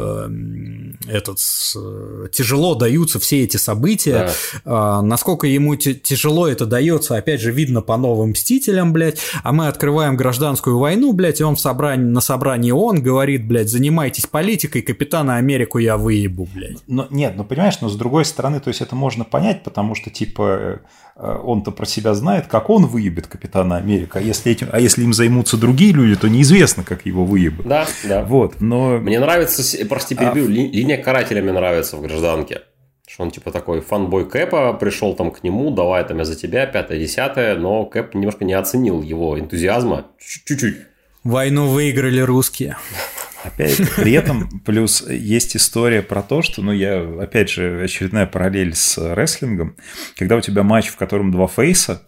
Speaker 5: тяжело даются все эти события, да. Насколько ему тяжело это дается, опять же, видно по новым Мстителям, блядь, а мы открываем гражданскую войну, блядь, и он на собрании ООН говорит, блядь, занимайтесь политикой, Капитана Америку я выебу, блядь.
Speaker 6: Понимаешь, с другой стороны, то есть это можно понять, потому что, типа, он-то про себя знает, как он выебет Капитана Америка, а если им займутся другие люди, то неизвестно, как его выебут.
Speaker 2: Да.
Speaker 6: Вот, но...
Speaker 2: Мне нравится, прости, перебью, линия карателя мне нравится в гражданке. Что он, типа, такой фанбой Кэпа, пришел там к нему, давай там я за тебя, 5-10, но Кэп немножко не оценил его энтузиазма, чуть-чуть.
Speaker 5: Войну выиграли русские.
Speaker 6: Опять, при этом, плюс есть история про то, что, опять же, очередная параллель с рестлингом, когда у тебя матч, в котором 2 фейса,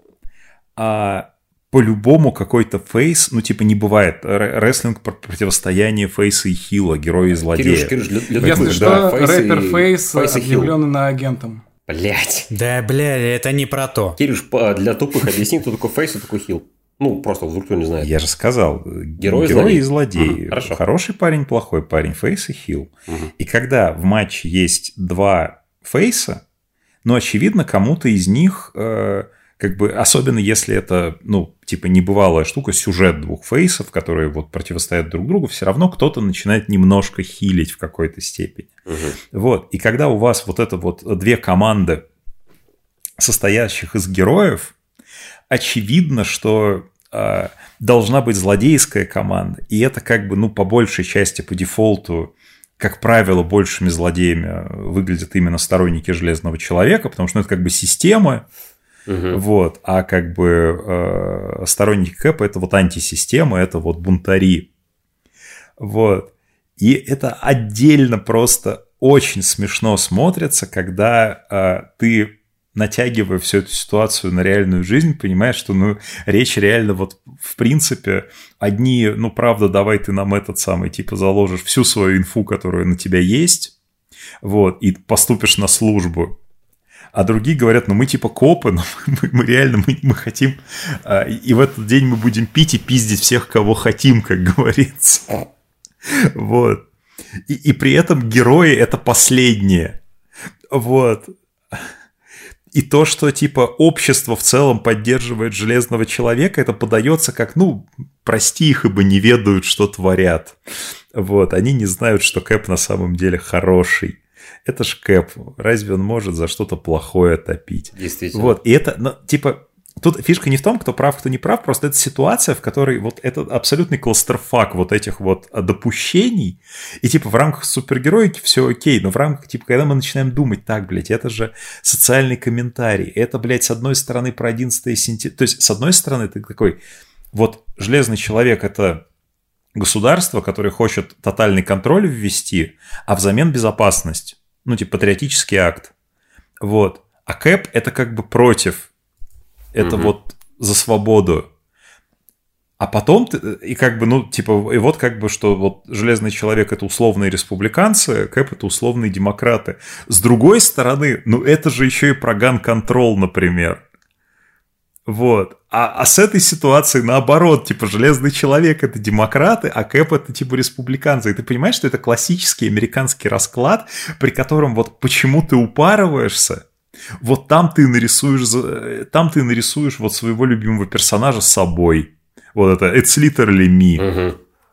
Speaker 6: а по-любому какой-то фейс, не бывает. Рестлинг про противостояние фейса и хила, героя и злодея.
Speaker 4: Кирюш, если что, рэпер фейс объявлен иноагентом.
Speaker 2: Блять.
Speaker 5: Да, блядь, это не про то.
Speaker 2: Кирюш, для тупых объясни, кто такой фейс, кто такой хил. Просто вдруг кто не знает.
Speaker 6: Я же сказал, герой и злодей.
Speaker 2: Хорошо.
Speaker 6: Хороший парень, плохой парень, фейс и хил. И когда в матче есть 2 фейса, очевидно, кому-то из них, особенно если это, небывалая штука, сюжет 2 фейсов, которые вот противостоят друг другу, все равно кто-то начинает немножко хилить в какой-то степени. Вот. И когда у вас вот это вот 2 команды, состоящих из героев, очевидно, что должна быть злодейская команда, и это по большей части, по дефолту, как правило, большими злодеями выглядят именно сторонники Железного Человека, потому что это система, вот, а сторонники Кэпа – это вот антисистема, это вот бунтари, вот, и это отдельно просто очень смешно смотрится, когда ты натягивая всю эту ситуацию на реальную жизнь, понимаешь, что, ну, речь реально вот в принципе одни, ну, правда, давай ты нам этот самый, типа, заложишь всю свою инфу, которая на тебя есть, вот, и поступишь на службу. А другие говорят, ну, мы типа копы, но мы реально, мы хотим, и в этот день мы будем пить и пиздить всех, кого хотим, как говорится. Вот. И при этом герои – это последние. Вот. И то, что, типа, общество в целом поддерживает Железного Человека, это подается как, ну, прости их, ибо не ведают, что творят. Вот. Они не знают, что Кэп на самом деле хороший. Это ж Кэп. Разве он может за что-то плохое топить?
Speaker 2: Действительно.
Speaker 6: Вот. И это, ну, типа, тут фишка не в том, кто прав, кто не прав, просто это ситуация, в которой вот это абсолютный кластерфак вот этих вот допущений, и типа в рамках супергероики все окей, но в рамках, типа, когда мы начинаем думать, так, блядь, это же социальный комментарий, это, блядь, с одной стороны про 11 сентября, то есть, с одной стороны, ты такой, вот Железный Человек — это государство, которое хочет тотальный контроль ввести, а взамен безопасность, ну, типа, патриотический акт, вот, а Кэп — это как бы против. Это вот за свободу. А потом, и как бы, ну, типа, и вот как бы, что вот Железный Человек — это условные республиканцы, Кэп — это условные демократы. С другой стороны, ну, это же еще и про ган-контрол, например. Вот. А с этой ситуацией наоборот, типа, Железный Человек — это демократы, а Кэп — это, типа, республиканцы. И ты понимаешь, что это классический американский расклад, при котором вот почему ты упарываешься, вот там ты нарисуешь вот своего любимого персонажа с собой. Вот это «It's literally me».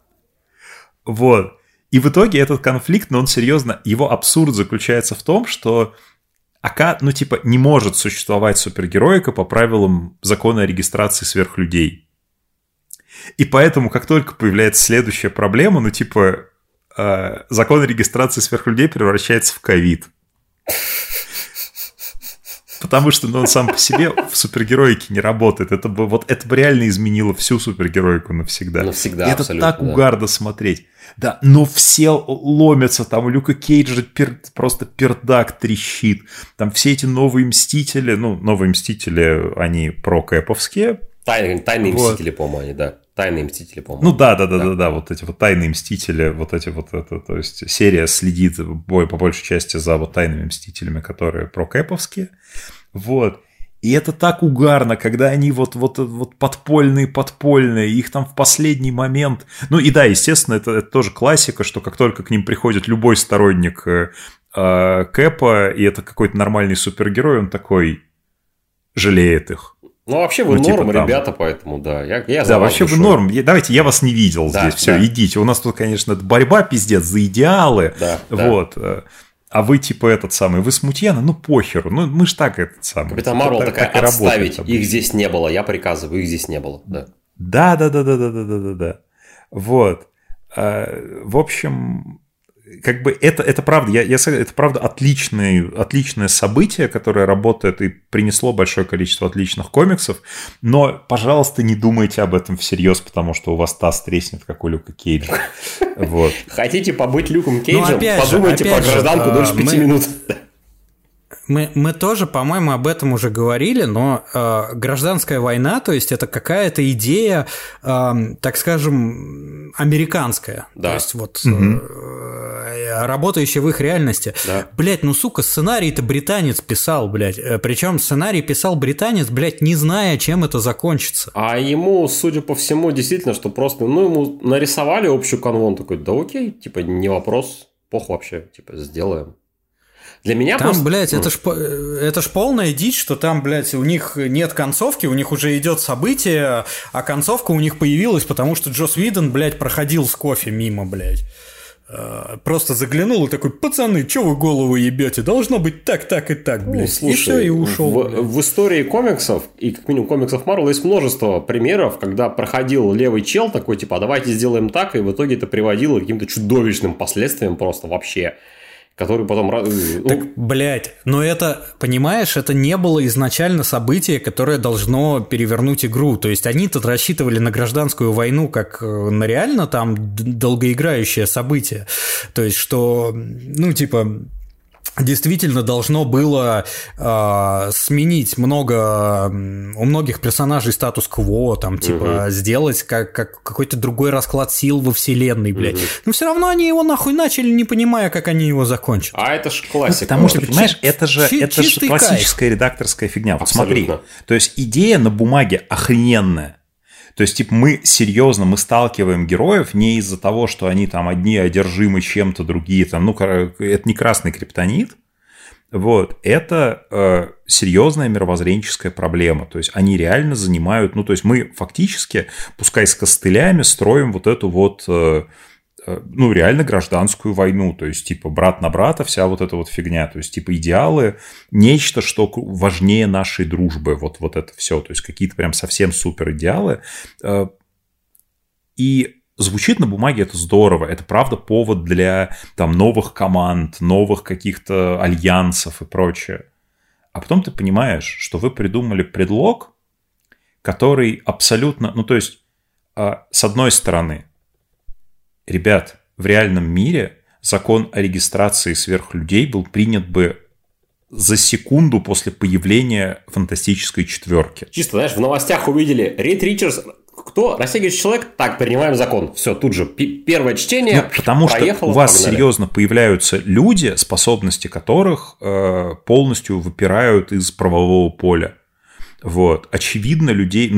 Speaker 6: Вот. И в итоге этот конфликт, но он серьезно, его абсурд заключается в том, что ну, типа, не может существовать супергероика по правилам закона о регистрации сверхлюдей. И поэтому, как только появляется следующая проблема, ну, типа, закон о регистрации сверхлюдей превращается в ковид. Потому что, ну, он сам по себе в супергероике не работает. Это бы реально изменило всю супергероику навсегда.
Speaker 2: Навсегда,
Speaker 6: это так угарно смотреть. Да, но все ломятся. Там у Люка Кейджа просто пердак трещит. Там все эти новые Мстители, ну, новые Мстители, они прокэповские.
Speaker 2: Тайные Мстители, по-моему, они, да. Тайные Мстители, по-моему.
Speaker 6: Ну да, вот эти вот Тайные Мстители, вот эти вот, это, то есть серия следит по большей части за вот Тайными Мстителями, которые прокэповские. Вот. И это так угарно, когда они вот подпольные, их там в последний момент... Ну и да, естественно, это тоже классика, что как только к ним приходит любой сторонник Кэпа, и это какой-то нормальный супергерой, он такой жалеет их.
Speaker 2: Ну, вообще вы норм, типа, ребята, поэтому, да. Я
Speaker 6: да, вообще вы норм. Давайте, я вас не видел здесь. Все, идите. У нас тут, конечно, борьба пиздец за идеалы.
Speaker 2: Да,
Speaker 6: вот. А вы, типа, этот самый, вы смутьяны, ну, похеру. Ну, мы ж так этот самый.
Speaker 2: Капитан Марвел такая, отставить. Их здесь не было. Я приказываю, их здесь не было. Да.
Speaker 6: Да. Вот. В общем... Как бы это правда, это правда отличное событие, которое работает и принесло большое количество отличных комиксов, но, пожалуйста, не думайте об этом всерьез, потому что у вас таз треснет, как у Люка Кейджа. Вот.
Speaker 2: Хотите побыть Люком Кейджем? Подумайте про гражданку дольше 5 минут.
Speaker 5: Мы тоже, по-моему, об этом уже говорили, но гражданская война, то есть это какая-то идея, так скажем, американская,
Speaker 2: да.
Speaker 5: То есть вот работающая в их реальности.
Speaker 2: Да.
Speaker 5: Блять, ну сука, сценарий-то британец писал, блять, причем сценарий писал британец, блять, не зная, чем это закончится.
Speaker 2: А ему, судя по всему, действительно, что просто, ну, ему нарисовали общую канву, он такой, да окей, типа, не вопрос, пох вообще, типа, сделаем. Для меня
Speaker 5: там,
Speaker 2: просто...
Speaker 5: блядь, это ж полная дичь, что там, блядь, у них нет концовки, у них уже идет событие, а концовка у них появилась, потому что Джосс Уидон, блядь, проходил с кофе мимо, блядь. Просто заглянул и такой, пацаны, чё вы голову ебете? Должно быть так и так, блядь.
Speaker 2: Ну, слушай,
Speaker 5: и все, и ушел.
Speaker 2: В истории комиксов, и как минимум комиксов Марвел, есть множество примеров, когда проходил левый чел такой, типа, а давайте сделаем так, и в итоге это приводило к каким-то чудовищным последствиям просто вообще. Который потом...
Speaker 5: Так, блядь, но это, понимаешь, это не было изначально событие, которое должно перевернуть игру. То есть, они тут рассчитывали на гражданскую войну как на реально там долгоиграющее событие. То есть, что, ну, типа... действительно должно было сменить у многих персонажей статус-кво, там, типа, сделать как какой-то другой расклад сил во вселенной, блядь. Но все равно они его нахуй начали, не понимая, как они его закончат.
Speaker 2: А это ж классика.
Speaker 6: Потому что, понимаешь, это же классическая редакторская фигня. Вот смотри, то есть идея на бумаге охрененная. То есть, типа, мы сталкиваем героев не из-за того, что они там одни одержимы чем-то, другие там, это не красный криптонит, вот, это серьезная мировоззренческая проблема, то есть, они реально занимают, то есть, мы фактически, пускай с костылями, строим вот эту вот, реально гражданскую войну, то есть, типа, брат на брата, вся вот эта вот фигня, то есть, типа, идеалы, нечто, что важнее нашей дружбы, вот это все, то есть, какие-то прям совсем супер идеалы, и звучит на бумаге это здорово, это правда повод для там новых команд, новых каких-то альянсов и прочее, а потом ты понимаешь, что вы придумали предлог, который абсолютно, то есть, с одной стороны, ребят, в реальном мире закон о регистрации сверхлюдей был принят бы за секунду после появления фантастической четверки.
Speaker 2: Чисто, знаешь, в новостях увидели Рид Ричардс, кто? Растягивающий человек? Так, принимаем закон. Все, тут же первое чтение.
Speaker 6: Потому что у вас серьезно появляются люди, способности которых полностью выпирают из правового поля. Вот. Очевидно, людей,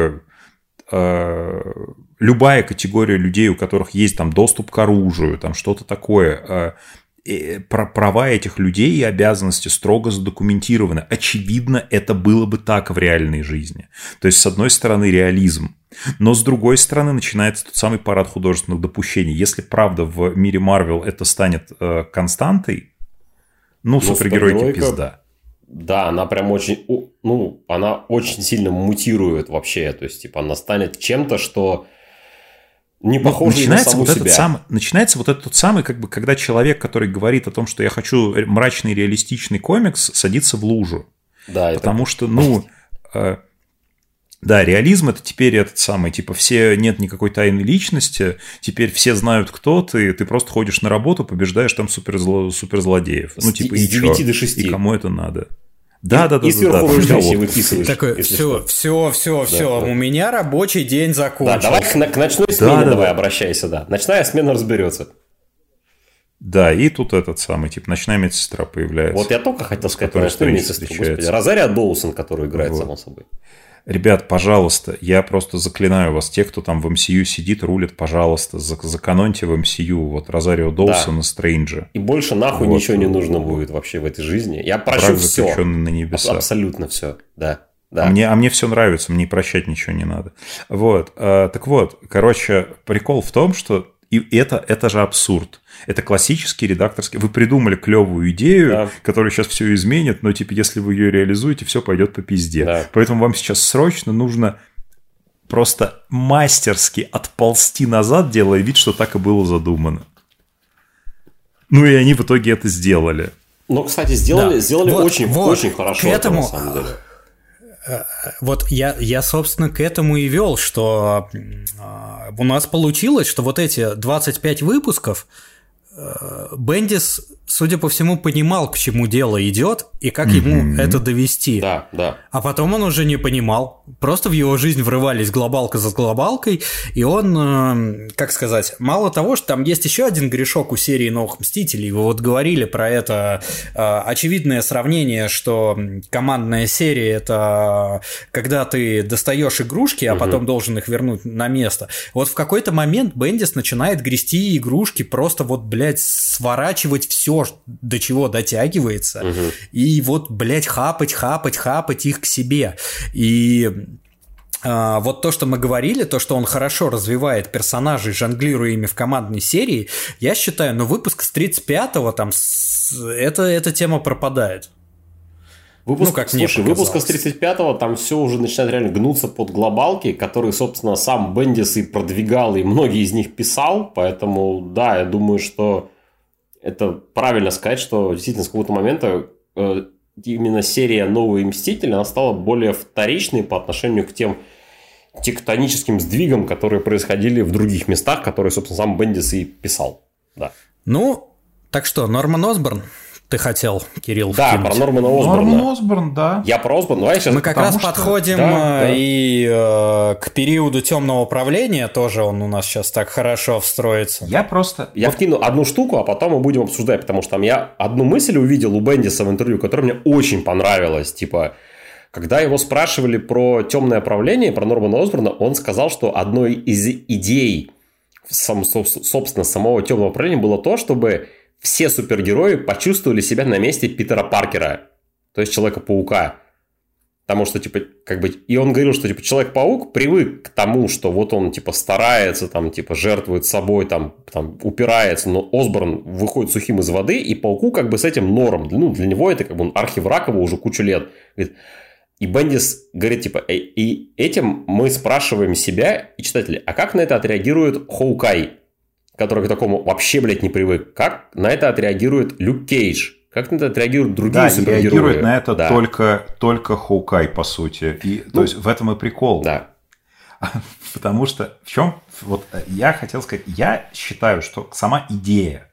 Speaker 6: любая категория людей, у которых есть там доступ к оружию, там что-то такое, права этих людей и обязанности строго задокументированы. Очевидно, это было бы так в реальной жизни. То есть, с одной стороны, реализм, но с другой стороны, начинается тот самый парад художественных допущений. Если правда в мире Марвел это станет константой, супергеройки пизда.
Speaker 2: Да, она прям очень, она очень сильно мутирует вообще, то есть, типа, она станет чем-то, что не похоже на саму себя.
Speaker 6: Начинается вот этот самый, как бы, когда человек, который говорит о том, что я хочу мрачный реалистичный комикс, садится в лужу.
Speaker 2: Да,
Speaker 6: потому что, да, реализм это теперь этот самый, типа, нет никакой тайной личности, теперь все знают, кто ты просто ходишь на работу, побеждаешь там суперзлодеев.
Speaker 2: С 9 до 6.
Speaker 6: И кому это надо? Да.
Speaker 2: И сверху рождёшься и выписываешь.
Speaker 5: Такой, все, у меня рабочий день закончился.
Speaker 2: Да, давай к ночной смене обращайся, да. Ночная смена разберется.
Speaker 6: Да, и тут этот самый, типа, ночная медсестра появляется.
Speaker 2: Вот я только хотел сказать про ночную медсестру, господи. Розарио Доусон, который играет, само собой.
Speaker 6: Ребят, пожалуйста, я просто заклинаю вас, те, кто там в MCU сидит, рулит, пожалуйста, заканоньте в MCU, вот Розарио Доусон и Стрэнджа.
Speaker 2: И больше нахуй ничего не нужно будет вообще в этой жизни. Я прощу все.
Speaker 6: Заключенный на небеса.
Speaker 2: Абсолютно все, да.
Speaker 6: А мне все нравится, мне прощать ничего не надо. Вот, так вот, короче, прикол в том, что это же абсурд. Это классический редакторский... Вы придумали клевую идею, которая сейчас все изменит, но, типа, если вы ее реализуете, все пойдет по пизде. Да. Поэтому вам сейчас срочно нужно просто мастерски отползти назад, делая вид, что так и было задумано. И они в итоге это сделали.
Speaker 2: Кстати, сделали очень хорошо.
Speaker 5: К этому...
Speaker 2: на самом деле.
Speaker 5: Вот я, собственно, к этому и вел, что у нас получилось, что вот эти 25 выпусков Бендис, судя по всему, понимал, к чему дело идет и как ему это довести.
Speaker 2: Да.
Speaker 5: А потом он уже не понимал. Просто в его жизнь врывались глобалка за глобалкой, и он, как сказать, мало того, что там есть еще один грешок у серии «Новых Мстителей». Вы вот говорили про это очевидное сравнение, что командная серия – это когда ты достаешь игрушки, а потом должен их вернуть на место. Вот в какой-то момент Бендис начинает грести игрушки, просто вот, блядь, сворачивать все, до чего дотягивается, и вот, блядь, хапать их к себе. И вот то, что мы говорили, то, что он хорошо развивает персонажей, жонглируя ими в командной серии, я считаю, выпуск с 35-го там эта тема пропадает.
Speaker 2: Выпуска с 35-го там все уже начинает реально гнуться под глобалки, которые, собственно, сам Бендис и продвигал, и многие из них писал, поэтому, да, я думаю, что это правильно сказать, что действительно с какого-то момента именно серия «Новые Мстители» она стала более вторичной по отношению к тем тектоническим сдвигам, которые происходили в других местах, которые, собственно, сам Бендис и писал. Да.
Speaker 5: Так что, Норман Осборн, ты хотел, Кирилл,
Speaker 2: Да,
Speaker 5: вкинуть.
Speaker 2: про Нормана Осборна.
Speaker 6: Норман Осборн, да.
Speaker 2: Я про Осборна. Давай сейчас...
Speaker 5: Мы как раз подходим к периоду темного правления, тоже он у нас сейчас так хорошо встроится.
Speaker 2: Я вкину одну штуку, а потом мы будем обсуждать, потому что там я одну мысль увидел у Бендиса в интервью, которая мне очень понравилась. Типа, когда его спрашивали про темное правление, про Нормана Осборна, он сказал, что одной из идей, собственно, самого темного правления было то, чтобы все супергерои почувствовали себя на месте Питера Паркера, то есть Человека-паука. Потому что, типа, как бы... И он говорил, что, типа, Человек-паук привык к тому, что вот он, типа, старается, там, типа, жертвует собой, там упирается, но Осборн выходит сухим из воды, и Пауку, как бы, с этим норм. Ну, для него это, как бы, он архивраг его уже кучу лет. И Бендис говорит, типа, и этим мы спрашиваем себя и читателей, а как на это отреагирует Хоукай, который к такому вообще, блядь, не привык? Как на это отреагирует Люк Кейдж? Как на это отреагируют другие супергерои?
Speaker 6: Да, реагирует на это только Хоукай, по сути. То есть в этом и прикол.
Speaker 2: Да.
Speaker 6: Потому что в чем... Вот я хотел сказать, я считаю, что сама идея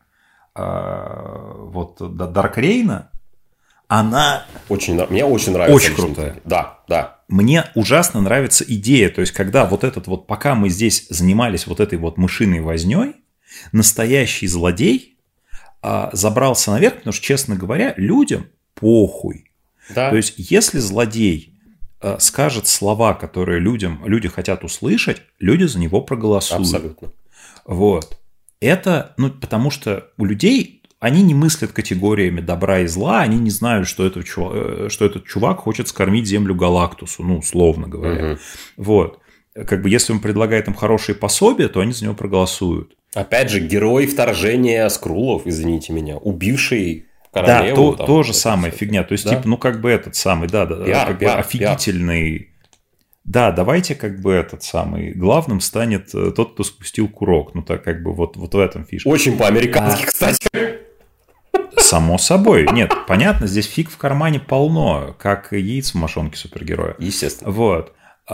Speaker 6: вот Дарк Рейна, она...
Speaker 2: Мне очень нравится.
Speaker 6: Очень крутая.
Speaker 2: Да.
Speaker 6: Мне ужасно нравится идея. То есть, когда вот этот вот... Пока мы здесь занимались вот этой вот мышиной вознёй, настоящий злодей забрался наверх, потому что, честно говоря, людям похуй.
Speaker 2: Да.
Speaker 6: То есть, если злодей скажет слова, которые люди хотят услышать, люди за него проголосуют.
Speaker 2: Абсолютно.
Speaker 6: Вот. Это, потому что у людей, они не мыслят категориями добра и зла, они не знают, что этот чувак хочет скормить землю Галактусу, условно говоря. Угу. Вот. Как бы, если он предлагает им хорошие пособия, то они за него проголосуют.
Speaker 2: Опять же, герой вторжения Скруллов, извините меня, убивший королеву.
Speaker 6: Да, то же самое фигня. То есть,
Speaker 2: да?
Speaker 6: типа, как бы этот самый, пиар, офигительный. Пиар. Да, давайте как бы этот самый главным станет тот, кто спустил курок. Так как бы вот в этом фишка.
Speaker 2: Очень по-американски, кстати.
Speaker 6: Само собой. Нет, понятно, здесь фиг в кармане полно, как яиц в мошонке супергероя.
Speaker 2: Естественно.
Speaker 6: Вот.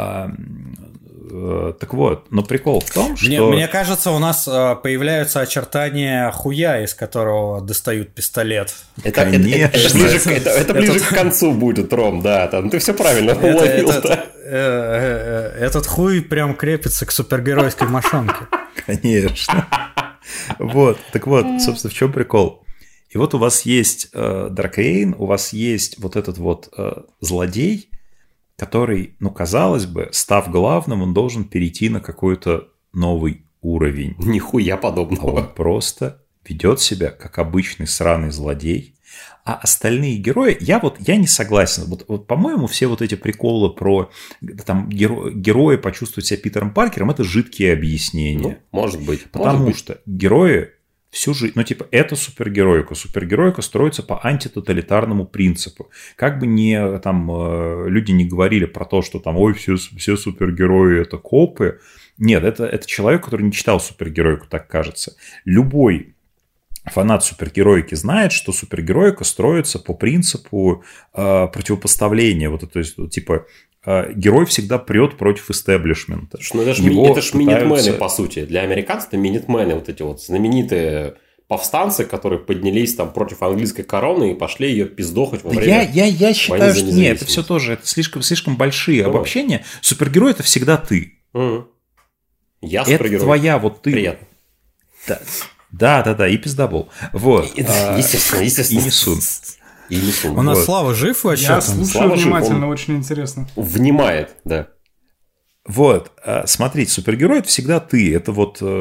Speaker 6: Так вот, но прикол в том, что...
Speaker 5: Мне кажется, у нас появляются очертания хуя, из которого достают пистолет.
Speaker 2: Это ближе к концу будет, Ром, да. Ты все правильно уловил.
Speaker 5: Этот хуй прям крепится к супергеройской мошонке.
Speaker 6: Конечно. Вот, так вот, собственно, в чем прикол? И вот у вас есть Дарк Рейн, у вас есть вот этот вот злодей, который, казалось бы, став главным, он должен перейти на какой-то новый уровень.
Speaker 2: Нихуя подобного.
Speaker 6: Он просто ведет себя как обычный сраный злодей. А остальные герои, я не согласен. Вот, по-моему, все вот эти приколы про там, герои почувствовать себя Питером Паркером, это жидкие объяснения.
Speaker 2: Может быть.
Speaker 6: Потому что герои всю жизнь, это супергероика. Супергероика строится по антитоталитарному принципу. Как бы люди не говорили про то, что там, все супергерои это копы. Нет, это человек, который не читал супергероику, так кажется. Любой фанат супергероики знает, что супергероика строится по принципу противопоставления. То есть, типа, герой всегда прет против истеблишмента.
Speaker 2: Это ж минитмены, по сути. Для американцев это минитмены, вот эти вот знаменитые повстанцы, которые поднялись там против английской короны и пошли ее пиздохать во время
Speaker 6: я считаю, что нет, это все тоже это слишком большие обобщения. Супергерой это всегда ты.
Speaker 2: Я супергерой.
Speaker 6: Это твоя ты.
Speaker 2: Приятно.
Speaker 6: Да, и пиздабол. Вот.
Speaker 2: Естественно.
Speaker 6: И несун.
Speaker 5: У нас Слава жив вообще?
Speaker 4: Я слушаю внимательно, очень интересно.
Speaker 2: Внимает, да.
Speaker 6: Вот, смотрите, супергерой это всегда ты. Это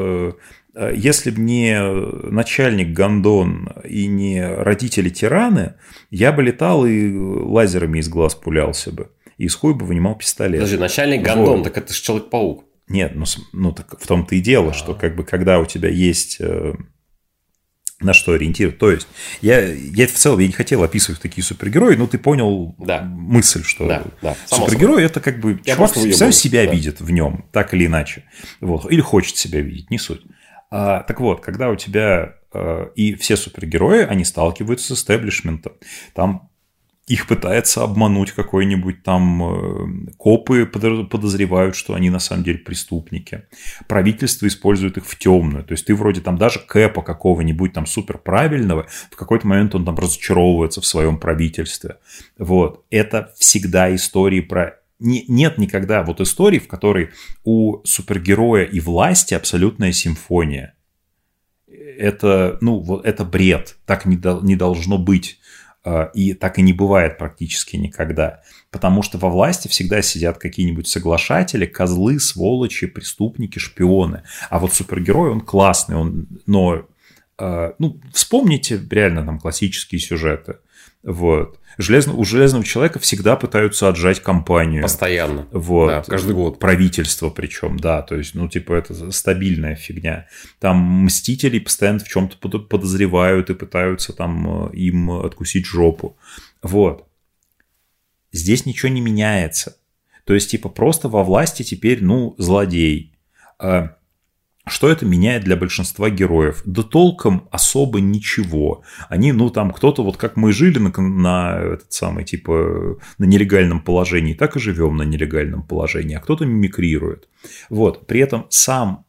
Speaker 6: если бы не начальник Гондон и не родители-тираны, я бы летал и лазерами из глаз пулялся бы. И из хуя бы вынимал пистолет.
Speaker 2: Подожди, начальник Гондон, так это же Человек-паук.
Speaker 6: Нет, так в том-то и дело, что как бы когда у тебя есть на что ориентировать. То есть, я в целом я не хотел описывать такие супергерои, но ты понял мысль, что супергерой это как бы чувак сам себя видит в нем, так или иначе. Вот. Или хочет себя видеть, не суть. Так вот, когда у тебя и все супергерои, они сталкиваются с истеблишментом. Там их пытается обмануть какой-нибудь там копы, подозревают, что они на самом деле преступники. Правительство использует их в темную. То есть ты вроде там даже Кэпа какого-нибудь там суперправильного, в какой-то момент он там разочаровывается в своем правительстве. Вот. Это всегда истории про... Нет никогда вот истории, в которой у супергероя и власти абсолютная симфония. Это, это бред. Так не должно быть. И так и не бывает практически никогда. Потому что во власти всегда сидят какие-нибудь соглашатели, козлы, сволочи, преступники, шпионы. А вот супергерой, он классный. Но вспомните реально там классические сюжеты. Вот. У Железного человека всегда пытаются отжать компанию.
Speaker 2: Постоянно.
Speaker 6: Вот.
Speaker 2: Да, каждый год.
Speaker 6: Правительство причем, да. То есть, это стабильная фигня. Там Мстителей постоянно в чем-то подозревают и пытаются там им откусить жопу. Вот. Здесь ничего не меняется. То есть, просто во власти теперь, злодей. Что это меняет для большинства героев? Да толком особо ничего. Они, кто-то, вот как мы жили на на нелегальном положении, так и живем на нелегальном положении, а кто-то мимикрирует. Вот. При этом сам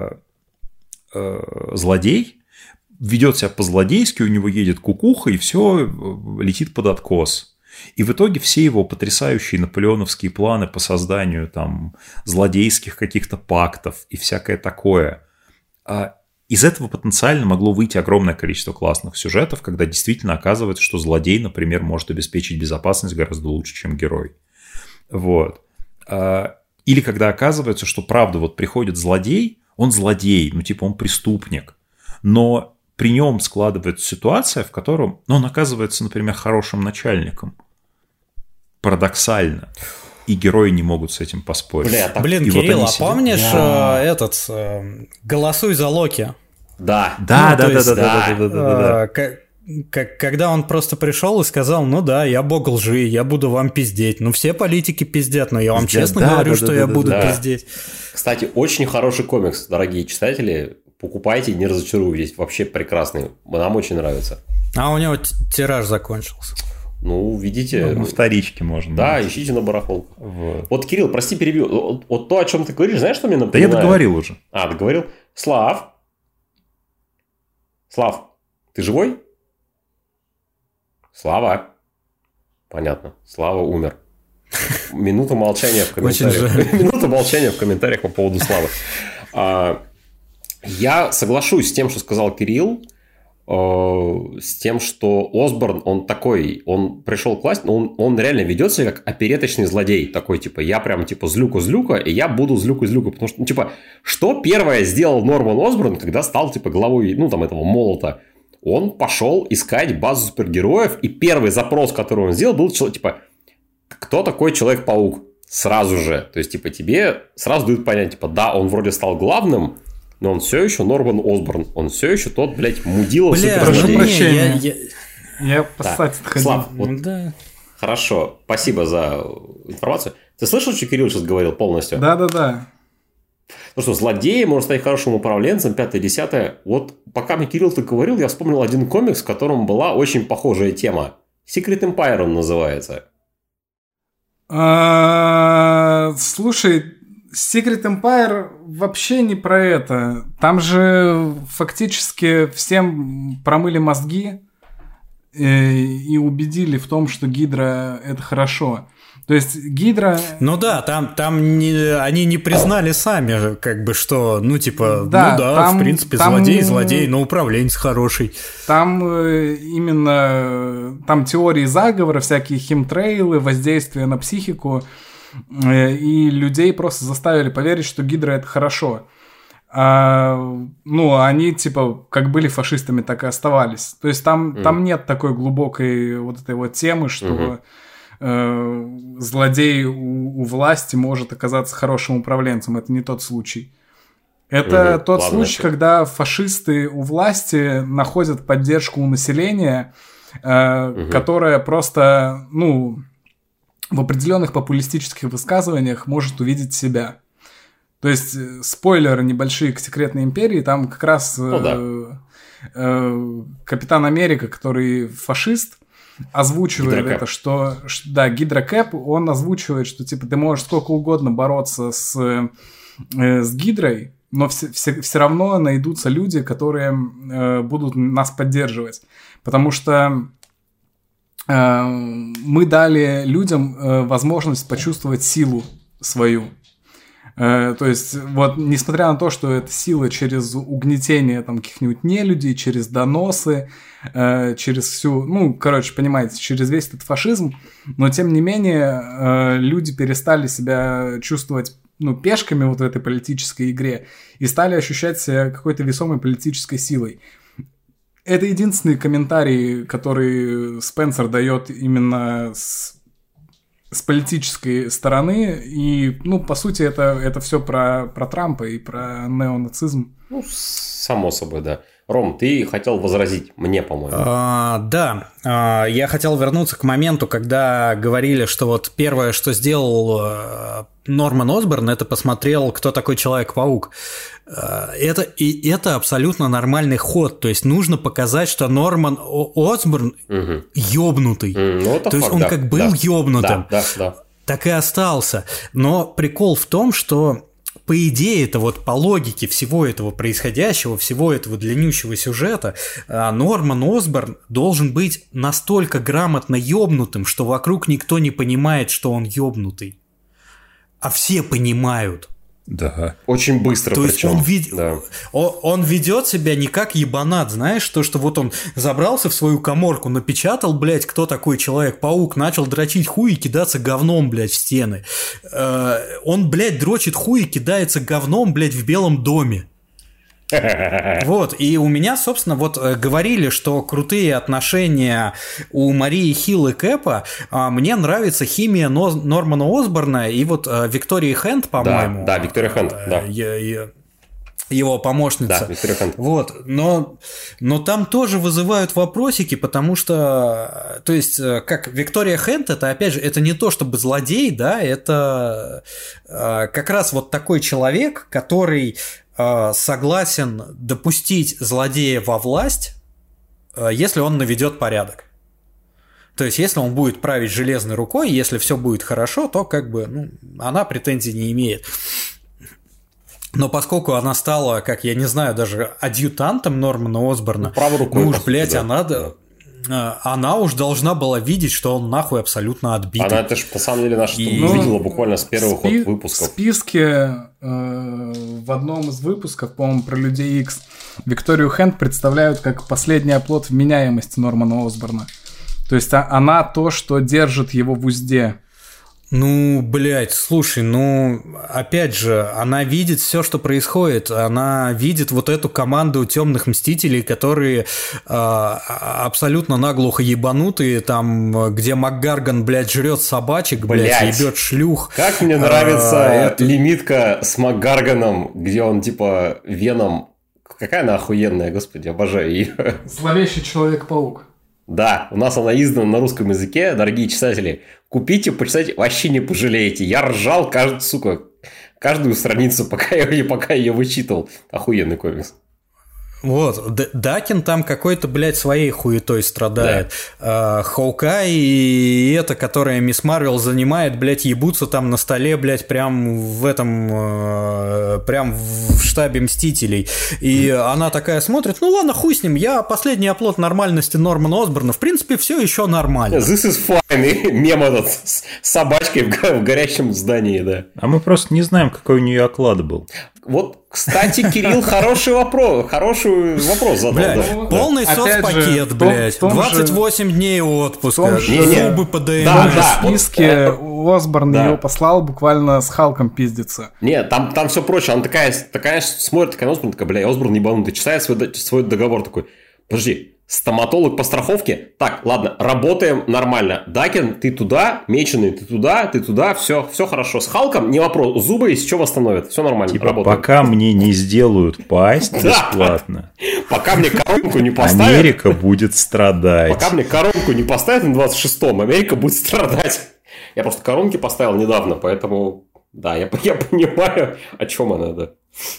Speaker 6: злодей ведет себя по-злодейски, у него едет кукуха, и все летит под откос. И в итоге все его потрясающие наполеоновские планы по созданию там злодейских каких-то пактов и всякое такое, из этого потенциально могло выйти огромное количество классных сюжетов, когда действительно оказывается, что злодей, например, может обеспечить безопасность гораздо лучше, чем герой. Вот. Или когда оказывается, что правда вот приходит злодей, он злодей, он преступник, но при нем складывается ситуация, в котором он оказывается, например, хорошим начальником. Парадоксально. И герои не могут с этим поспорить.
Speaker 5: Блин,
Speaker 6: и
Speaker 5: Кирилл,
Speaker 6: вот
Speaker 5: помнишь «Голосуй за Локи»?
Speaker 2: Да.
Speaker 6: Да.
Speaker 5: Когда он просто пришел и сказал, я бог лжи, я буду вам пиздеть. Все политики пиздят, но я вам честно говорю, что я буду пиздеть.
Speaker 2: Кстати, очень хороший комикс, дорогие читатели. Покупайте, не разочаруйтесь. Вообще прекрасный. Нам очень нравится.
Speaker 5: А у него тираж закончился.
Speaker 2: Видите...
Speaker 6: на вторичке можно.
Speaker 2: Да, ищите на барахолках. Вот, Кирилл, прости, перебью. Вот то, о чем ты говоришь, знаешь, что мне напоминает?
Speaker 6: Да я договорил уже.
Speaker 2: Договорил? Слав, ты живой? Слава. Понятно. Слава умер. Минута молчания в комментариях. Минута молчания в комментариях по поводу Славы. Я соглашусь с тем, что сказал Кирилл, с тем, что Осборн, он пришел к власти, но он реально ведет себя как опереточный злодей. Такой, я прям, злюка-злюка, и я буду злюка-злюка. Потому что, что первое сделал Норман Осборн, когда стал, главой, этого молота? Он пошел искать базу супергероев, и первый запрос, который он сделал, был, кто такой Человек-паук? Сразу же. То есть, тебе сразу дают понять, да, он вроде стал главным, но он все еще Норман Осборн. Он все еще тот, мудила
Speaker 4: прошу прощения. Я поссать отходил.
Speaker 2: Слав, хорошо. Спасибо за информацию. Ты слышал, что Кирилл сейчас говорил полностью?
Speaker 4: Да.
Speaker 2: Что злодей может стать хорошим управленцем, 5-10. Вот пока мне Кирилл ты говорил, я вспомнил один комикс, в котором была очень похожая тема. Secret Empire он называется.
Speaker 4: Слушай, Secret Empire вообще не про это. Там же фактически всем промыли мозги и убедили в том, что Гидра – это хорошо. То есть Гидра...
Speaker 5: они не признали сами, что,
Speaker 4: там,
Speaker 5: в принципе, злодей, но управленец хороший.
Speaker 4: Там именно теории заговора, всякие химтрейлы, воздействие на психику, и людей просто заставили поверить, что Гидра это хорошо. Они как были фашистами, так и оставались. То есть там нет такой глубокой вот этой вот темы, что злодей у власти может оказаться хорошим управленцем. Это не тот случай. Это тот случай, когда фашисты у власти находят поддержку у населения, которое просто, в определенных популистических высказываниях может увидеть себя. То есть, спойлеры небольшие к «Секретной империи», там как раз Капитан Америка, который фашист, озвучивает это, что да, Гидрокэп, он озвучивает, что типа ты можешь сколько угодно бороться с Гидрой, но все равно найдутся люди, которые будут нас поддерживать. Потому что мы дали людям возможность почувствовать силу свою. То есть, вот, несмотря на то, что это сила через угнетение там каких-нибудь нелюдей, через доносы, через всю, ну, короче, понимаете, через весь этот фашизм, но, тем не менее, люди перестали себя чувствовать, ну, пешками вот в этой политической игре и стали ощущать себя какой-то весомой политической силой. Это единственный комментарий, который Спенсер дает именно с политической стороны, и, ну, по сути, это все про Трампа и про неонацизм.
Speaker 2: Ну, само собой, да. Ром, ты хотел возразить мне, по-моему.
Speaker 5: Да, я хотел вернуться к моменту, когда говорили, что вот первое, что сделал Норман Осборн, это посмотрел, кто такой Человек-паук. Это абсолютно нормальный ход, то есть нужно показать, что Норман Осборн ёбнутый.
Speaker 2: Ну,
Speaker 5: то есть он как был ёбнутым, так и остался. Но прикол в том, что по идее, это вот по логике всего этого происходящего, всего этого длиннющего сюжета, Норман Осборн должен быть настолько грамотно ёбнутым, что вокруг никто не понимает, что он ёбнутый. А все понимают.
Speaker 6: Да.
Speaker 2: Очень быстро.
Speaker 5: То есть он ведет себя не как ебанат, знаешь, то, что вот он забрался в свою каморку, напечатал, блядь, кто такой Человек-паук, начал дрочить хуй и кидаться говном, блядь, в стены. Он, блядь, дрочит хуй и кидается говном, блядь, в Белом доме. Вот, и у меня, собственно, вот говорили, что крутые отношения у Марии Хилл и Кэпа. Мне нравится химия Нормана Осборна и вот Виктории Хэнд, по-моему.
Speaker 2: Да, Виктория Хэнд, да.
Speaker 5: Его помощница.
Speaker 2: Да, Виктория Хэнд.
Speaker 5: Вот, но там тоже вызывают вопросики, потому что, то есть, как Виктория Хэнд, это, опять же, это не то чтобы злодей, да, это как раз вот такой человек, который согласен допустить злодея во власть, если он наведет порядок. То есть, если он будет править железной рукой, если все будет хорошо, то как бы, ну, она претензий не имеет. Но поскольку она стала, как я не знаю, даже адъютантом Нормана Осборна,
Speaker 2: правой рукой,
Speaker 5: ну уж, блядь, она уж должна была видеть, что он нахуй абсолютно отбитый.
Speaker 2: Она это ж на самом деле наша видела буквально с первых выпусков.
Speaker 4: В списке в одном из выпусков, по-моему, про Людей Икс, Викторию Хэнд представляют как последний оплот вменяемости Нормана Осборна. То есть она то, что держит его в узде.
Speaker 5: Ну, блядь, слушай, ну, опять же, она видит все, что происходит, она видит вот эту команду темных мстителей, которые абсолютно наглухо ебанутые, там, где МакГарган, блядь, жрет собачек, блядь, ебет шлюх.
Speaker 2: Как мне нравится лимитка с МакГарганом, где он, типа, Веном. Какая она охуенная, господи, обожаю ее.
Speaker 4: Зловещий Человек-паук.
Speaker 2: Да, у нас она издана на русском языке, дорогие читатели. Купите, почитайте, вообще не пожалеете. Я ржал каждую страницу, пока ее вычитывал. Охуенный комикс.
Speaker 5: Вот, Дакин там какой-то, блядь, своей хуетой страдает. Да. Хоукай и это, которая Мисс Марвел занимает, блядь, ебутся там на столе, блядь, прям в этом, прям в штабе Мстителей. И она такая смотрит, ну ладно, хуй с ним, я последний оплот нормальности Нормана Осборна, в принципе, все еще нормально.
Speaker 2: This is fine. И мем этот с собачкой в горящем здании, да.
Speaker 6: А мы просто не знаем, какой у нее оклад был.
Speaker 2: Вот, кстати, Кирилл хороший вопрос задал.
Speaker 5: Блядь, да. Полный соцпакет, блядь, 28 дней отпуска, зубы ПДМ.
Speaker 4: В списке Осборн его послал буквально с Халком пиздиться.
Speaker 2: Нет, там все проще. Она такая смотрит, такая Осборн, такая, бля, Осборн ебанутый, читает свой договор такой, подожди, стоматолог по страховке? Так, ладно, работаем нормально. Дакин, ты туда, Меченый, ты туда, все хорошо. С Халком не вопрос, зубы из чего восстановят, все нормально,
Speaker 6: типа,
Speaker 2: работаем.
Speaker 6: Пока мне не сделают пасть бесплатно,
Speaker 2: пока мне коронку не поставят,
Speaker 6: Америка будет страдать.
Speaker 2: Пока мне коронку не поставят на 26-м, Америка будет страдать. Я просто коронки поставил недавно, поэтому, да, я понимаю, о чем она, да.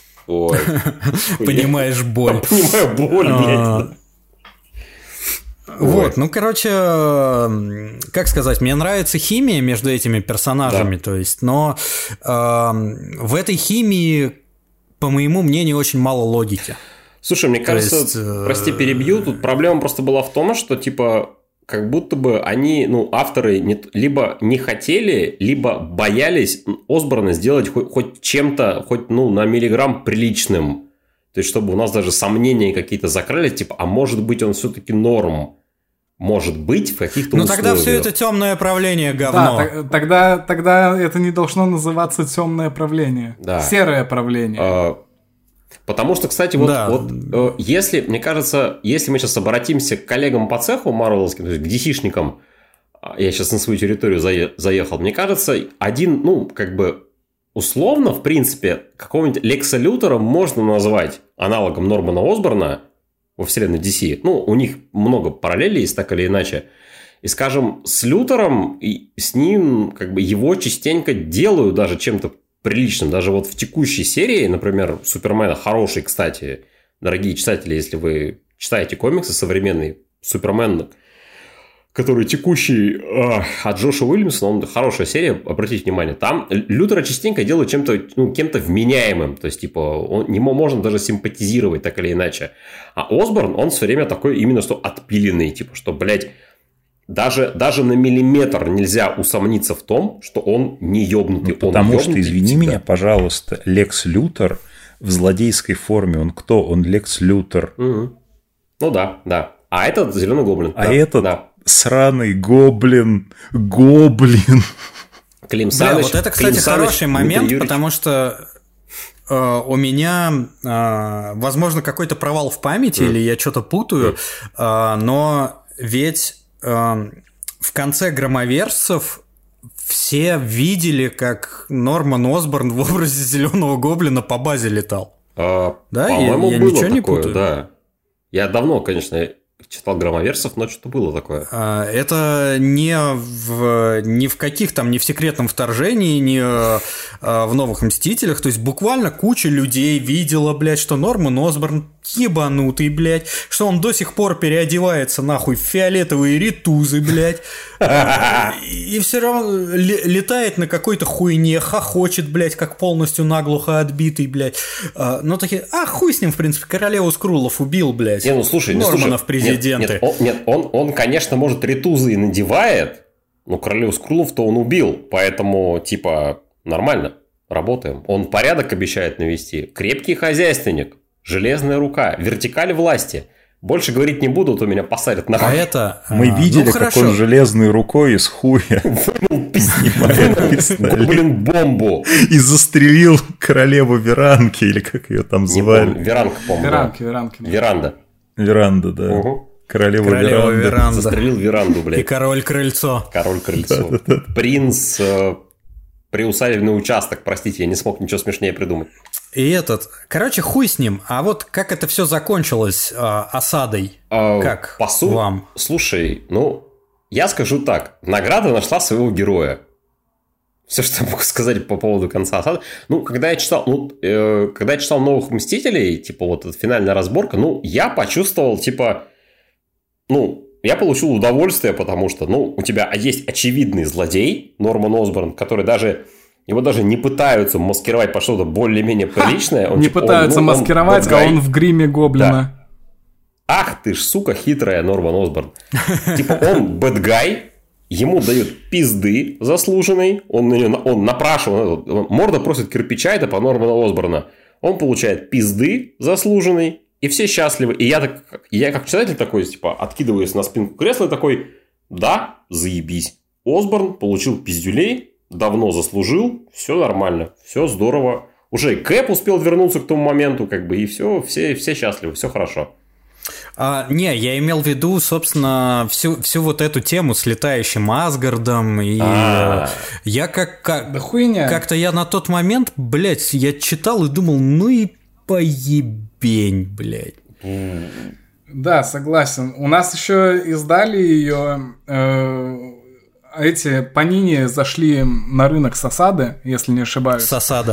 Speaker 5: Понимаешь боль.
Speaker 2: Понимаю боль, блядь.
Speaker 5: Вот, ну, короче, как сказать, мне нравится химия между этими персонажами, то есть, но в этой химии, по моему мнению, очень мало логики.
Speaker 2: Слушай, мне кажется, прости, перебью, тут проблема просто была в том, что, типа, как будто бы они, ну, авторы либо не хотели, либо боялись Осборна сделать хоть чем-то, хоть, ну, на миллиграмм приличным. То есть, чтобы у нас даже сомнения какие-то закрылись, типа, а может быть, он все-таки норм. Может быть, в каких-то условиях.
Speaker 5: Ну, тогда все это темное правление говно.
Speaker 4: Да, тогда это не должно называться темное правление. Да. Серое правление.
Speaker 2: Потому что, кстати, вот если, мне кажется, если мы сейчас обратимся к коллегам по цеху марвеловским, то есть к DC-шникам, я сейчас на свою территорию заехал, мне кажется, один, ну, как бы, условно, в принципе, какого-нибудь Лекса Лютера можно назвать аналогом Нормана Осборна во вселенной DC. Ну, у них много параллелей есть, так или иначе. И, скажем, с Лютером, и с ним, как бы, его частенько делают даже чем-то приличным. Даже вот в текущей серии, например, Супермена, хороший, кстати, дорогие читатели, если вы читаете комиксы современные, Супермен, который текущий от Джоша Уильямсона, он хорошая серия, обратите внимание, там Лютера частенько делают чем-то, ну, кем-то вменяемым, то есть, типа, ему можно даже симпатизировать так или иначе. А Осборн, он все время такой именно что отпиленный, типа, что, блядь, даже на миллиметр нельзя усомниться в том, что он не ёбнутый.
Speaker 6: Ну, потому что, извини меня, пожалуйста, Лекс Лютер в злодейской форме, он кто? Он Лекс Лютер.
Speaker 2: Угу. Ну да. А этот Зеленый Гоблин.
Speaker 6: А этот сраный гоблин.
Speaker 2: Клим Саныч.
Speaker 5: Вот это, кстати, хороший момент, потому что у меня, возможно, какой-то провал в памяти, или я что-то путаю, но ведь в конце «Громоверцев» все видели, как Норман Осборн в образе Зеленого Гоблина по базе летал. Да,
Speaker 2: по-моему,
Speaker 5: я
Speaker 2: было
Speaker 5: ничего
Speaker 2: такое,
Speaker 5: не путаю.
Speaker 2: Да. Я давно, конечно, читал «Громоверцев», но что-то было такое.
Speaker 5: Это не в каких там, не в «Секретном вторжении», не в «Новых Мстителях». То есть, буквально куча людей видела, блядь, что Норман Осборн ебанутый, блядь, что он до сих пор переодевается, нахуй, в фиолетовые ритузы, блядь, и все равно летает на какой-то хуйне, хохочет, блядь, как полностью наглухо отбитый, блядь. Но такие, хуй с ним, в принципе, королеву Скруллов убил, блядь.
Speaker 2: Не, ну слушай,
Speaker 5: Нормана в президенты.
Speaker 2: Он, конечно, может, ритузы и надевает, но королеву Скруллов-то он убил, поэтому, типа, нормально, работаем. Он порядок обещает навести, крепкий хозяйственник. Железная рука, вертикаль власти. Больше говорить не буду, а то меня посадят на хуй.
Speaker 6: Мы видели, как он железной рукой из хуя
Speaker 2: вынул бомбу.
Speaker 6: И застрелил королеву Веранки, или как ее там звали.
Speaker 2: Веранка, по-моему.
Speaker 6: Веранда, да. Королева Веранда.
Speaker 2: Застрелил Веранду, блядь.
Speaker 5: И король Крыльцо.
Speaker 2: Принц... Приусадебный участок, простите, я не смог ничего смешнее придумать.
Speaker 5: Короче, хуй с ним. А вот как это все закончилось осадой? Как
Speaker 2: по сути,
Speaker 5: вам?
Speaker 2: Слушай, ну, я скажу так. Награда нашла своего героя. Все, что я могу сказать по поводу конца осады. Ну, когда я читал «Новых Мстителей», типа вот эта финальная разборка, ну, я почувствовал, типа, ну... Я получил удовольствие, потому что, ну, у тебя есть очевидный злодей, Норман Осборн, который его даже не пытаются маскировать под что-то более-менее приличное.
Speaker 4: Не пытаются маскировать, а он в гриме гоблина.
Speaker 2: Ах ты ж, сука, хитрая, Норман Осборн. Типа он бэдгай, ему дают пизды заслуженной, он напрашивает, морда просит кирпича, это по Норману Осборна. Он получает пизды заслуженной. И все счастливы. И я как читатель такой, типа, откидываюсь на спинку кресла и такой, да, заебись. Осборн получил пиздюлей, давно заслужил, все нормально, все здорово. Уже и Кэп успел вернуться к тому моменту, как бы, и все счастливы, все хорошо.
Speaker 5: Не, я имел в виду, собственно, всю вот эту тему с летающим Асгардом. И я как-то я на тот момент, блядь, я читал и думал, ну и поебень, блядь.
Speaker 4: Да, согласен. У нас еще издали ее... эти Панини зашли на рынок Сасады, если не ошибаюсь.
Speaker 5: Сасада.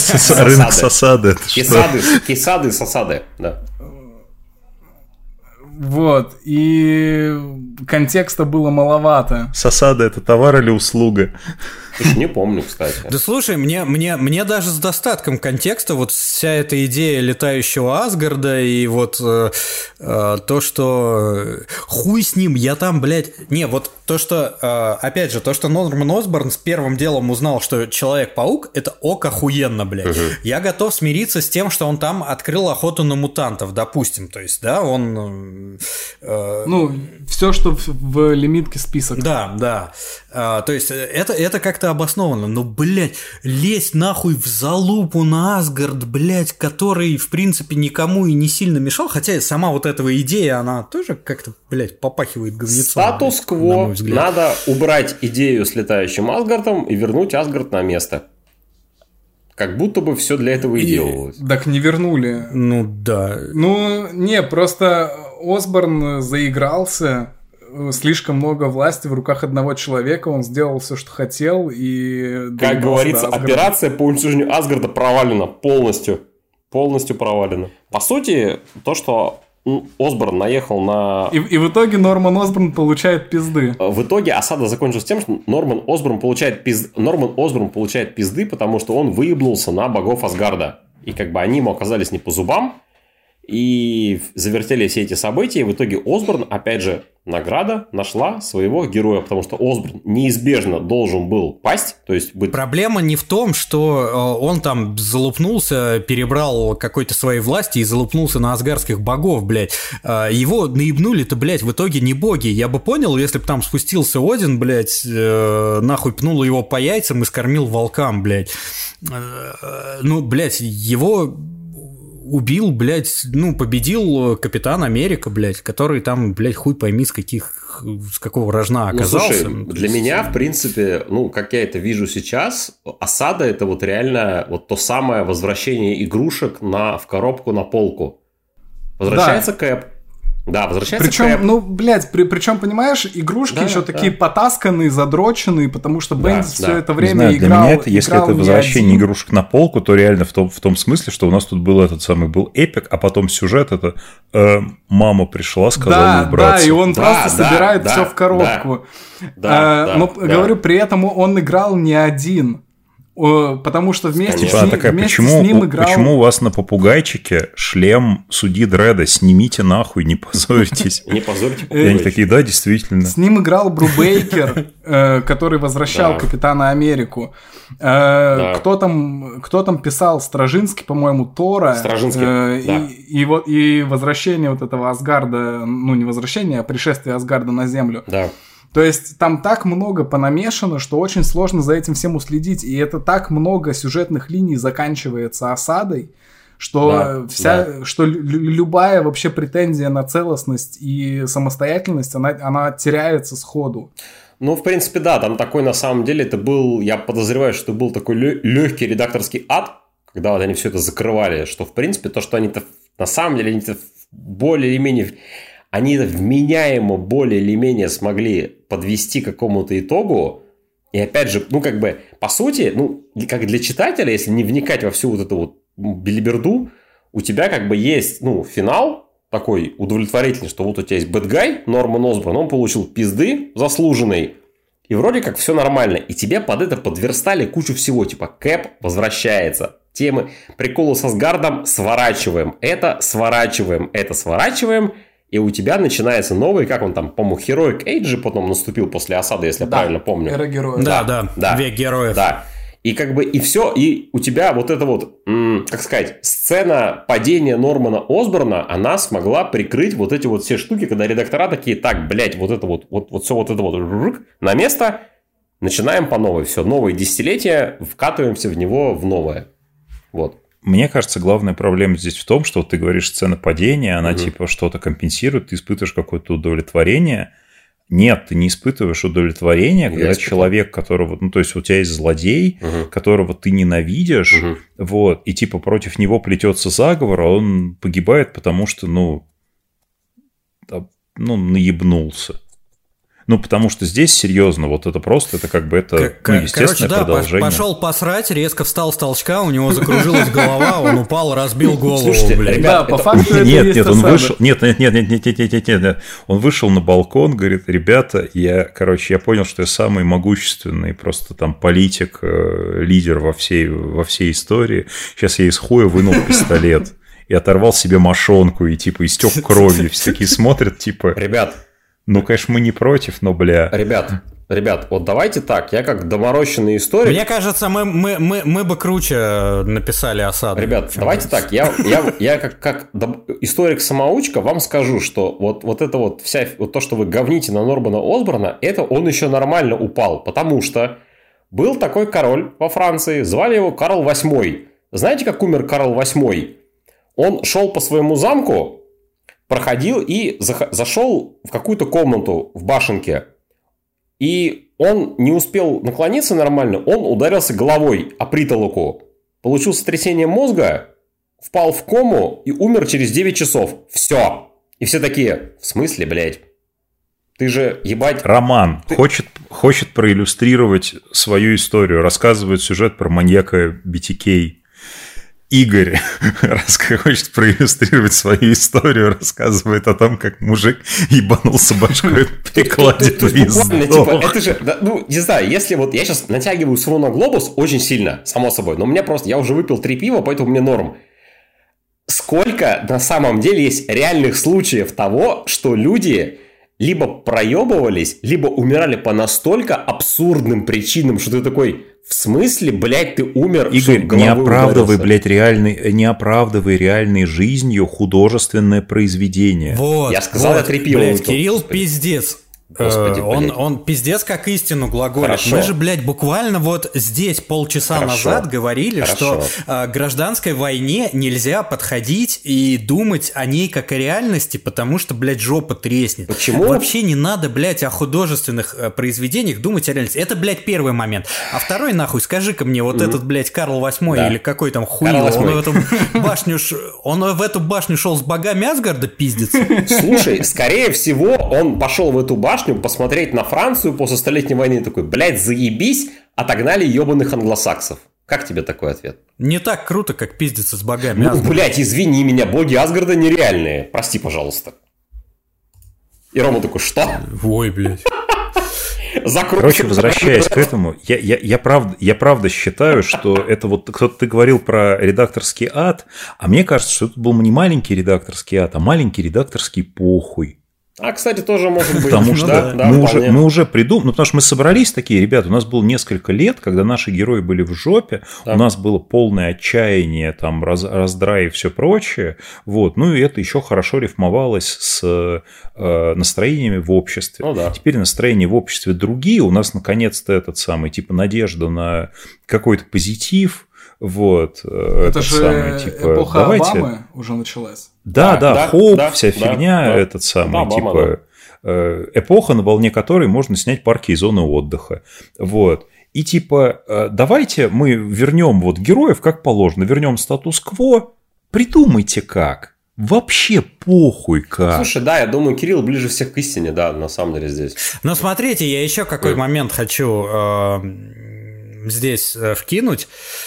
Speaker 6: Рынок Сасады.
Speaker 2: Кесады, Сасады, да.
Speaker 4: Вот, и контекста было маловато.
Speaker 6: С осады это товар или услуга?
Speaker 2: Слушай, не помню, кстати.
Speaker 5: Да слушай, мне даже с достатком контекста вот вся эта идея летающего Асгарда и вот то, что хуй с ним, я там, блядь... Не, вот то, что, опять же, то, что Норман Осборн с первым делом узнал, что Человек-паук — это ок охуенно, блядь. Я готов смириться с тем, что он там открыл охоту на мутантов, допустим. То есть, да, он...
Speaker 4: Ну, все, что в лимитке список.
Speaker 5: Да. То есть, это как-то обосновано. Но, блядь, лезть нахуй в залупу на Асгард, блядь, который, в принципе, никому и не сильно мешал. Хотя сама вот эта идея, она тоже как-то, блядь, попахивает говнецом.
Speaker 2: Статус-кво. Надо убрать идею с летающим Асгардом и вернуть Асгард на место. Как будто бы все для этого и делалось.
Speaker 4: Так не вернули.
Speaker 5: Ну, да.
Speaker 4: Ну, не, просто Осборн заигрался. Слишком много власти в руках одного человека, он сделал все, что хотел, и...
Speaker 2: Как говорится, операция по уничтожению Асгарда провалена полностью. Полностью провалена. По сути, то, что Осборн наехал на...
Speaker 4: И в итоге Норман Осборн получает пизды.
Speaker 2: В итоге осада закончилась тем, что Норман Осборн получает пизды, потому что он выебнулся на богов Асгарда. И как бы они ему оказались не по зубам. И завертели все эти события. И в итоге Осборн, опять же, награда нашла своего героя. Потому что Осборн неизбежно должен был пасть. То есть быть...
Speaker 5: Проблема не в том, что он там залупнулся, перебрал какой-то своей власти и залупнулся на асгардских богов, блядь. Его наебнули-то, блядь, в итоге не боги. Я бы понял, если бы там спустился Один, блядь, нахуй пнул его по яйцам и скормил волкам, блядь. Ну, блядь, его... убил, блядь, ну, победил Капитан Америка, блядь, который там, блядь, хуй пойми, с какого рожна оказался.
Speaker 2: Ну, слушай, для меня, в принципе, ну, как я это вижу сейчас, осада – это вот реально вот то самое возвращение игрушек в коробку на полку. Возвращается Кэп. Да, возвращается
Speaker 4: причем,
Speaker 2: Кэп.
Speaker 4: ну, блядь, причем, понимаешь, игрушки еще такие потасканные, задроченные, потому что Бендис все это время
Speaker 6: знаю,
Speaker 4: играл.
Speaker 6: Для меня это, если это возвращение игрушек на полку, то реально в том смысле, что у нас тут был был эпик, а потом сюжет это мама пришла, сказала убраться.
Speaker 4: Да, и он просто собирает все в коробку. Но, говорю, при этом он играл не один. Потому что вместе с ним играл...
Speaker 6: Почему у вас на попугайчике шлем судьи Дредда? Снимите нахуй, не позоритесь.
Speaker 2: Не позорьте.
Speaker 6: И они такие, да, действительно.
Speaker 4: С ним играл Брубейкер, который возвращал Капитана Америку. Кто там писал? Стражинский, по-моему, Тора.
Speaker 2: Стражинский, да.
Speaker 4: И возвращение вот этого Асгарда, ну не возвращение, а пришествие Асгарда на Землю.
Speaker 2: Да.
Speaker 4: То есть там так много понамешано, что очень сложно за этим всем уследить. И это так много сюжетных линий заканчивается осадой, что что любая вообще претензия на целостность и самостоятельность, она теряется сходу.
Speaker 2: Ну, в принципе, да, там такой на самом деле это был, я подозреваю, что это был такой легкий редакторский ад, когда вот они все это закрывали, что, в принципе, то, что они-то на самом деле они-то более или менее... Они вменяемо более или менее смогли подвести к какому-то итогу. И опять же, ну как бы, по сути, ну как для читателя, если не вникать во всю вот эту вот белиберду, у тебя как бы есть, ну, финал такой удовлетворительный, что вот у тебя есть бэдгай, Норман Осборн, он получил пизды заслуженной. И вроде как все нормально. И тебе под это подверстали кучу всего. Типа Кэп возвращается. Темы приколы с Асгардом сворачиваем. Это сворачиваем. И у тебя начинается новый, как он там, по-моему, Heroic Age потом наступил после осады, если я правильно помню.
Speaker 4: Эра героев.
Speaker 5: Да, век героев.
Speaker 2: Да. И как бы, и все, и у тебя вот эта вот, как сказать, сцена падения Нормана Осборна, она смогла прикрыть вот эти вот все штуки, когда редактора такие, так, блядь, вот это вот все вот это вот на место, начинаем по новой, все, новое десятилетие, вкатываемся в него в новое. Вот.
Speaker 6: Мне кажется, главная проблема здесь в том, что ты говоришь, сцена падения, она типа что-то компенсирует, ты испытываешь какое-то удовлетворение. Нет, ты не испытываешь удовлетворение, когда человек, которого, ну, то есть у тебя есть злодей, которого ты ненавидишь, вот, и типа против него плетется заговор, а он погибает, потому что, ну, наебнулся. Ну, потому что здесь, серьезно, вот это просто, это как бы это, естественное продолжение.
Speaker 5: Пошел посрать, резко встал с толчка, у него закружилась голова, он упал, разбил голову.
Speaker 2: Слушайте,
Speaker 5: блядь.
Speaker 2: ребят,
Speaker 4: по факту это
Speaker 6: Нет,
Speaker 4: есть
Speaker 6: он
Speaker 4: осада.
Speaker 6: вышел. Нет. Он вышел на балкон, говорит: ребята, я понял, что я самый могущественный просто там политик, лидер во всей истории. Сейчас я из хуя вынул пистолет и оторвал себе мошонку, и типа истек кровью. Все такие смотрят, типа.
Speaker 2: Ребят.
Speaker 6: Ну, конечно, мы не против, но, бля.
Speaker 2: Ребят, вот давайте так, я как доморощенный историк...
Speaker 5: Мне кажется, мы бы круче написали осаду.
Speaker 2: Ребят, давайте так, я как историк-самоучка вам скажу, что вот это вот вся, вот то, что вы говните на Нормана Осборна, это он еще нормально упал, потому что был такой король во Франции, звали его Карл VIII. Знаете, как умер Карл VIII? Он шел по своему замку, проходил и зашел в какую-то комнату в башенке. И он не успел наклониться нормально, он ударился головой о притолоку. Получил сотрясение мозга, впал в кому и умер через 9 часов. Все. И все такие: в смысле, блядь? Ты же, ебать...
Speaker 6: Роман хочет проиллюстрировать свою историю, рассказывает сюжет про маньяка BTK. Игорь хочет проиллюстрировать свою историю, рассказывает о том, как мужик ебанулся башкой в прикладе и сдох.
Speaker 2: Это же, ну, не знаю, если вот я сейчас натягиваю свой на глобус очень сильно, само собой, но у меня просто, я уже выпил 3 пива, поэтому мне норм. Сколько на самом деле есть реальных случаев того, что люди либо проебывались, либо умирали по настолько абсурдным причинам, что ты такой: в смысле, блядь, ты умер?
Speaker 6: Игорь, не оправдывай реальной жизнью художественное произведение.
Speaker 5: Вот,
Speaker 2: я сказал, я 3 пива
Speaker 5: блядь,
Speaker 2: выпил.
Speaker 5: Кирилл пиздец.
Speaker 2: Господи,
Speaker 5: он пиздец как истину глаголит.
Speaker 2: Хорошо.
Speaker 5: Мы же, блядь, буквально вот здесь полчаса назад говорили, что гражданской войне нельзя подходить и думать о ней как о реальности, потому что, блядь, жопа треснет.
Speaker 2: Почему?
Speaker 5: Вообще не надо, блядь, о художественных произведениях думать о реальности. Это, блядь, первый момент. А второй, нахуй, скажи-ка мне, вот этот, блядь, Карл VIII или какой там хуил, он в эту башню шел с богами Асгарда пиздиться?
Speaker 2: Слушай, скорее всего, он пошел в эту башню посмотреть на Францию после Столетней войны, такой: блядь, заебись, отогнали ебаных англосаксов. Как тебе такой ответ?
Speaker 5: Не так круто, как пиздиться с богами
Speaker 2: Асгарда.
Speaker 5: Асгарда.
Speaker 2: Блядь, извини меня, боги Асгарда нереальные. Прости, пожалуйста. И Рома такой: что?
Speaker 5: Ой, блядь.
Speaker 6: Короче, возвращаясь к этому, я правда считаю, что это вот ты говорил про редакторский ад, а мне кажется, что это был не маленький редакторский ад, а маленький редакторский похуй.
Speaker 2: А, кстати, тоже может быть.
Speaker 6: Потому что мы уже придумали, потому что мы собрались такие, ребята, у нас было несколько лет, когда наши герои были в жопе, у нас было полное отчаяние, там, раздрай и все прочее, вот, ну и это еще хорошо рифмовалось с настроениями в обществе.
Speaker 2: Ну, да.
Speaker 6: Теперь настроения в обществе другие, у нас наконец-то этот самый, типа, надежда на какой-то позитив. Вот.
Speaker 4: Это же
Speaker 6: самый, типа,
Speaker 4: эпоха Обамы уже началась.
Speaker 6: Да, Хоуп, вся фигня, этот самый, типа, эпоха, на волне которой можно снять парки и зоны отдыха. Вот. И типа, давайте мы вернем вот героев как положено, вернем статус-кво, придумайте как. Вообще похуй как.
Speaker 2: Слушай, да, я думаю, Кирилл ближе всех к истине, да, на самом деле здесь.
Speaker 5: Но смотрите, я еще какой момент хочу здесь вкинуть.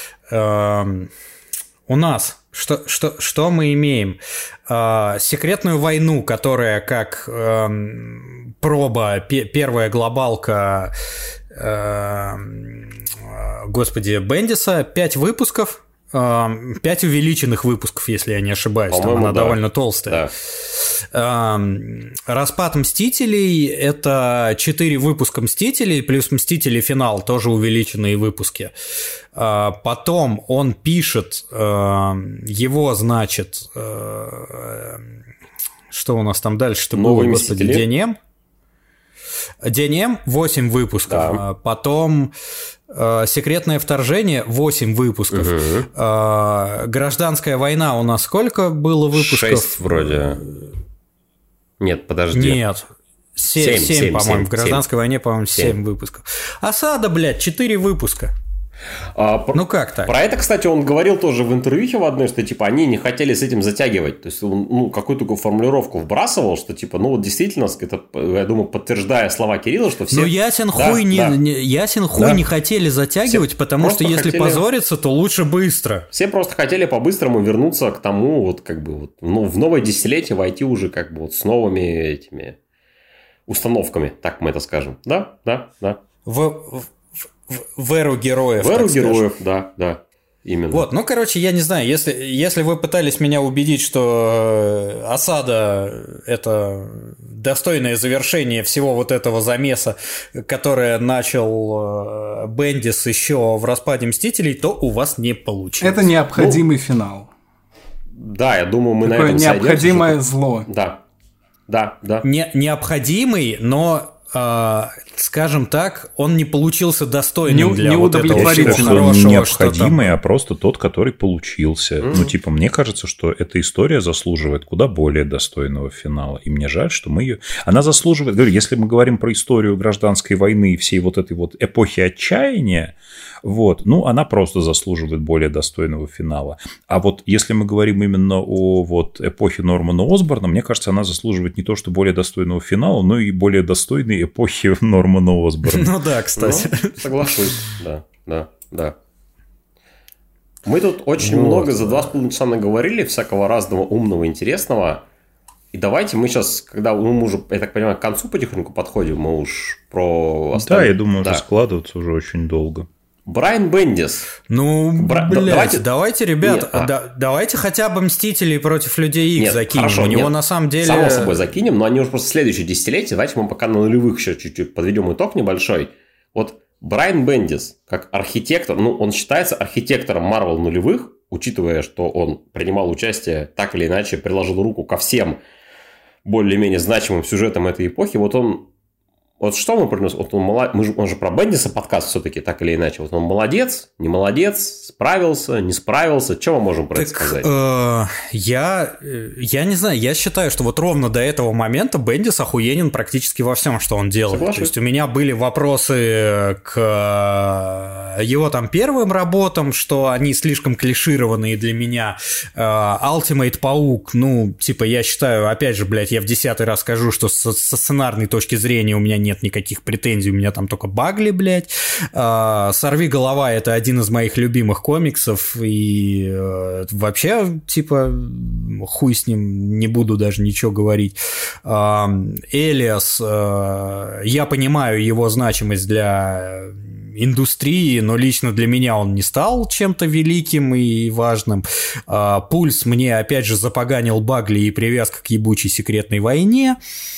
Speaker 5: У нас что мы имеем? Секретную войну, которая как проба, первая глобалка, господи, Бендиса, 5 выпусков. 5 увеличенных выпусков, если я не ошибаюсь. Там она довольно толстая. Да. Распад Мстителей – это 4 выпуска Мстителей, плюс Мстители финал, тоже увеличенные выпуски. Потом он пишет его, значит, что у нас там дальше-то было, господи, ДНМ. ДНМ 8 выпусков. Да. Потом Секретное вторжение 8 выпусков. Гражданская война у нас сколько было выпусков?
Speaker 2: 6 вроде. Нет, подожди.
Speaker 5: Нет. 7 по-моему. В Гражданской войне, по-моему, 7 выпусков. Осада, блядь, 4 выпуска. Ну как так?
Speaker 2: Про это, кстати, он говорил тоже в интервью в одной, что типа они не хотели с этим затягивать. То есть он какую-то такую формулировку вбрасывал, что типа, ну вот действительно, это, я думаю, подтверждая слова Кирилла, что все...
Speaker 5: Ну ясен хуй не хотели затягивать, все потому что если позориться, то лучше быстро.
Speaker 2: Все просто хотели по-быстрому вернуться к тому, вот как бы вот, ну, в новое десятилетие войти уже как бы вот с новыми этими установками, так мы это скажем. Да.
Speaker 5: В эру героев.
Speaker 2: В эру героев, да, именно.
Speaker 5: Вот, ну, короче, я не знаю, если вы пытались меня убедить, что осада – это достойное завершение всего вот этого замеса, которое начал Бендис еще в распаде «Мстителей», то у вас не получилось.
Speaker 4: Это необходимый финал.
Speaker 2: Да, я думаю, мы
Speaker 4: такое
Speaker 2: на этом сойдёмся.
Speaker 4: Необходимое зло.
Speaker 2: Да.
Speaker 5: Необходимый, но... скажем так, он не получился достойным для вот этого
Speaker 6: хорошего. Не необходимый, а просто тот, который получился. Ну, типа, мне кажется, что эта история заслуживает куда более достойного финала. И мне жаль, что мы ее... Она заслуживает... Говорю, если мы говорим про историю гражданской войны и всей вот этой вот эпохи отчаяния, вот, ну, она просто заслуживает более достойного финала. А вот если мы говорим именно о вот эпохе Нормана Осборна, мне кажется, она заслуживает не то, что более достойного финала, но и более достойной эпохи Нормана Осборна.
Speaker 5: Ну да, кстати.
Speaker 2: Соглашусь, да. Мы тут очень много за 2,5 часа наговорили всякого разного умного, интересного. И давайте мы сейчас, когда мы уже, я так понимаю, к концу потихоньку подходим, мы уж про...
Speaker 6: Да, я думаю, раскладываться уже очень долго.
Speaker 2: Брайан Бендис.
Speaker 5: Ну, давайте, ребят, давайте хотя бы «Мстителей против Людей Икс» закинем.
Speaker 2: Хорошо,
Speaker 5: у него на самом деле...
Speaker 2: Само собой закинем, но они уже просто следующее десятилетие. Давайте мы пока на нулевых еще чуть-чуть подведем итог небольшой. Вот Брайан Бендис, как архитектор, ну, он считается архитектором Marvel нулевых, учитывая, что он принимал участие, так или иначе, приложил руку ко всем более-менее значимым сюжетам этой эпохи. Вот что мы принес? Вот он же про Бендиса подкаст все-таки, так или иначе. Вот он молодец, не молодец, справился, не справился. Что мы можем про это сказать?
Speaker 5: Я не знаю, я считаю, что вот ровно до этого момента Бендис охуенен практически во всем, что он делает.
Speaker 2: Соглашусь.
Speaker 5: То есть у меня были вопросы к его там первым работам, что они слишком клишированные для меня. Ultimate Паук, ну, типа, я считаю, опять же, блядь, я в 10-й раз скажу, что со сценарной точки зрения у меня нет никаких претензий, у меня там только багли, блядь. «Сорви голова» — это один из моих любимых комиксов, и вообще, типа, хуй с ним, не буду даже ничего говорить. «Элиас», я понимаю его значимость для индустрии, но лично для меня он не стал чем-то великим и важным. «Пульс» мне, опять же, запоганил багли и привязка к ебучей секретной войне.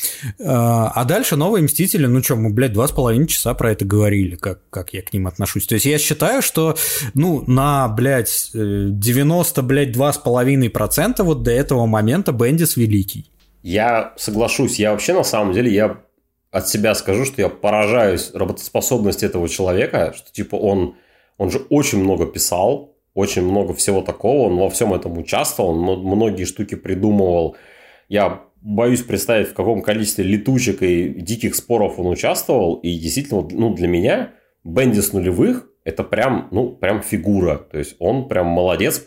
Speaker 5: А дальше «Новые Мстители», ну что, мы, блядь, 2,5 часа про это говорили, как я к ним отношусь. То есть я считаю, что, ну, на, блядь, 2,5% вот до этого момента Бендис великий.
Speaker 2: Я соглашусь. Я вообще, на самом деле, я от себя скажу, что я поражаюсь работоспособности этого человека, что, типа, он же очень много писал, очень много всего такого, он во всем этом участвовал, он многие штуки придумывал. Я боюсь представить, в каком количестве летучек и диких споров он участвовал, и действительно, ну, для меня Бендис нулевых – это прям фигура, то есть он прям молодец.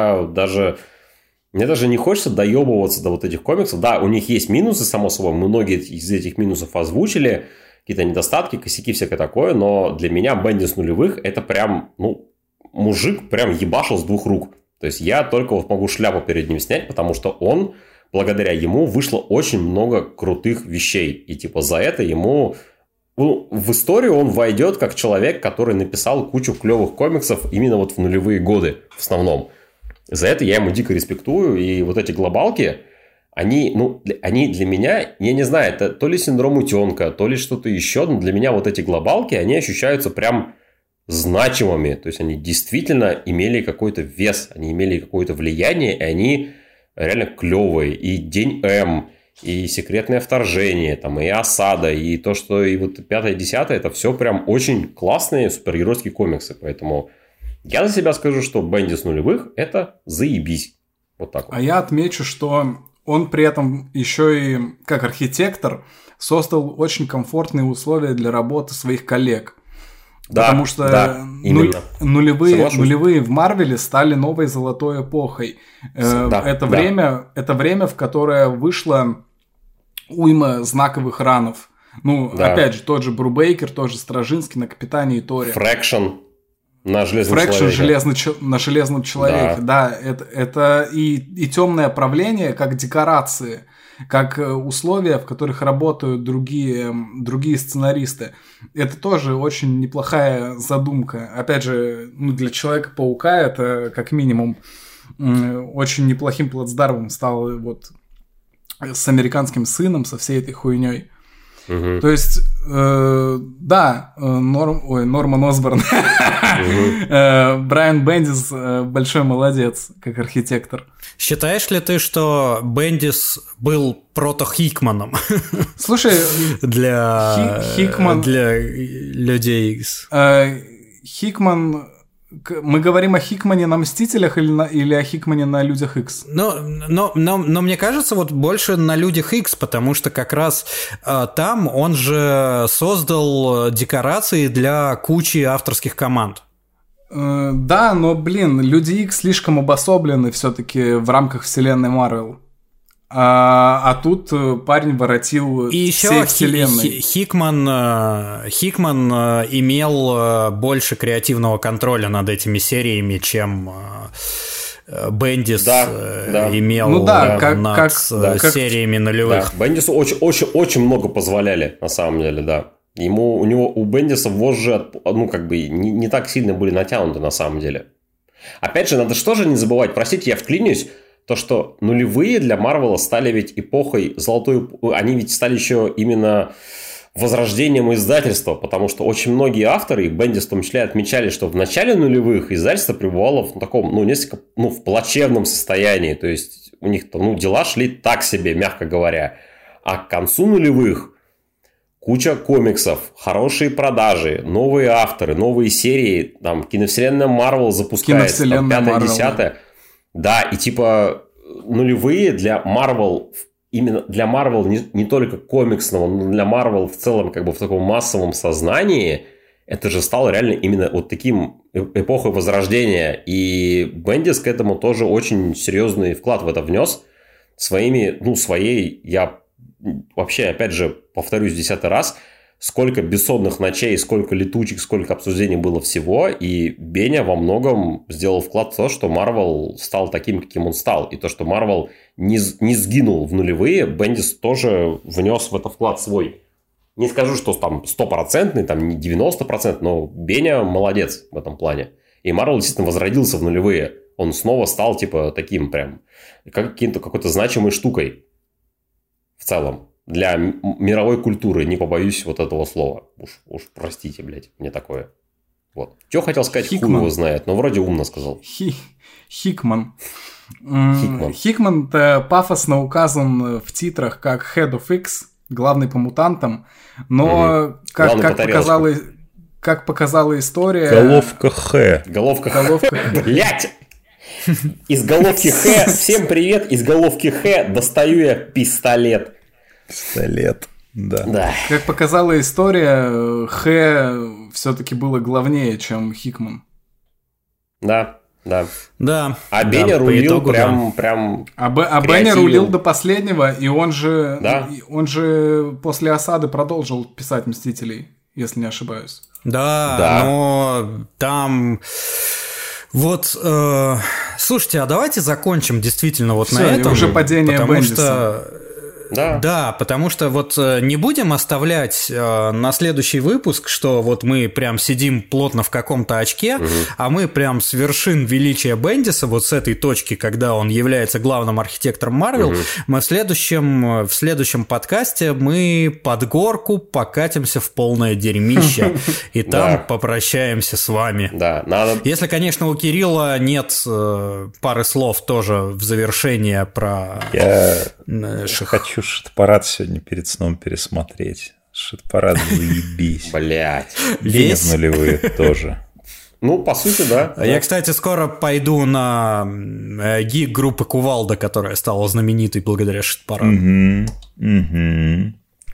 Speaker 2: Мне даже не хочется доебываться до вот этих комиксов. Да, у них есть минусы, само собой, многие из этих минусов озвучили, какие-то недостатки, косяки, всякое такое, но для меня Бендис нулевых – это прям, ну, мужик прям ебашил с двух рук. То есть я только вот могу шляпу перед ним снять, потому что он, благодаря ему, вышло очень много крутых вещей. И типа за это ему... Ну, в историю он войдет как человек, который написал кучу клевых комиксов именно вот в нулевые годы в основном. За это я ему дико респектую. И вот эти глобалки, они для меня, я не знаю, это то ли синдром утенка, то ли что-то еще, но для меня вот эти глобалки, они ощущаются прям значимыми. То есть они действительно имели какой-то вес, они имели какое-то влияние, и они реально клевые. И День М, и Секретное вторжение, там, и Осада, и то, что и вот 5-10, это все прям очень классные супергеройские комиксы. Поэтому я за себя скажу, что Бендис нулевых – это заебись. Вот так вот.
Speaker 4: А я отмечу, что он при этом еще и как архитектор создал очень комфортные условия для работы своих коллег.
Speaker 2: Да,
Speaker 4: потому что
Speaker 2: да,
Speaker 4: нулевые в Марвеле стали новой золотой эпохой. Это время, в которое вышло уйма знаковых ранов. Опять же, тот же Брубейкер, тот же Стражинский на Капитане и Торе.
Speaker 2: Фрэкшн на Железном
Speaker 4: Человеке. Да, это и темное правление как декорации, как условия, в которых работают другие сценаристы. Это тоже очень неплохая задумка. Опять же, для Человека-паука это как минимум очень неплохим плацдармом стало вот с американским сыном, со всей этой хуйней. То есть, Норман Осборн, Брайан Бендис большой молодец, как архитектор.
Speaker 5: Считаешь ли ты, что Бендис был прото-Хикманом?
Speaker 4: Слушай,
Speaker 5: для Людей Икс.
Speaker 4: Хикман... Мы говорим о Хикмане на Мстителях или о Хикмане на Людях Икс?
Speaker 5: Но мне кажется, вот больше на Людях Икс, потому что как раз там он же создал декорации для кучи авторских команд.
Speaker 4: Да, но, Люди Икс слишком обособлены все-таки в рамках вселенной Марвел. А тут парень воротил
Speaker 5: и
Speaker 4: всей вселенной.
Speaker 5: Хикман имел больше креативного контроля над этими сериями, чем Бендис имел над сериями нулевых.
Speaker 2: Да. Бендису очень много позволяли, на самом деле, да. У Бендиса вожжи не так сильно были натянуты, на самом деле. Опять же, надо что же не забывать, простите, я вклинюсь, то, что нулевые для Марвела стали ведь эпохой золотой... Они ведь стали еще именно возрождением издательства, потому что очень многие авторы, и Бендис в том числе, отмечали, что в начале нулевых издательство пребывало в таком, несколько, в плачевном состоянии. То есть, у них дела шли так себе, мягко говоря. А к концу нулевых куча комиксов, хорошие продажи, новые авторы, новые серии, киновселенная Марвел запускается, 5-10. Да, и нулевые для Marvel, именно для Marvel не только комиксного, но для Marvel в целом в таком массовом сознании, это же стало реально именно вот таким эпохой возрождения. И Бендис к этому тоже очень серьезный вклад в это внес. Я вообще, опять же, повторюсь 10-й раз, сколько бессонных ночей, сколько летучек, сколько обсуждений было всего, и Беня во многом сделал вклад в то, что Марвел стал таким, каким он стал, и то, что Марвел не сгинул в нулевые, Бендис тоже внес в это вклад свой. Не скажу, что там 100%, там не 90%, но Беня молодец в этом плане. И Марвел действительно возродился в нулевые. Он снова стал таким прям, какой-то значимой штукой в целом. Для мировой культуры, не побоюсь вот этого слова. Уж простите, блядь, мне такое. Вот. Что хотел сказать, хуй его знает, но вроде умно сказал.
Speaker 4: Хикман. Хикман-то пафосно указан в титрах как Head of X, главный по мутантам, но как показала история...
Speaker 6: Головка Х.
Speaker 2: Головка. Блядь! Из головки Х, всем привет, из головки Х достаю я пистолет.
Speaker 6: Да.
Speaker 4: Как показала история, Х все-таки было главнее, чем Хикман.
Speaker 2: Да.
Speaker 5: А
Speaker 2: Беня рулил прям
Speaker 4: Беня рулил до последнего, и он же после осады продолжил писать «Мстителей», если не ошибаюсь.
Speaker 5: Да. Но там... Вот, слушайте, а давайте закончим действительно вот на этом.
Speaker 4: Уже падение Бендиса.
Speaker 5: Что... Да, потому что вот не будем оставлять на следующий выпуск, что вот мы прям сидим плотно в каком-то очке, а мы прям с вершин величия Бендиса, вот с этой точки, когда он является главным архитектором Марвел, мы в следующем подкасте мы под горку покатимся в полное дерьмище, и там попрощаемся с вами.
Speaker 2: Да, надо...
Speaker 5: Если, конечно, у Кирилла нет пары слов тоже в завершение про...
Speaker 6: Я хочу Шит-парад сегодня перед сном пересмотреть. Шит-парад заебись.
Speaker 2: Блять.
Speaker 6: Беня в нулевые тоже.
Speaker 2: По сути, да.
Speaker 5: Я, кстати, скоро пойду на гиг группы Кувалда, которая стала знаменитой благодаря Шит-параду.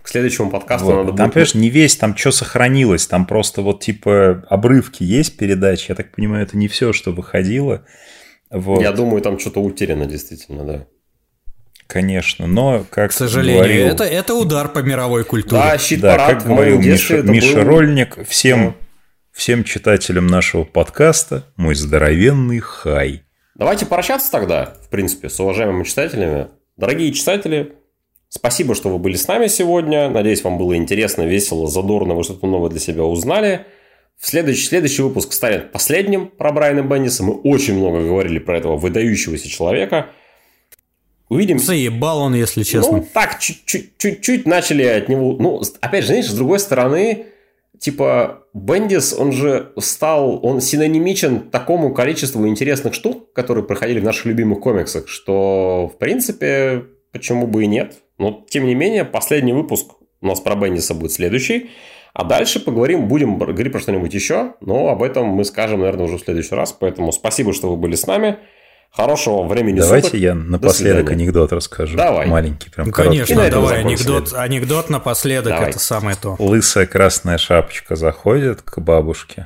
Speaker 2: К следующему подкасту
Speaker 6: вот.
Speaker 2: надо будет...
Speaker 6: Там, понимаешь, не весь, там что сохранилось, там просто вот типа обрывки есть передач, я так понимаю, это не все, что выходило. Вот.
Speaker 2: Я думаю, там что-то утеряно, действительно, да.
Speaker 6: Конечно, но как
Speaker 5: к сожалению,
Speaker 6: говорил...
Speaker 5: это удар по мировой культуре.
Speaker 2: Да, щит-парад
Speaker 6: как говорил Миша
Speaker 2: был...
Speaker 6: Рольник, всем читателям нашего подкаста мой здоровенный хай.
Speaker 2: Давайте прощаться тогда, в принципе, с уважаемыми читателями. Дорогие читатели, спасибо, что вы были с нами сегодня. Надеюсь, вам было интересно, весело, задорно, вы что-то новое для себя узнали. Следующий выпуск станет последним про Брайана Бендиса. Мы очень много говорили про этого выдающегося человека. Увидим.
Speaker 5: Заебал он, если честно.
Speaker 2: Ну, так, чуть-чуть начали от него... Ну, опять же, знаешь, с другой стороны, типа, Бендис, он синонимичен такому количеству интересных штук, которые проходили в наших любимых комиксах, что, в принципе, почему бы и нет. Но, тем не менее, последний выпуск у нас про Бендиса будет следующий. А дальше будем говорить про что-нибудь еще, но об этом мы скажем, наверное, уже в следующий раз. Поэтому спасибо, что вы были с нами. Хорошего времени
Speaker 6: Давайте
Speaker 2: суток.
Speaker 6: Я напоследок анекдот расскажу.
Speaker 2: Давай.
Speaker 6: Маленький, прям
Speaker 5: ну,
Speaker 6: короткий.
Speaker 5: конечно, давай анекдот напоследок,
Speaker 2: Давай.
Speaker 5: Это самое то.
Speaker 6: Лысая красная шапочка заходит к бабушке,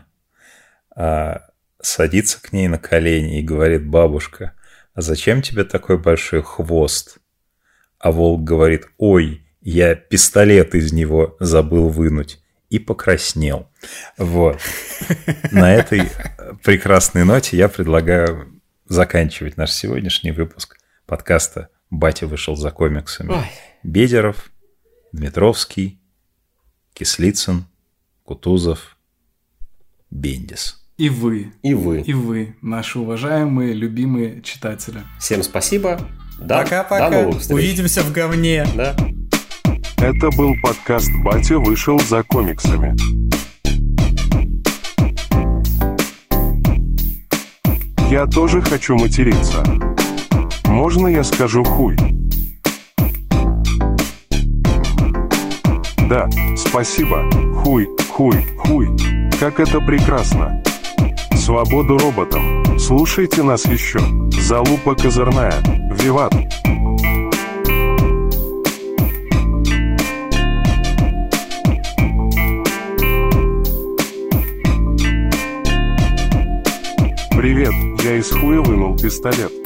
Speaker 6: садится к ней на колени и говорит: бабушка, а зачем тебе такой большой хвост? А волк говорит: ой, я пистолет из него забыл вынуть. И покраснел. Вот. На этой прекрасной ноте я предлагаю заканчивать наш сегодняшний выпуск подкаста «Батя вышел за комиксами».
Speaker 2: Ой.
Speaker 6: Бедеров, Дмитровский, Кислицын, Кутузов, Бендис.
Speaker 4: И вы, наши уважаемые, любимые читатели.
Speaker 2: Всем спасибо. До
Speaker 5: Пока-пока.
Speaker 2: новых встреч.
Speaker 5: Увидимся в говне.
Speaker 2: Да.
Speaker 1: Это был подкаст «Батя вышел за комиксами». Я тоже хочу материться. Можно я скажу хуй? Да, спасибо. Хуй, хуй, хуй. Как это прекрасно. Свободу роботам. Слушайте нас еще. Залупа козырная. Виват. Привет, я из хуя вынул пистолет.